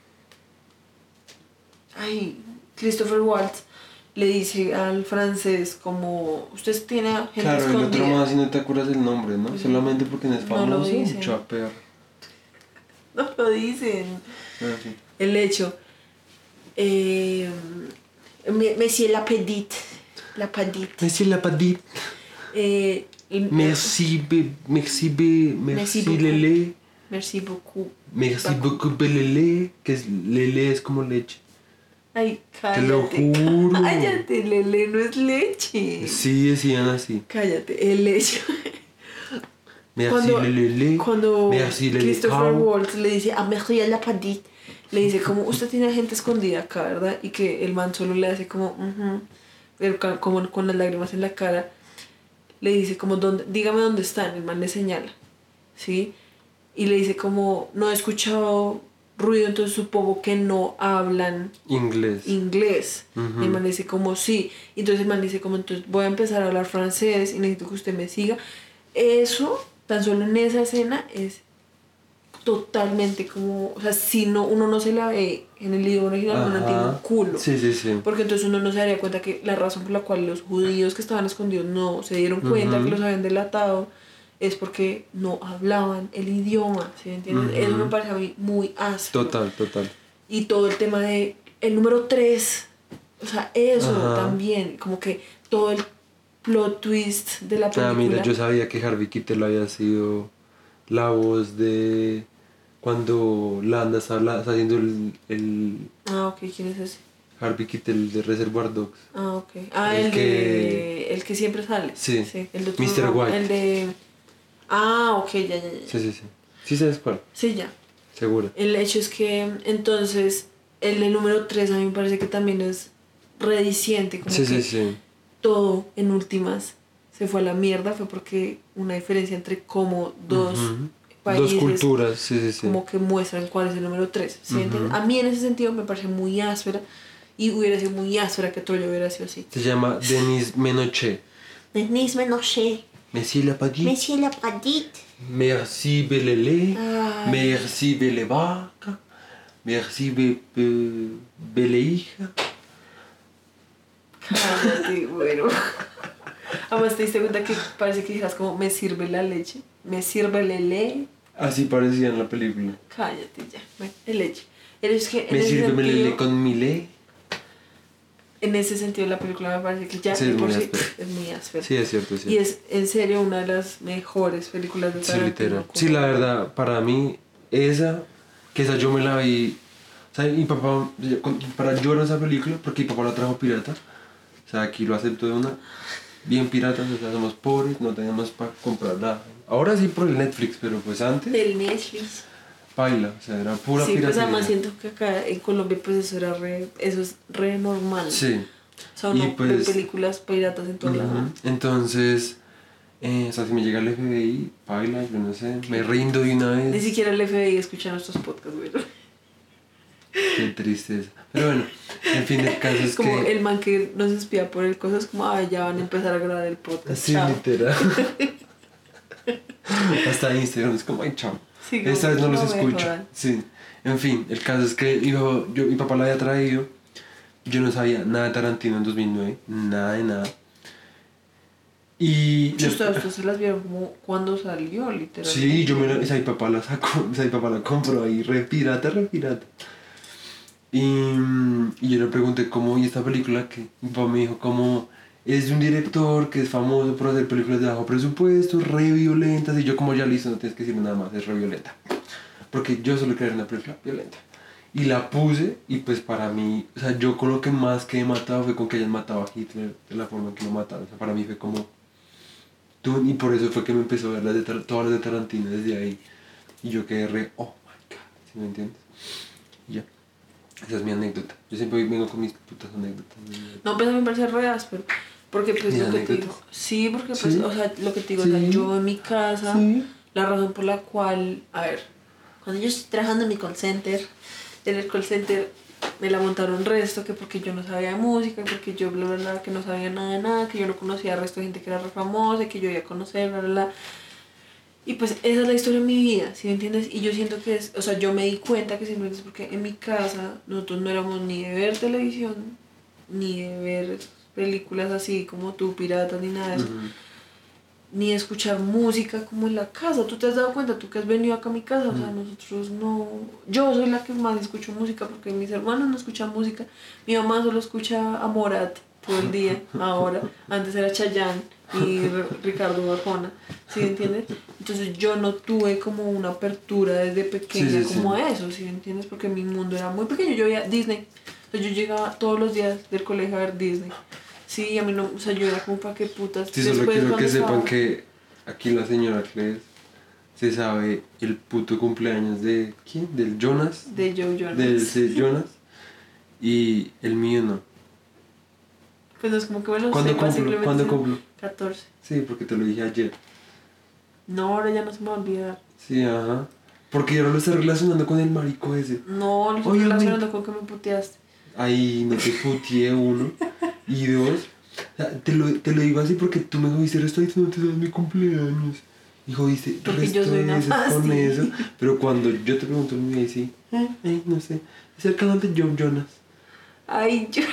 ay, Christopher Waltz le dice al francés como, usted tiene gente Claro, el otro escondida. más si no te acuerdas el nombre, ¿no? Pues, Solamente porque no es no lo famoso, dicen. mucho a perro. No lo dicen. En fin. El hecho. Eh, me- Monsieur Lapedit. Lapedit. Monsieur Lapadit, Eh, el- merci, be, merci, be, merci, beaucoup. lele, Merci beaucoup. merci Bacu. beaucoup, belele, que es lele es como leche. Ay, Te lo cállate. juro. Cállate, Lele, no es leche. Sí, decían así. Cállate, el hecho. Merci, Cuando, lele, cuando merci, lele, Christopher au. Waltz le dice a Monsieur Lapedit, le dice como, usted tiene gente escondida acá, ¿verdad? Y que el man solo le hace como, "Ujú", pero ca- como con las lágrimas en la cara, le dice como, ¿dónde? Dígame dónde están, el man le señala, ¿sí? Y le dice como, no he escuchado ruido, entonces supongo que no hablan Inglés. inglés. Ujú. Y el man dice como, sí. Y entonces el man dice como, entonces voy a empezar a hablar francés y necesito que usted me siga. Eso, tan solo en esa escena, es totalmente como, o sea, si no, uno no se la ve en el idioma original, no tiene un culo. Sí, sí, sí. Porque entonces uno no se daría cuenta que la razón por la cual los judíos que estaban escondidos no se dieron cuenta Uh-huh. que los habían delatado es porque no hablaban el idioma, ¿sí me entiendes? Uh-huh. Eso me parece a mí muy áspero. Total, total. Y todo el tema de el número tres, o sea, eso Ajá. también, como que todo el plot twist de la película. Ah, mira, yo sabía que Harvey Keitel había sido la voz de cuando Landa está, habla- está haciendo el, el Ah, ok, ¿quién es ese? Harvey Keitel de Reservoir Dogs. Ah, ok. Ah, El el, que- de... El que siempre sale. Sí, el de mister True Rom- White. El de... Ah, ok, ya, ya, ya. Sí, sí, sí. ¿Sí sabes cuál? Sí, ya. Seguro. El hecho es que entonces el de número tres a mí me parece que también es rediciente, como Sí, que sí, sí. todo en últimas se fue a la mierda, fue porque una diferencia entre cómo dos Ujú. países Dos culturas, sí, sí, sí. como que muestran cuál es el número tres. ¿Sí Ujú. entiendes? A mí en ese sentido me parece muy áspera y hubiera sido muy áspera que Troya hubiera sido así. Se llama Denis Menochet. Denis Menochet. Merci la padite. Monsieur la Padite. Merci Belele. Ay. Merci Belevaca. Merci Be, Be, Beleija. Cállate, bueno. Además te diste cuenta que parece que dijeras como me sirve la leche, me sirve el lele. Así parecía en la película. Cállate ya, bueno, el leche. Es que en Me ese sirve sentido, Belele con mi le. en ese sentido la película me parece que ya Sí, de es por muy sí áspera. es muy áspera. Sí, es cierto, es Y cierto. es en serio una de las mejores películas de Sí, Tarantino. literal. como- Sí, la verdad, para mí, esa, que esa yo me la vi. O sea, mi papá, yo- con- para yo ver esa película, porque mi papá la trajo pirata. O sea, aquí lo acepto de una. Bien pirata, o sea, somos pobres, no tenemos para comprar nada. Ahora sí por el Netflix, pero pues antes, Del Netflix. paila, o sea, era pura Sí, pues piratería. además siento que acá en Colombia pues eso era re, eso es re normal. Sí. O sea, Y uno ve pues- películas piratas en todo Ujú. lado. Entonces, eh, o sea, si me llega el F B I, paila, yo no sé, me rindo de una vez. Ni siquiera el F B I escucha nuestros podcasts, güey. Qué tristeza. Pero bueno, en fin, el caso es Como que... el man que nos espía por el cosas como, ay, ya van a empezar a grabar el podcast. Sí, chao". literal. Hasta Instagram es como, ay, chao. Sí, como, Esta vez no los me escucho. jodan. Sí. En fin, el caso es que yo, yo, mi papá la había traído. Yo no sabía nada de Tarantino en dos mil nueve. Nada de nada. Y... Ustedes ustedes se las vieron como cuando salió, literalmente. Sí, yo me la... O sea, mi papá la sacó. O sea, mi papá la compró ahí. Re pirata, re pirata. Y, y yo le pregunté cómo, ¿y esta película qué? Mi papá me dijo como, es de un director que es famoso por hacer películas de bajo presupuesto, re violentas, y yo como ya listo, no tienes que decirme nada más, es re violenta. Porque yo solo quería ver una película violenta. Y la puse, y pues para mí, o sea, yo con lo que más que he matado fue con que hayan matado a Hitler de la forma en que lo mataron. O sea, para mí fue como, tú, y por eso fue que me empezó a ver las de Tar- todas las de Tarantino desde ahí. Y yo quedé re, oh my god, ¿sí me entiendes? Y ya. Esa es mi anécdota. Yo siempre vengo con mis putas anécdotas. No, pues a mí me parece re áspero. Porque pues ¿Mis lo que te digo. anécdotas? Sí, porque pues, Sí. o sea, lo que te digo, o sea, Sí. yo en mi casa, Sí. la razón por la cual, a ver, cuando yo estoy trabajando en mi call center, en el call center me la montaron resto, que porque yo no sabía de música, porque yo bla bla bla, que no sabía nada de nada, que yo no conocía al resto de gente que era re famosa, que yo iba a conocer, bla bla bla. Y pues esa es la historia de mi vida, ¿sí me entiendes? Y yo siento que es, o sea, yo me di cuenta que simplemente es porque en mi casa nosotros no éramos ni de ver televisión, ni de ver películas así como tú, piratas, ni nada de eso, Ujú. ni de escuchar música como en la casa. ¿Tú te has dado cuenta? Tú que has venido acá a mi casa, o sea, nosotros no... Yo soy la que más escucho música porque mis hermanos no escuchan música, mi mamá solo escucha a Morat todo el día, ahora, antes era Chayanne y R- Ricardo Arjona, ¿sí me entiendes? Entonces yo no tuve como una apertura desde pequeña Sí, sí, como sí. a eso, ¿sí me entiendes? Porque mi mundo era muy pequeño, yo veía Disney, entonces yo llegaba todos los días del colegio a ver Disney. Sí, a mí no, o sea, yo era como para qué putas. Sí, solo Después, quiero cuando que sepan estaba- que aquí la señora Cles se sabe el puto cumpleaños de... ¿Quién? Del Jonas. De Joe Jonas. Del sí, Jonas. Y el mío no. Pues no es como que me lo ¿Cuándo sepa, cumplo? simplemente ¿Cuándo sé- cumplo? catorce. Sí, porque te lo dije ayer. No, ahora ya no se me va a olvidar. Sí, ajá. Porque yo no lo estoy relacionando con el marico ese. No, lo estoy Oye, relacionando con que me puteaste. Ahí no te putié uno. Y dos, o sea, te lo, te lo digo así porque tú me dijiste, estoy diciendo, te das mi cumpleaños. Hijo, dice, Porque resto yo soy de una veces con fácil. eso. Pero cuando yo te pregunto, me dice, eh, eh, no sé. Es el canal de Joe Jonas. Ay, yo,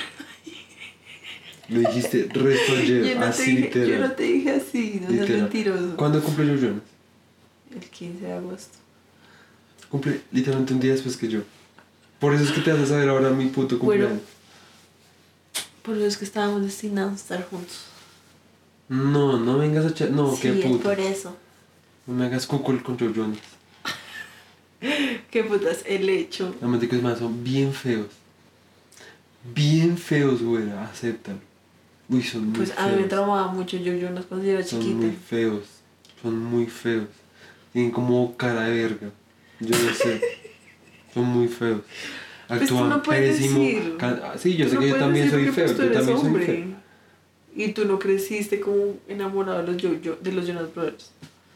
Lo dijiste resto ayer, yo, no te así dije, yo literal. no te dije así, no seas Literal. mentiroso. ¿Cuándo cumple Joe Jonas? El quince de agosto. Cumple literalmente un día después que yo. Por eso es que te vas a saber ahora mi puto cumpleaños. Bueno. Por eso es que estábamos destinados a estar juntos. No, no vengas a echar. No, Sí, qué es puto. por eso. No me hagas cucul con Joe Jonas. Qué putas, el hecho. Además de que los más son bien feos. Bien feos, güera, acéptalo. Uy, son muy Pues feos. a mí me traumaba mucho yo, yo no cuando yo era Son chiquita. muy feos. Son muy feos. Tienen como cara de verga. Yo no sé. Son muy feos. Pues tú Actúan no puedes pésimo. decir. Can- ah, Sí, yo Tú sé no que yo puedes también decir soy porque, feo. pues, tú Yo eres también soy hombre. feo. Y tú no creciste como enamorado de los, yo, yo, de los Jonas Brothers.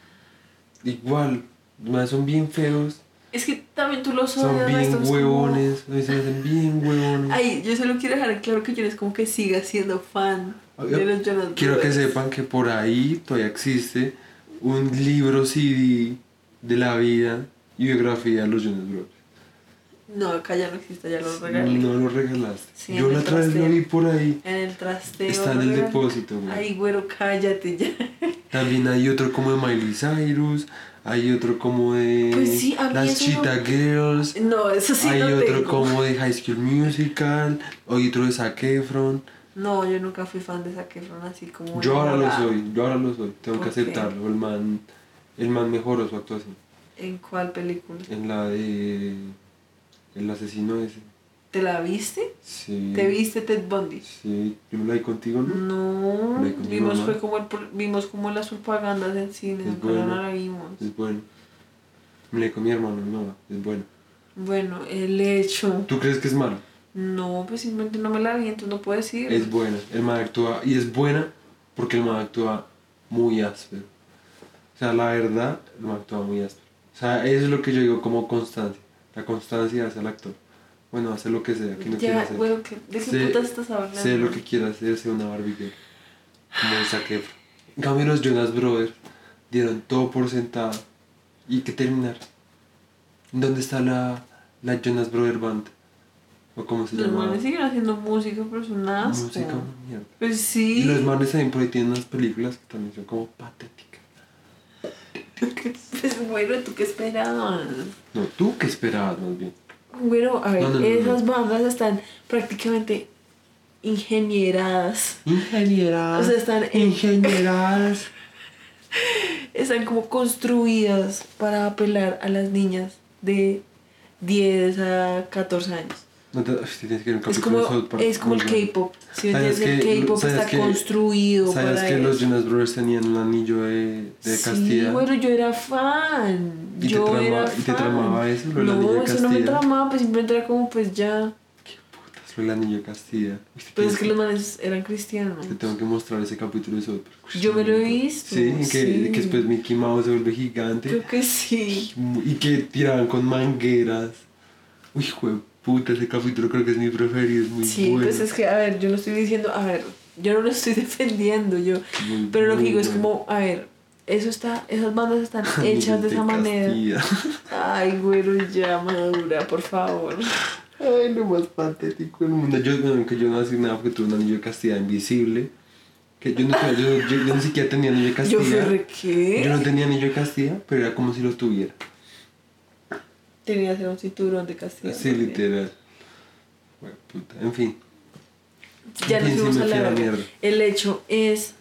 Igual. Más son bien feos. Es que también tú los Son odias. bien estos como- huevones. A mí se me hacen bien huevones. Ay, yo solo quiero dejar claro que yo no es como que siga siendo fan de los Jonas Brothers. Quiero que sepan que por ahí todavía existe un libro C D de la vida y biografía de los Jonas Brothers. No, acá ya no existe, ya lo regalé. No lo regalaste. Sí, Yo en la el otra vez lo trasteo. vi por ahí. En el trasteo. Está en lo el regalé. depósito, güey. Ay, güero, cállate ya. También hay otro como de Miley Cyrus. Hay otro como de Pues sí, a mí las eso no- Cheetah Girls. No, eso sí hay no otro tengo. como de High School Musical. Hay otro de Zac Efron. No, yo nunca fui fan de Zac Efron así como... Yo ahora lo enamorada. soy. Yo ahora lo soy. Tengo que Ok. aceptarlo. El man, el man mejoró su actuación. ¿En cuál película? En la de... El asesino ese. ¿Te la viste? Sí. ¿Te viste Ted Bundy? Sí. Yo me la vi contigo, ¿no? No, La vi con mi vimos mamá. fue como el, pro- vimos como las propagandas del cine, Es nunca bueno. no la vimos. Es bueno. Me la vi con mi hermano, mi mamá. Es bueno. Bueno, el hecho. ¿Tú crees que es malo? No, pues simplemente no me la vi, entonces no puedo decir. Es buena. El man actúa... Y es buena porque el man actúa muy áspero. O sea, la verdad, el man actúa muy áspero. O sea, eso es lo que yo digo como constancia. La constancia hace al actor. Bueno, hace lo que sea, que no quiere Ya, hacer. bueno, ¿qué- ¿de qué Sé- putas estás hablando? Sé lo que quiere hacer, sea una Barbie girl. Como el Zac Efron. En cambio, los Jonas Brothers dieron todo por sentado. ¿Y qué terminar? ¿Dónde está la, la Jonas Brothers Band? ¿O cómo se Los llama? manes siguen haciendo música, pero es un asco. Música, una mierda. Pues Y sí. los manes también por ahí tienen unas películas que también son como patéticas. Pues bueno, ¿tú qué esperabas? No, ¿tú qué esperabas más bien? Bueno, a ver, No, no, no, esas no. bandas están prácticamente ingenieradas. Ingenieras. O sea, están en- Ingenieras. Están como construidas para apelar a las niñas de diez a catorce años. No te, uf, tienes que ver un Es capítulo como, de South Park es como muy el bueno. K-pop. Si ¿Sabes entiendes, que- el K-pop sabes está que- construido ¿Sabes para que los eso. Jonas Brothers tenían un anillo de, de Sí, castidad? bueno, yo era fan. ¿Y te yo trama- era y te fan. tramaba eso, lo del anillo de No, eso no me castidad? tramaba, pues simplemente era como, pues ya. Putas, lo del anillo de castidad. Uy, te Pues es tengo que los manes eran cristianos. Te tengo que mostrar ese capítulo de South Park. Yo me lo he visto. Sí, que, sí. que después Mickey Mouse se vuelve gigante. Creo que sí. Y que tiraban con mangueras. Uy, jue puta, ese capítulo creo que es mi preferido, es muy Sí, bueno. pues es que, a ver, yo no estoy diciendo, a ver, yo no lo estoy defendiendo, yo. Muy, Pero lo que muy digo es bueno. como, a ver, eso está, esas bandas están hechas de esa manera. Castilla. Ay, güero, ya madura, por favor. Ay, lo más patético del mundo. Yo, bueno, que yo no hacía nada porque tuve un anillo de castidad invisible. Que yo, no, yo, yo, yo ni siquiera tenía anillo de Yo castidad. fui re, ¿qué? Yo no tenía anillo de castidad, pero era como si lo tuviera. Tenía que ser un cinturón de castigo. Sí, literal. Bueno, puta. En fin. Ya En nos fin, sí fuimos me a fui a la la mierda. El hecho es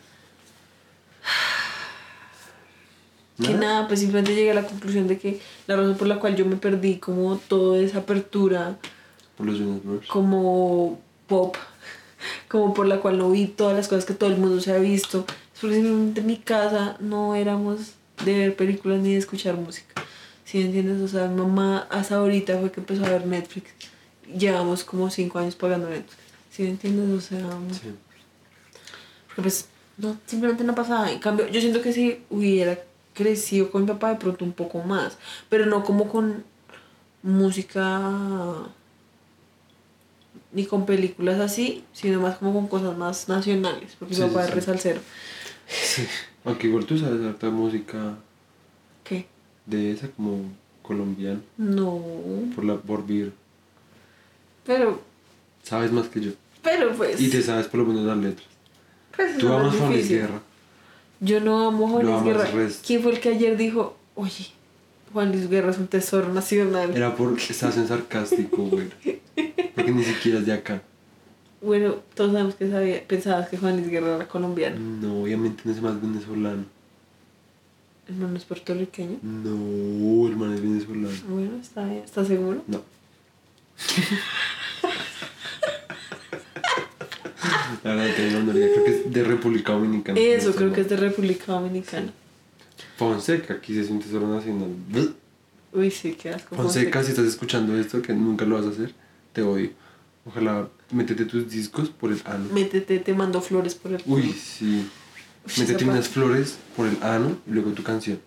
que ¿Nada? nada, pues simplemente llegué a la conclusión de que la razón por la cual yo me perdí como toda esa apertura Por los Jonas Brothers. como pop, como por la cual no vi todas las cosas que todo el mundo se ha visto, es porque simplemente en mi casa no éramos de ver películas ni de escuchar música. ¿Sí me entiendes? O sea, mi mamá hasta ahorita fue que empezó a ver Netflix. Llevamos como cinco años pagando Netflix. ¿Sí me entiendes? O sea, Sí. porque pues no, simplemente no pasaba. En cambio, yo siento que si hubiera crecido con mi papá de pronto un poco más, pero no como con música ni con películas así, sino más como con cosas más nacionales, porque Sí, mi papá sí, es sí. resalcero. Sí. Aunque igual tú sabes harta música de esa como colombiana, No. por la por Vir. Pero, Sabes más que yo. pero pues. Y te sabes por lo menos las letras. pues Tú es más amas Juan Luis difícil. Guerra. Yo no amo a Juan Lo Luis amas Guerra. resto. ¿Quién fue el que ayer dijo, oye, Juan Luis Guerra es un tesoro nacional? Era porque estás en sarcástico, güey. Porque ni siquiera es de acá. Bueno, todos sabemos que sabía, pensabas que Juan Luis Guerra era colombiano. No, obviamente no es más venezolano. ¿El man no es puertorriqueño? No, el man es venezolano. Bueno, está bien. ¿Estás seguro? No. La verdad, tengo una creo que es de República Dominicana. Eso, creo que es de República Dominicana. Fonseca, aquí sí es un tesoro nacional. Uy, sí, qué asco. Fonseca, si estás escuchando esto, que nunca lo vas a hacer, te odio. Ojalá métete tus discos por el ano. Métete, te mando flores por el... Uy, sí. Uy, Métete esa unas parte. flores por el ano y luego tu canción.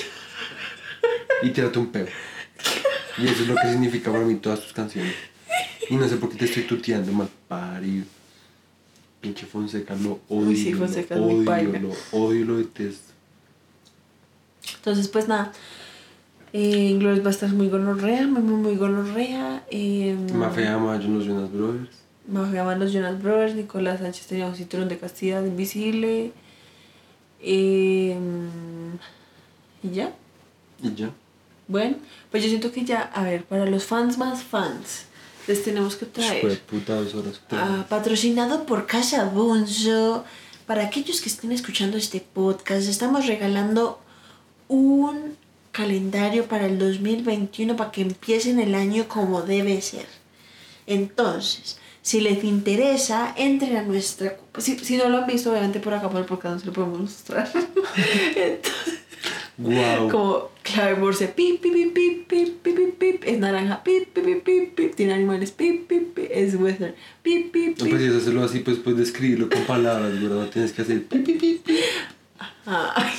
Y tírate un peo. Y eso es lo que significa para mí todas tus canciones. Y no sé por qué te estoy tuteando, mal parido. Pinche Fonseca, lo odio. Uy, sí, Fonseca es lo muy odio, paila. lo odio, lo detesto. Entonces, pues nada. Eh, Glorious Bastards muy gonorrea, muy, muy, muy gonorrea. Eh, Mafia Mayo, los Jonas Brothers. Mafia Man, los Jonas Brothers. Nicolás Sánchez tenía un cinturón de castidad invisible. Eh, y ya. Y ya. Bueno, pues yo siento que ya, a ver, para los fans más fans, les tenemos que Fue traer. puta dos horas. Ah, patrocinado por Casa Bunzo. Para aquellos que estén escuchando este podcast, estamos regalando un calendario para el dos mil veintiuno para que empiecen el año como debe ser. Entonces, si les interesa, entren a nuestra... Si, si no lo han visto, obviamente por acá por el podcast no se lo podemos mostrar. Entonces, Wow. como clave morse, pip, pip, pip, pip, pip, pip, pip, pip, es naranja, pip, pip, pip, pip, pip, tiene animales, pip, pip, pip, es western, pip, pip, No pip. puedes hacerlo así, pues puedes escribirlo con palabras, ¿verdad? Tienes que hacer pi, pi, pi, pi. Ay.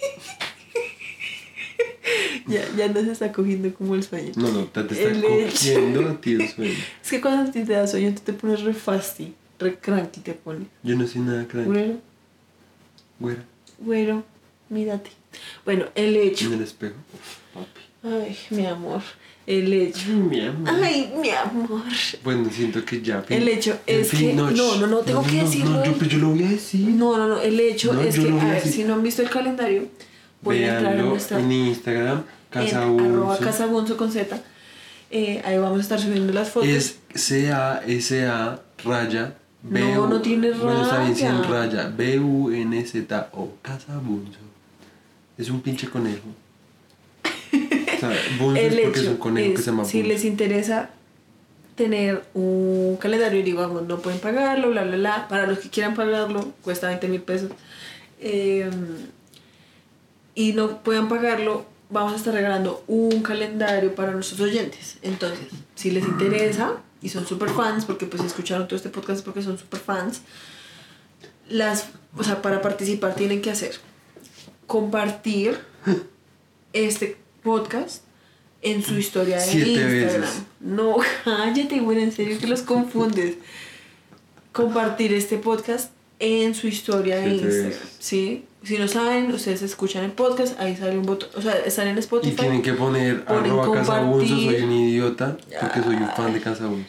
ya, ya no se está cogiendo como el sueño. No, no, te, te está El hecho. cogiendo a ti el sueño. Es que cuando a ti te da sueño, tú te pones re fasti, re cranky te pones. Yo no soy nada cranky. Güero, Güera. güero, mírate. Bueno, el hecho. En el espejo. Uf, papi. Ay, mi amor, el hecho. Mi amor. Ay, mi amor. Bueno, siento que ya. fin. El hecho En es fin, que... No, sh- no, no, tengo que no, decirlo. No, yo, pues yo lo voy a decir. No, no, no, el hecho No, es yo que, lo voy a a ver, decir. si no han visto el calendario, voy a entrar a Véanlo nuestra... en Instagram, en arroba Casabunzo. Casabunzo con Z. Eh, ahí vamos a estar subiendo las fotos. Es C A S A raya. B U, No, no tiene Bueno, está bien, sin raya. raya. B U N Z O. Casabunzo. Es un pinche conejo. O sea, Bunzo es El porque es hecho un conejo es, que se llama si Bunzo. les interesa tener un calendario y digamos no pueden pagarlo, bla, bla, bla. Para los que quieran pagarlo, cuesta veinte mil pesos. Eh, y no puedan pagarlo, vamos a estar regalando un calendario para nuestros oyentes. Entonces, si les interesa y son super fans, porque pues si escucharon todo este podcast es porque son super fans, las, o sea, para participar tienen que hacer compartir este podcast en su historia de Siete Instagram. veces. No, cállate, güey, en serio que los confundes. Compartir este podcast en su historia de Siete Instagram, veces. ¿sí? Si no saben, ustedes escuchan el podcast, ahí sale un botón, o sea, están en Spotify. Y tienen que poner ponen arroba Casabunzo, compartir. soy un idiota, porque soy un fan de Casabunzo.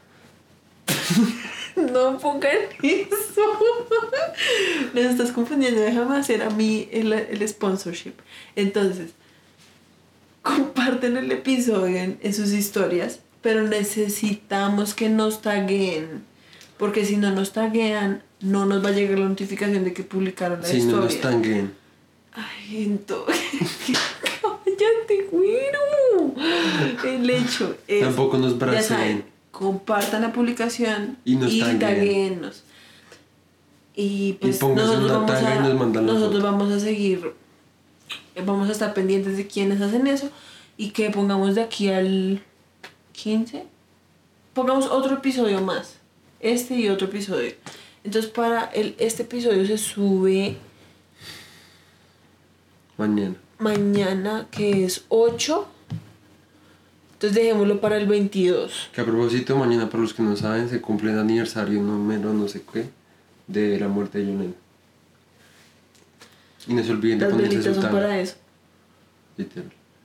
No pongan eso. Nos estás confundiendo. Déjame hacer a mí el, el sponsorship. Entonces, comparten el episodio en, en sus historias, pero necesitamos que nos tagueen. Porque si no nos taguean, no nos va a llegar la notificación de que publicaron la Si historia. no los tanguen. Ay, entonces. Cállate, güero. El hecho es. Tampoco nos Ya braceen. saben, compartan la publicación Y nos tagueen. taguéennos. Y pues pónganse nosotros, una vamos tagga a, y nos mandan la nosotros foto. vamos a seguir, eh, vamos a estar pendientes de quienes hacen eso y que pongamos de aquí al quince, pongamos otro episodio más, este y otro episodio. Entonces para el, este episodio se sube Mañana. mañana, que es ocho. Entonces dejémoslo para el veintidós. Que a propósito, mañana, para los que no saben, se cumple el aniversario número no sé qué de la muerte de John Lennon. Y no se olviden de Las ponerse velitas su son tanga. para eso. Literal.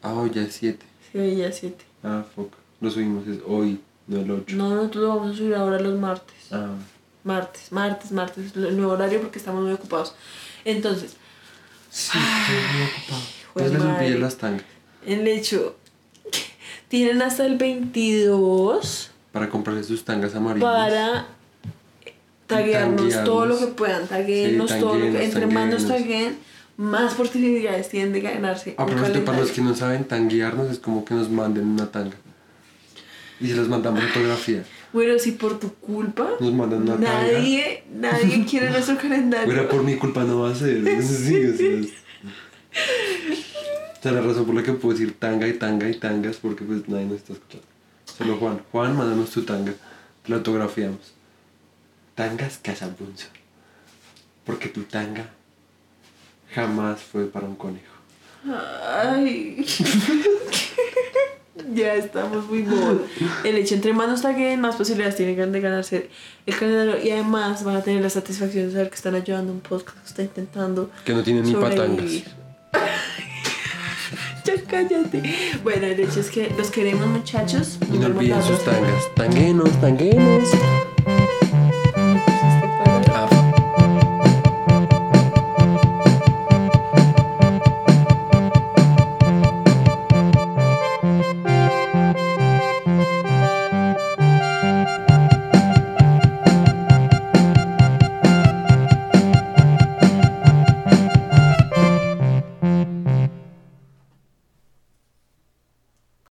Ah, hoy ya es siete. Sí, hoy ya es siete. Ah, fuck. Lo subimos es hoy, no el ocho. No, nosotros lo vamos a subir ahora los martes. Ah. Martes, martes, martes, el nuevo horario porque estamos muy ocupados. Entonces, Sí, estoy muy ocupado. jue No se les madre. olvide las tangas. el hecho, tienen hasta el veintidós Para comprarle sus tangas amarillas. para taguearnos Tanguearnos. todo lo que puedan, taguearnos Sí, todo lo que, tanguenos, entre más nos tanguenos. taguen, más posibilidades tienen de ganarse A un propósito, para los calendario. que no saben, tanguearnos es como que nos manden una tanga. Y se los mandamos fotografía. Bueno, si por tu culpa Nos mandan una tanga. nadie, nadie quiere nuestro calendario. Fuera por mi culpa no va a ser. Sí, o sea, es- O sea, la razón por la que puedo decir tanga y tanga y tangas porque pues nadie nos está escuchando. Solo Juan. Juan, mándanos tu tanga. Te la autografiamos. Tangas Casabunzo. Porque tu tanga jamás fue para un conejo. Ay. Ya estamos muy bobos. El hecho, entre más nos taguen, más posibilidades tienen de ganarse el calendario. Y además van a tener la satisfacción de saber que están ayudando a un podcast que está intentando Que no tienen ni patangas. sobrevivir. Ya cállate. Bueno, el hecho es que los queremos, muchachos. Y no Nos vemos olviden la sus próxima. tangas. Tanguenos, tanguenos.